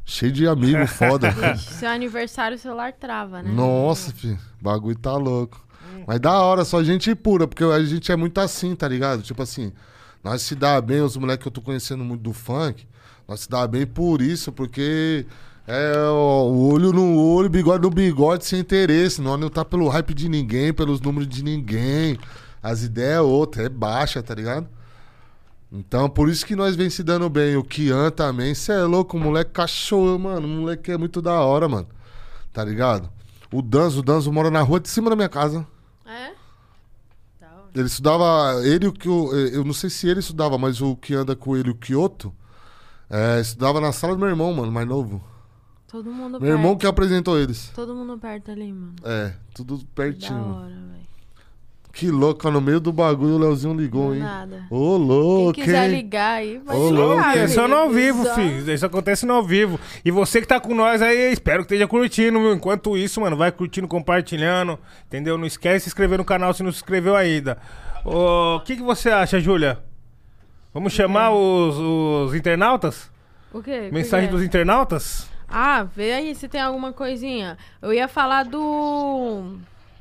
Cheio de amigo, foda. Ixi, seu aniversário, o celular trava, né? Nossa, filho, o bagulho tá louco. Mas da hora, só gente pura, porque a gente é muito assim, tá ligado? Tipo assim, nós se dá bem, os moleques que eu tô conhecendo muito do funk, nós se dá bem por isso, porque é o olho no olho, bigode no bigode, sem interesse. Nós não tá pelo hype de ninguém, pelos números de ninguém. As ideias é outra, é baixa, tá ligado? Então, por isso que nós vem se dando bem. O Kian também, cê é louco, o moleque cachorro, mano. O moleque é muito da hora, mano. Tá ligado? O Danzo, o Danzo mora na rua de cima da minha casa. É? Da hora. Ele estudava, ele o que eu, eu não sei se ele estudava, mas o que anda com ele, o Kyoto, é, estudava na sala do meu irmão, mano, mais novo. Todo mundo Meu perto. irmão que apresentou eles. Todo mundo perto ali, mano. É, tudo Da pertinho. hora, velho. Que louco, no meio do bagulho o Leozinho ligou, Do hein? nada. Ô, louco, Quem quiser hein? ligar aí, pode Ô, ligar. louco, É só no ao vivo, Só- filho. Isso acontece no ao vivo. E você que tá com nós aí, espero que esteja curtindo, viu? Enquanto isso, mano, vai curtindo, compartilhando, entendeu? Não esquece de se inscrever no canal se não se inscreveu ainda. O que, que você acha, Júlia? Vamos chamar os, os internautas? O quê? Por Mensagem quê? dos internautas? Ah, vê aí se tem alguma coisinha. Eu ia falar do...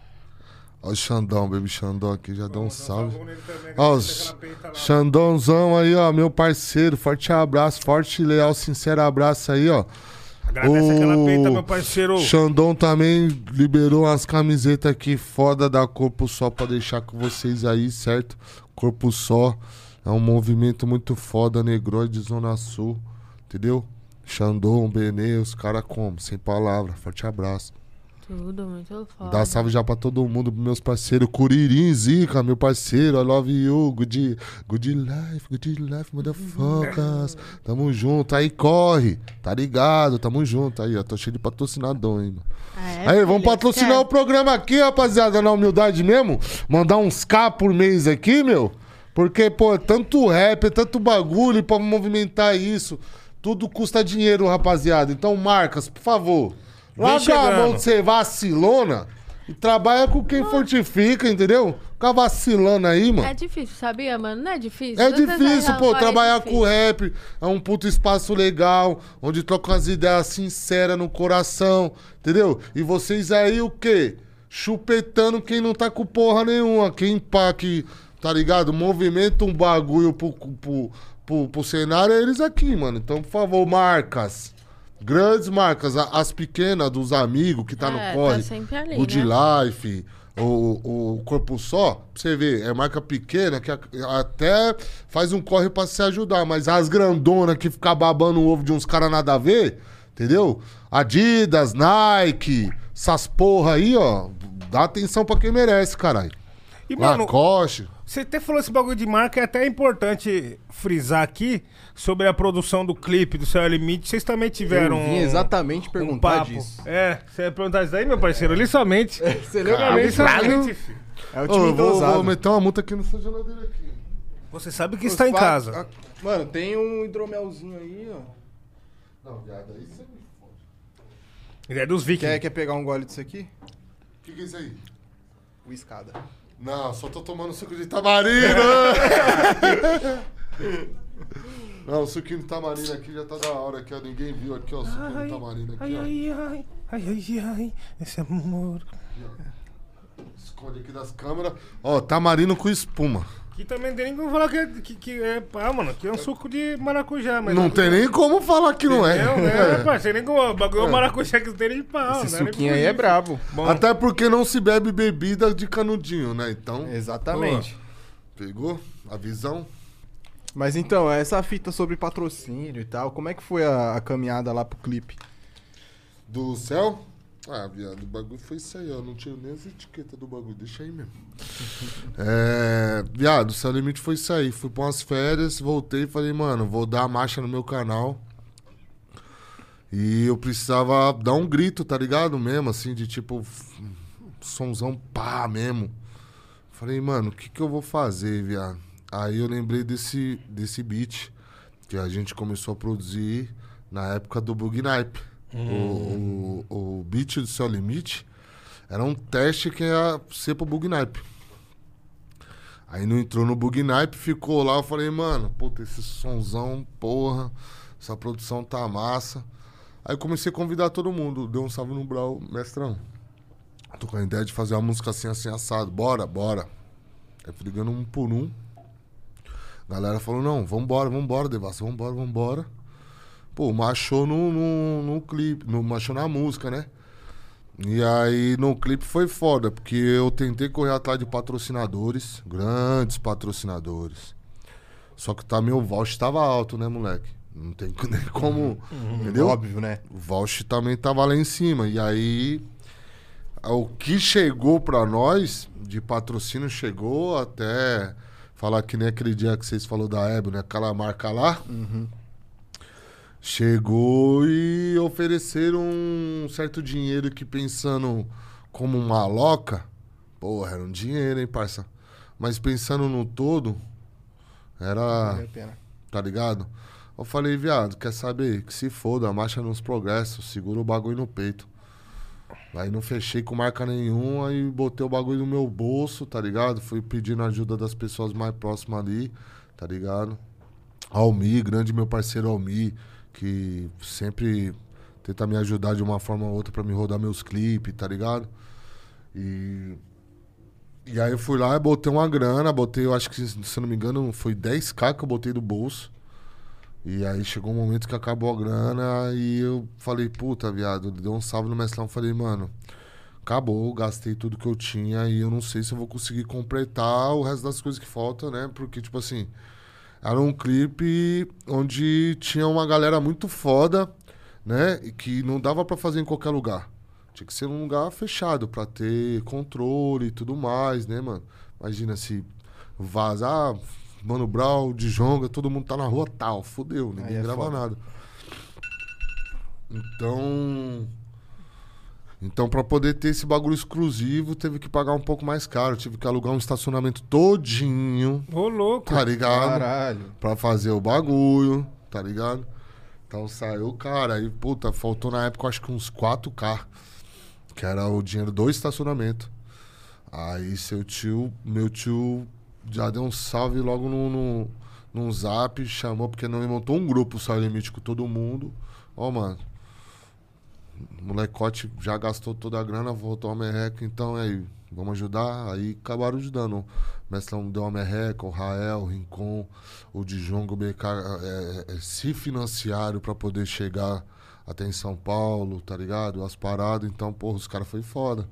Ó o Xandão, baby Xandão aqui, já dá um salve. Ó, os Xandãozão aí, ó, meu parceiro. Forte abraço, forte, leal, sincero abraço aí, ó. Agradece aquela O peita, meu parceiro. Xandão também liberou umas camisetas aqui foda da Corpo Só pra deixar com vocês aí, certo? Corpo Só é um movimento muito foda, Negroide, Zona Sul, entendeu? Xandão, Benê, os caras como? Sem palavra. Forte abraço. Tudo, muito foda. Dá salve já pra todo mundo, pros meus parceiros. Curirim, Zica, meu parceiro. I love you. Good, good life, good life, motherfuckers. Tamo junto. Aí corre. Tá ligado? Tamo junto. Aí, ó. Tô cheio de patrocinador, hein, mano. É, Aí, vamos filho, patrocinar quer? o programa aqui, rapaziada, na humildade mesmo. Mandar uns K por mês aqui, meu. Porque, pô, é tanto rap, é tanto bagulho pra movimentar isso. Tudo custa dinheiro, rapaziada. Então, marcas, por favor. Vem Larga a chegando. mão de ser vacilona e trabalha com quem fortifica, entendeu? Fica vacilando aí, mano. É difícil, sabia, mano? Não é difícil? É Você difícil, tá pô, fora, é trabalhar com difícil. rap. É um puto espaço legal, onde troca umas ideias sinceras no coração, entendeu? E vocês aí o quê? Chupetando quem não tá com porra nenhuma. Quem pá que, tá ligado? Movimenta um bagulho pro, pro, pro, pro cenário é eles aqui, mano. Então, por favor, marcas. Grandes marcas, a- as pequenas dos amigos que tá É, no tá corre. sempre ali, Good né? Life, o, o Corpo Só, pra você ver, é marca pequena que a- até faz um corre pra se ajudar, mas as grandonas que ficam babando o ovo de uns caras nada a ver, entendeu? Adidas, Nike, essas porra aí, ó, dá atenção pra quem merece, caralho. E, mano, Lacoste. você até falou esse bagulho de marca, é até importante frisar aqui sobre a produção do clipe do Céu é Limite. Vocês também tiveram Eu vim um- exatamente um perguntar papo. disso. É, você ia perguntar isso aí, meu parceiro? Ali somente. Você leu minha Ali mente, somente, filho. É o Ô, time eu vou, entrosado. vou meter uma multa aqui nessa geladeira aqui. Você sabe que Os está em quatro- casa. a- Mano, tem um hidromelzinho aí, ó. Não, viado, aí você me fode. Ele é dos Quer, vikings. quer pegar um gole disso aqui? O que que é isso aí? O escada. Não, só tô tomando suco de tamarindo. Não, o suquinho de tamarindo aqui já tá da hora aqui, ó. Ninguém viu aqui, ó, o suquinho Ai, de tamarindo aqui, ai, ó. ai, ai, ai, ai, ai, esse amor. Esconde aqui das câmeras. Ó, tamarindo com espuma. Aqui também não tem nem como falar que é, que, que é pá, mano. Aqui é um suco de maracujá, mas. Não tem nem como falar que não é. Não, é, parceiro, nem como. O bagulho é um maracujá que não tem nem pau. Esse não é nem suquinho por aí é isso. brabo. Bom, Até porque não se bebe bebida de canudinho, né? Então, Exatamente. pegou a visão? Mas então, essa fita sobre patrocínio e tal, como é que foi a, a caminhada lá pro clipe? Do céu? Ah, viado, o bagulho foi isso aí, ó. Não tinha nem as etiquetas do bagulho, deixa aí mesmo. É. Viado, o Céu Limite foi isso aí. Fui pra umas férias, voltei e falei, mano, vou dar a marcha no meu canal. E eu precisava dar um grito, tá ligado? Mesmo, assim, de tipo. Sonzão pá mesmo. Falei, mano, o que que eu vou fazer, viado? Aí eu lembrei desse, desse beat que a gente começou a produzir na época do Bug Nipe. O, o, o beat do Céu Limite era um teste que ia ser pro Bug Nipe. Aí não entrou no Bug Nipe, ficou lá, eu falei, mano, puta, esse sonzão, porra, essa produção tá massa. Aí comecei a convidar todo mundo. Deu um salve no Brau, mestrão. Tô com a ideia de fazer uma música assim, assim, assado. Bora, bora. Aí fui ligando um por um. A galera falou, não, vambora, vambora, Devassa, vambora, vambora. Pô, machou no, no, no clipe, no, machou na música, né? E aí no clipe foi foda, porque eu tentei correr atrás de patrocinadores, grandes patrocinadores. Só que também o voucher tava alto, né, moleque? Não tem nem como, Uhum, entendeu? óbvio, né? O voucher também tava lá em cima. E aí, o que chegou pra nós, de patrocínio, chegou até falar que nem aquele dia que vocês falaram da Hebe, né? Aquela marca lá. Uhum. Chegou e ofereceram um certo dinheiro que, pensando como uma loca, porra, era um dinheiro, hein, parça? Mas pensando no todo, era, Vale a pena. tá ligado? Eu falei, viado, quer saber? Que se foda, marcha nos progressos, segura o bagulho no peito. Aí não fechei com marca nenhuma, aí botei o bagulho no meu bolso, tá ligado? Fui pedindo ajuda das pessoas mais próximas ali, tá ligado? Almi, grande meu parceiro Almi, que sempre tenta me ajudar de uma forma ou outra pra me rodar meus clipes, tá ligado? E... E aí eu fui lá e botei uma grana, botei, eu acho que, se eu não me engano, foi dez mil que eu botei do bolso. E aí chegou um momento que acabou a grana e eu falei, puta, viado, deu um salve no mestrão, falei, mano, acabou, gastei tudo que eu tinha e eu não sei se eu vou conseguir completar o resto das coisas que faltam, né? Porque, tipo assim, era um clipe onde tinha uma galera muito foda, né? E que não dava pra fazer em qualquer lugar. Tinha que ser um lugar fechado pra ter controle e tudo mais, né, mano? Imagina se vazar, Mano Brown, Djonga, todo mundo tá na rua tal, fudeu, ninguém Aí é grava foda. nada. Então... Então, pra poder ter esse bagulho exclusivo, teve que pagar um pouco mais caro. Tive que alugar um estacionamento todinho, Ô, louco. tá ligado? Caralho. Pra fazer o bagulho, tá ligado? Então saiu, cara, aí, puta, faltou na época, acho que uns quatro K, que era o dinheiro do estacionamento. Aí seu tio, meu tio, já deu um salve logo no, no, no zap, chamou, porque não, ele montou um grupo, o Sal Limite, com todo mundo. Ó, mano, o molecote já gastou toda a grana, voltou a merreca, então aí, vamos ajudar? Aí acabaram ajudando. O mestrão deu uma merreca, o Rael, o Rincon, o Djonga, o B K é, é, se financiaram pra poder chegar até em São Paulo, tá ligado? As paradas, então, porra, os caras foi foda.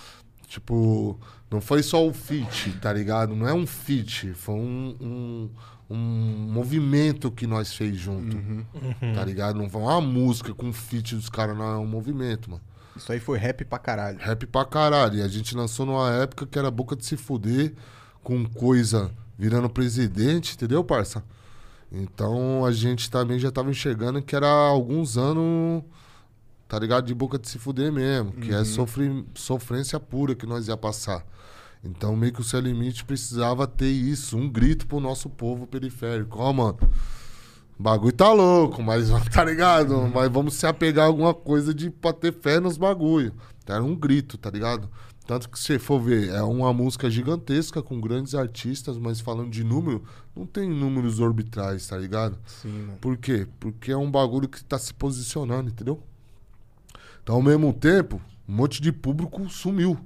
Tipo, não foi só o feat, tá ligado? Não é um feat, foi um, um, um movimento que nós fez junto, Uhum. tá ligado? Não foi uma música com feat dos caras, não, é um movimento, mano. Isso aí foi rap pra caralho. Rap pra caralho. E a gente lançou numa época que era boca de se fuder, com coisa virando presidente, entendeu, parça? Então a gente também já tava enxergando que era há alguns anos, tá ligado? De boca de se fuder mesmo, que é sofri, sofrência pura que nós ia passar. Então meio que o Sem Limite precisava ter isso, um grito pro nosso povo periférico. Ó, mano, o bagulho tá louco, mas tá ligado? Mas vamos se apegar a alguma coisa de, pra ter fé nos bagulho. Era um grito, tá ligado? Tanto que se você for ver, é uma música gigantesca com grandes artistas, mas falando de número, não tem números orbitais, tá ligado? Sim, mano. Por quê? Porque é um bagulho que tá se posicionando, entendeu? Então, ao mesmo tempo, um monte de público sumiu.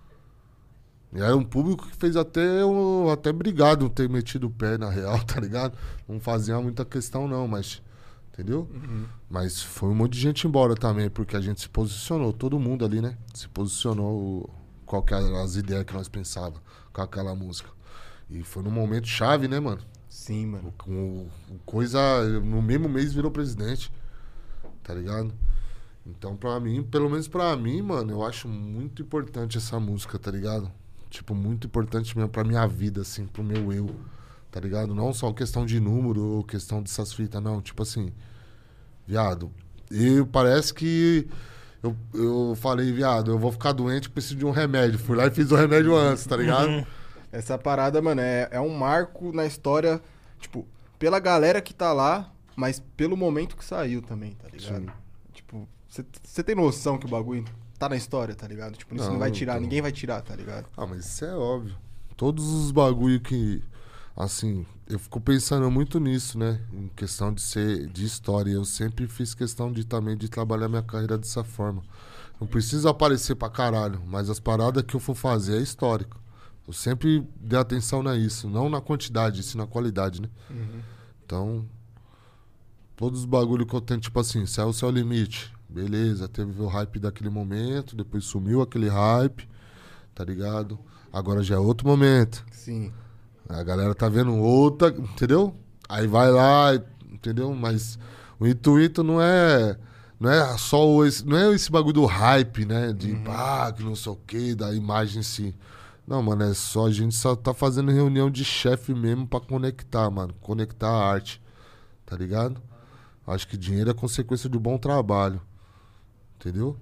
E era um público que fez até, eu, até brigado ter metido o pé na real, tá ligado? Não fazia muita questão não, mas... Entendeu? Uhum. Mas foi um monte de gente embora também, porque a gente se posicionou, todo mundo ali, né? Se posicionou qual que eram as ideias que nós pensávamos com aquela música. E foi num momento chave, né, mano? Sim, mano. O, o, o coisa, no mesmo mês virou presidente, tá ligado? Então, pra mim, pelo menos pra mim, mano, eu acho muito importante essa música, tá ligado? Tipo, muito importante mesmo pra minha vida, assim, pro meu eu, tá ligado? Não só questão de número ou questão dessas fitas, não. Tipo assim, viado, eu parece que eu, eu falei, viado, eu vou ficar doente, preciso de um remédio. Fui lá e fiz o remédio antes, tá ligado? Essa parada, mano, é, é um marco na história, tipo, pela galera que tá lá, mas pelo momento que saiu também, tá ligado? Sim. Tipo, você tem noção que o bagulho tá na história, tá ligado? Tipo, isso não, Não, vai tirar, então. ninguém vai tirar, tá ligado? Ah, mas isso é óbvio. Todos os bagulho que assim, eu fico pensando muito nisso, né? Em questão de ser de história. Eu sempre fiz questão de também de trabalhar minha carreira dessa forma. Não preciso aparecer pra caralho, mas as paradas que eu for fazer é histórico. Eu sempre dei atenção nisso, não na quantidade, sim na qualidade, né? Uhum. Então, todos os bagulho que eu tenho, tipo assim, Céu o Céu Limite, beleza, teve o hype daquele momento, depois sumiu aquele hype, tá ligado? Agora já é outro momento. Sim. A galera tá vendo outra, entendeu? Aí vai lá, entendeu? Mas o intuito não é, não é só esse, não é esse bagulho do hype, né? De Uhum. pá, que não sei o que, da imagem em si. Não, mano, é só a gente só tá fazendo reunião de chefe mesmo pra conectar, mano. Conectar a arte, tá ligado? Acho que dinheiro é consequência de um bom trabalho, entendeu?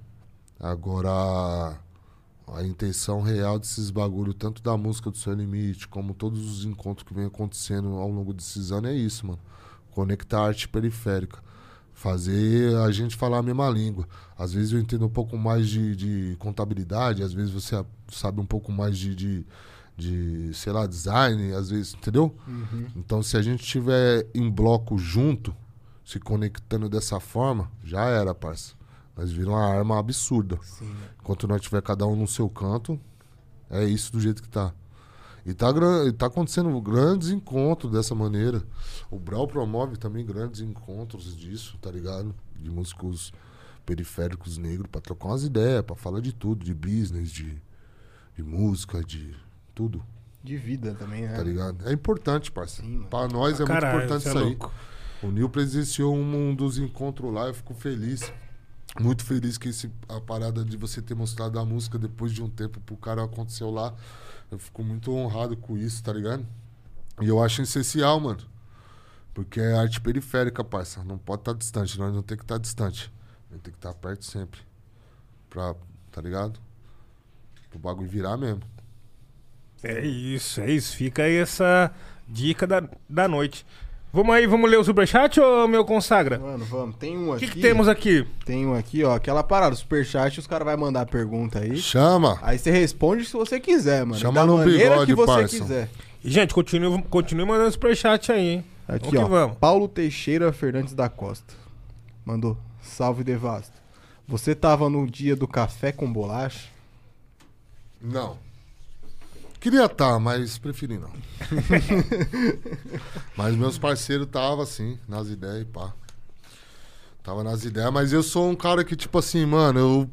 Agora, a intenção real desses bagulho, tanto da música do Seu Limite, como todos os encontros que vem acontecendo ao longo desses anos, é isso, mano. Conectar a arte periférica. Fazer a gente falar a mesma língua. Às vezes eu entendo um pouco mais de, de contabilidade, às vezes você sabe um pouco mais de, de, de, sei lá, design, às vezes, entendeu? Uhum. Então, se a gente estiver em bloco junto, se conectando dessa forma, já era, parça. Nós viram uma arma absurda. Sim. Enquanto nós tiver cada um no seu canto, é isso do jeito que tá. E tá, gran- e tá acontecendo grandes encontros dessa maneira. O Brau promove também grandes encontros disso, tá ligado? De músicos periféricos negros pra trocar umas ideias, pra falar de tudo, de business, de, de música, de tudo, De vida também, né? tá ligado? É importante, parceiro. Sim, mano. Pra nós é Caralho, muito importante cê é isso aí. louco. O Nil presenciou um, um dos encontros lá, eu fico feliz. Muito feliz que esse, a parada de você ter mostrado a música depois de um tempo pro cara aconteceu lá. Eu fico muito honrado com isso, tá ligado? E eu acho essencial, mano. Porque é arte periférica, parça. Não pode estar distante, nós não tem que estar distante. Nós tem que estar perto sempre. Pra, tá ligado? Pro bagulho virar mesmo. É isso, é isso. Fica aí essa dica da, da noite. Vamos aí, vamos ler o superchat ou meu consagra? Mano, vamos. Tem um O aqui. que, que temos aqui? Tem um aqui, ó. Aquela parada, superchat, os caras vão mandar pergunta aí. Chama! Aí você responde se você quiser, mano. Chama da no maneira bigode, que você parça. quiser. E, gente, continue, continue mandando superchat aí, hein? Aqui, Vamos que ó. vamos. Paulo Teixeira Fernandes da Costa. Mandou. Salve, Devasto. Você tava no dia do café com bolacha? Não. Queria estar, mas preferi não. Mas meus parceiros estavam assim, nas ideias e pá. Tava nas ideias, mas eu sou um cara que, tipo assim, mano, eu.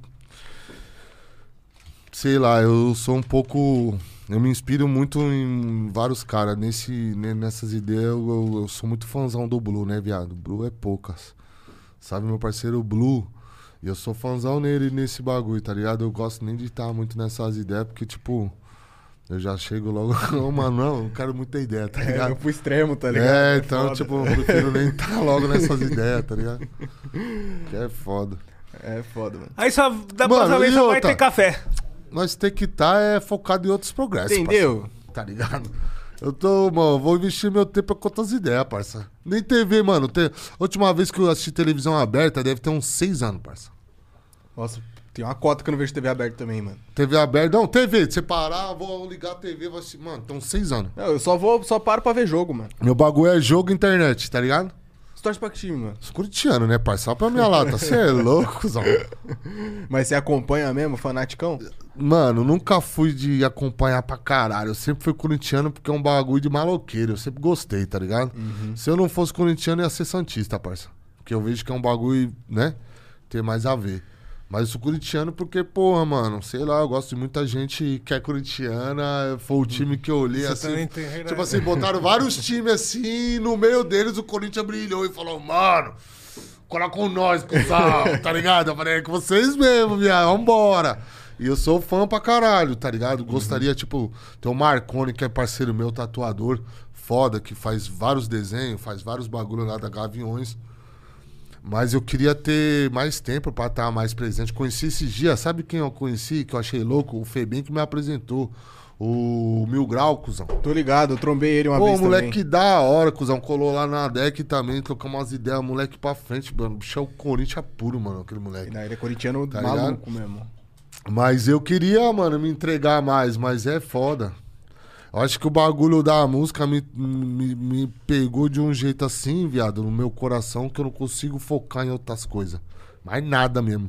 Sei lá, eu sou um pouco. Eu me inspiro muito em vários caras. Nesse, ne- nessas ideias, eu, eu- eu sou muito fãzão do Blue, né, viado? Blue é poucas. Sabe, meu parceiro Blue? E eu sou fãzão nele nesse bagulho, tá ligado? Eu gosto nem de estar muito nessas ideias, porque, tipo. Eu já chego logo, ô, mano, não, eu quero muita ideia, tá É, ligado? eu fui extremo, tá ligado? É, então, foda. tipo, eu prefiro nem estar logo nessas ideias, tá ligado? Que é foda. É foda, mano. Aí só da Mano, próxima vez e só vai outra? ter café. Nós tem que estar é, focado em outros progressos, Entendeu? parça, tá ligado? Eu tô, mano, vou investir meu tempo com outras ideias, parça. Nem T V, mano. Te... Última vez que eu assisti televisão aberta deve ter uns seis anos, parça. Nossa, tem uma cota que eu não vejo T V aberta também, mano. T V aberta, não, T V, de você parar, vou ligar a T V, vou assistir. Mano, tem uns seis anos. Não, eu só vou, só paro pra ver jogo, mano. Meu bagulho é jogo e internet, tá ligado? Você torce pra que time, mano? Sou corintiano, né, parça? Só pra minha lata. Você é louco, Zão. Mas você acompanha mesmo, fanaticão? Mano, nunca fui de acompanhar pra caralho. Eu sempre fui corintiano porque é um bagulho de maloqueiro. Eu sempre gostei, tá ligado? Se eu não fosse corintiano, ia ser santista, parça. Porque eu vejo que é um bagulho, né? Tem mais a ver. Mas eu sou corintiano porque, porra, mano, sei lá, eu gosto de muita gente que é corintiana. Foi o time que eu olhei Você assim. também tem- Tipo assim, botaram vários times assim, no meio deles o Corinthians brilhou e falou, mano, cola com nós, cuzão, tá ligado? Eu falei, é com vocês mesmo, viado, vambora. E eu sou fã pra caralho, tá ligado? Gostaria, tipo, ter o Marconi, que é parceiro meu, tatuador, foda, que faz vários desenhos, faz vários bagulho lá da Gaviões. Mas eu queria ter mais tempo pra estar mais presente. Conheci esses dias, sabe quem eu conheci, que eu achei louco? O Febem que me apresentou. O Mil Grau, cuzão. Tô ligado, eu trombei ele uma Pô, vez moleque também. que da hora, cuzão. Colou lá na deck também, trocamos umas ideias. Moleque pra frente, mano. O bicho é o Corinthians puro, mano, aquele moleque. Não, ele é corintiano Tá maluco mesmo. Mas eu queria, mano, me entregar mais, mas é foda. Eu acho que o bagulho da música me, me, me pegou de um jeito assim, viado, no meu coração, que eu não consigo focar em outras coisas. Mais nada mesmo.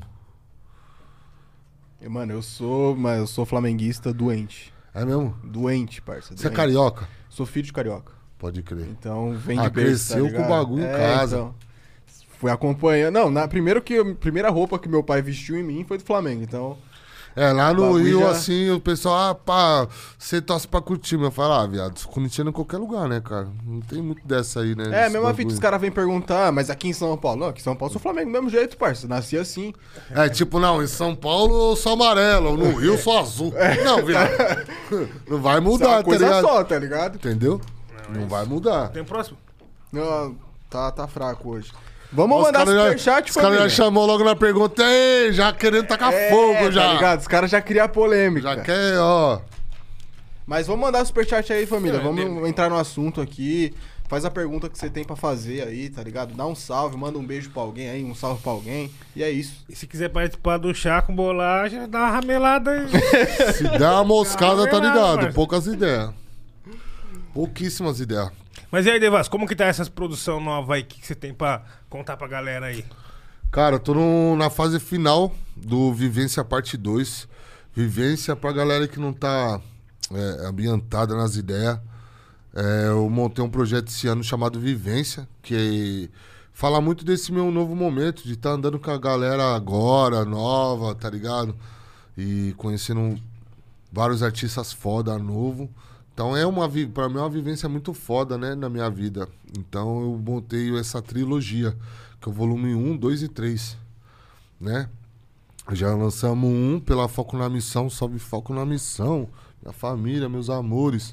Mano, eu sou, mas eu sou flamenguista doente. É mesmo? Doente, parça. Você é doente. carioca? Sou filho de carioca. Pode crer. Então vem de Ah, berço, cresceu tá com o ligado? bagulho em É, casa. Então, fui acompanhando. Não, na, primeiro que, a primeira roupa que meu pai vestiu em mim foi do Flamengo, então... É, lá no bagulho Rio, já- assim, o pessoal, ah, pá, você torce pra curtir. Eu falo, ah, viado, corintiano em qualquer lugar, né, cara? Não tem muito dessa aí, né? É, desse mesma fita, bagulho. os caras vêm perguntar, mas aqui em São Paulo? Não, aqui em São Paulo eu sou Flamengo do mesmo jeito, parça. Nasci assim. É, tipo, não, em São Paulo eu sou amarelo, no Rio eu sou azul. Não, viado. Não vai Isso é mudar, uma tá coisa ligado? só, tá ligado? Entendeu? Não vai mudar. Tem o próximo? Não, tá, tá fraco hoje. Vamos Os mandar caras já- superchat, Os caras já família. chamou logo na pergunta, ei, já querendo tacar É, fogo já. Tá ligado? Os caras já criam polêmica. Já quer, ó. Mas vamos mandar superchat aí, família. É, Vamos dele. entrar no assunto aqui. Faz a pergunta que você tem pra fazer aí, tá ligado? Dá um salve, manda um beijo pra alguém aí, um salve pra alguém. E é isso. E se quiser participar do chá com bolacha, dá uma ramelada aí. Se der uma moscada, tá Não, ligado? parça. Poucas ideias. Pouquíssimas ideias. Mas e aí, Devas, como que tá essas produção nova aí? O que, que você tem pra contar pra galera aí? Cara, eu tô no- na fase final do Vivência Parte dois. Vivência pra galera que não tá é, ambientada nas ideias. É, eu montei um projeto esse ano chamado Vivência, que fala muito desse meu novo momento, de estar andando com a galera agora, nova, tá ligado? E conhecendo vários artistas foda, novo. Então é uma, vi- pra mim é uma vivência muito foda, né, na minha vida. Então eu montei essa trilogia, que é o volume um, dois e três, né? Já lançamos um pela Foco na Missão, salve Foco na Missão, minha família, meus amores.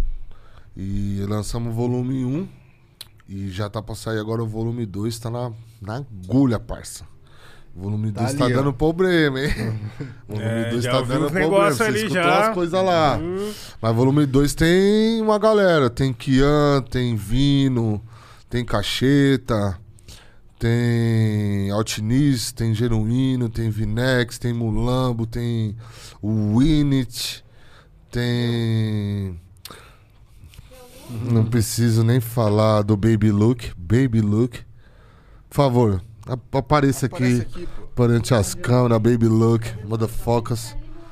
E lançamos o volume um e já tá pra sair agora o volume dois, tá na, na agulha, parça. O volume Tá dois ali, tá ó. dando problema, hein? O volume É, dois já tá ouvi dando uns problema. negócios Você ali escutou já. as coisas lá. Hum. Mas volume dois tem uma galera. Tem Kian, tem Vino, tem Cacheta, tem Altiniz, tem Genuíno, tem Vinex, tem Mulambo, tem o Winit, tem... Não preciso nem falar do Baby Look. Baby Look. Por favor, ap- apareça Aparece aqui, aqui, pô. perante as câmeras, Baby Look, motherfuckers.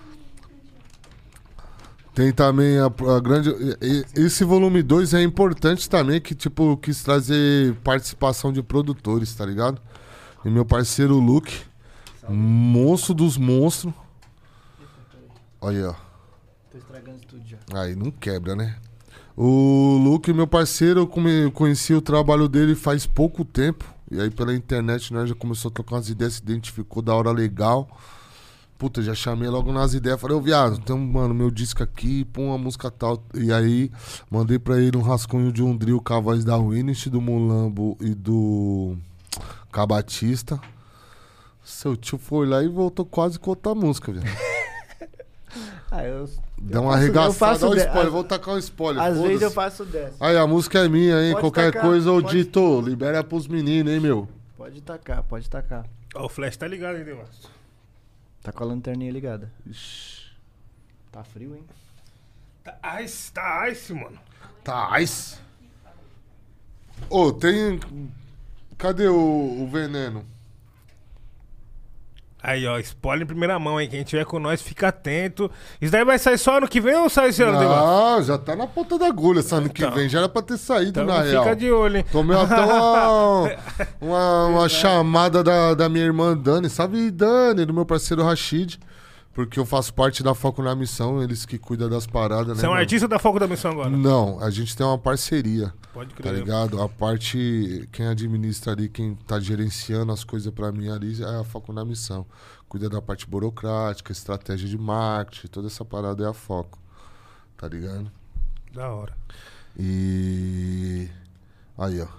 Tem também a, a grande... e- e- Esse volume dois é importante também, que tipo, eu quis trazer participação de produtores, tá ligado? E meu parceiro Luke, monstro dos monstros. Olha aí, ó. Tô estragando tudo já. Aí não quebra, né? O Luke, meu parceiro, eu come- conheci o trabalho dele faz pouco tempo. E aí pela internet nós já começou a trocar umas ideias, se identificou da hora legal. Puta, já chamei logo nas ideias. Falei, ô viado, tem um, mano, meu disco aqui, põe uma música tal. E aí mandei pra ele um rascunho de um drill com a voz da Winnet, do Mulambo e do Cabatista. Seu tio foi lá e voltou quase com outra música, velho. Ah, eu. Deu eu uma faço- eu arregaçada. faço Olha o de- spoiler, às- vou tacar um spoiler. Às vezes eu foda-se. faço dessa. Aí, a música é minha, hein? Pode Qualquer tacar, coisa, ô pode- Dito, libera pros meninos, hein, meu? Pode tacar, pode tacar. Ó, o Flash tá ligado, hein, Devas? Tá com a lanterninha ligada. Tá frio, hein? Tá ice, tá ice, mano. Tá, ice. Ô, tem... Cadê o, o veneno? Aí, ó, spoiler em primeira mão, hein? Quem tiver com nós, fica atento. Isso daí vai sair só ano que vem ou sai esse ano, Devas? Ah, já tá na ponta da agulha esse ano que Então. vem. Já era pra ter saído, Então na fica real. de olho, hein? Tomei até uma, uma, uma chamada da, da minha irmã Dani. Salve, Dani, do meu parceiro Rashid. Porque eu faço parte da Foco na Missão, eles que cuidam das paradas, né? Você é um mano? artista da Foco da Missão agora? Não, a gente tem uma parceria. Pode Tá crer. ligado? A parte, quem administra ali, quem tá gerenciando as coisas pra mim ali é a Foco na Missão. Cuida da parte burocrática, estratégia de marketing, toda essa parada é a Foco. Tá ligado? Da hora. E... Aí, ó.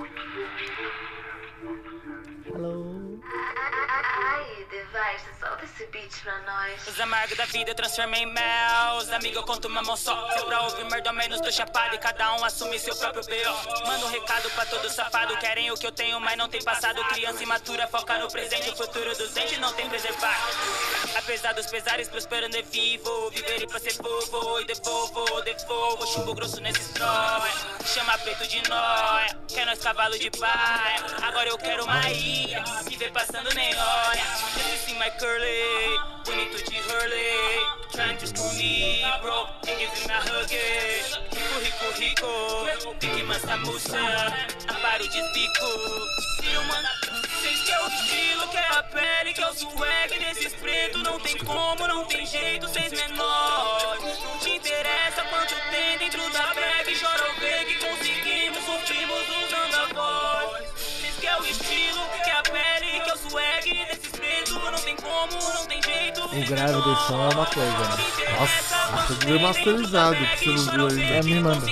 Hello. Ai, Devasta, solta esse esse beat pra nós. Os amargos da vida eu transformei em mel. Os amigos eu conto uma mão só. Se é pra ouvir merda, ao menos tô chapado. E cada um assume seu próprio B O. Manda um recado pra todo safado. Querem o que eu tenho, mas não tem passado. Criança imatura, foca no presente. O futuro dos entes não tem preservado. Apesar dos pesares, prosperando é vivo. Viverei pra ser povo. E devolvo, devolvo. Chumbo grosso nesse história. Chama preto de nóia. Quer nós cavalo de baia. Agora eu quero uma ilha. Viver passando nem olha. This is my curly. Bonito de Hurley. Trying to school me, bro. And give me a hug. Rico, rico, rico. Pique mansa moça. Amparo de bico. Filho, mano. Vocês que é o estilo, que é a pele, que é o swag desses pretos. Não tem como, não tem jeito, vocês menores. Não te interessa quanto tem dentro da bag. Chora o ver que conseguimos, sofrimos usando a voz. Vocês que é o estilo, que é a pele, que é o swag desses pretos. Não tem como, não tem jeito. O grave desse som é uma coisa, né? Nossa, isso é remasterizado que você não viu ainda. É, me manda.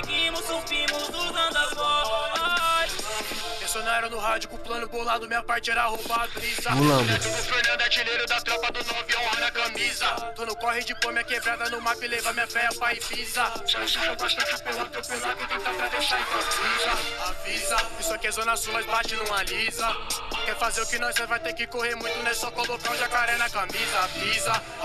No rádio com o plano bolado, minha parte era roubar a brisa. O Fernando artilheiro da tropa do nove, honra na camisa. Tô no corre de pôr minha quebrada no mapa e levar minha véia pra Ibiza. Já chucha bastante pela atropelar e tentar pra deixar improvisa. Avisa, isso aqui é zona sul, mas bate não alisa. Quer fazer o que nós, cê vai ter que correr muito, não é só colocar o jacaré na camisa. Avisa.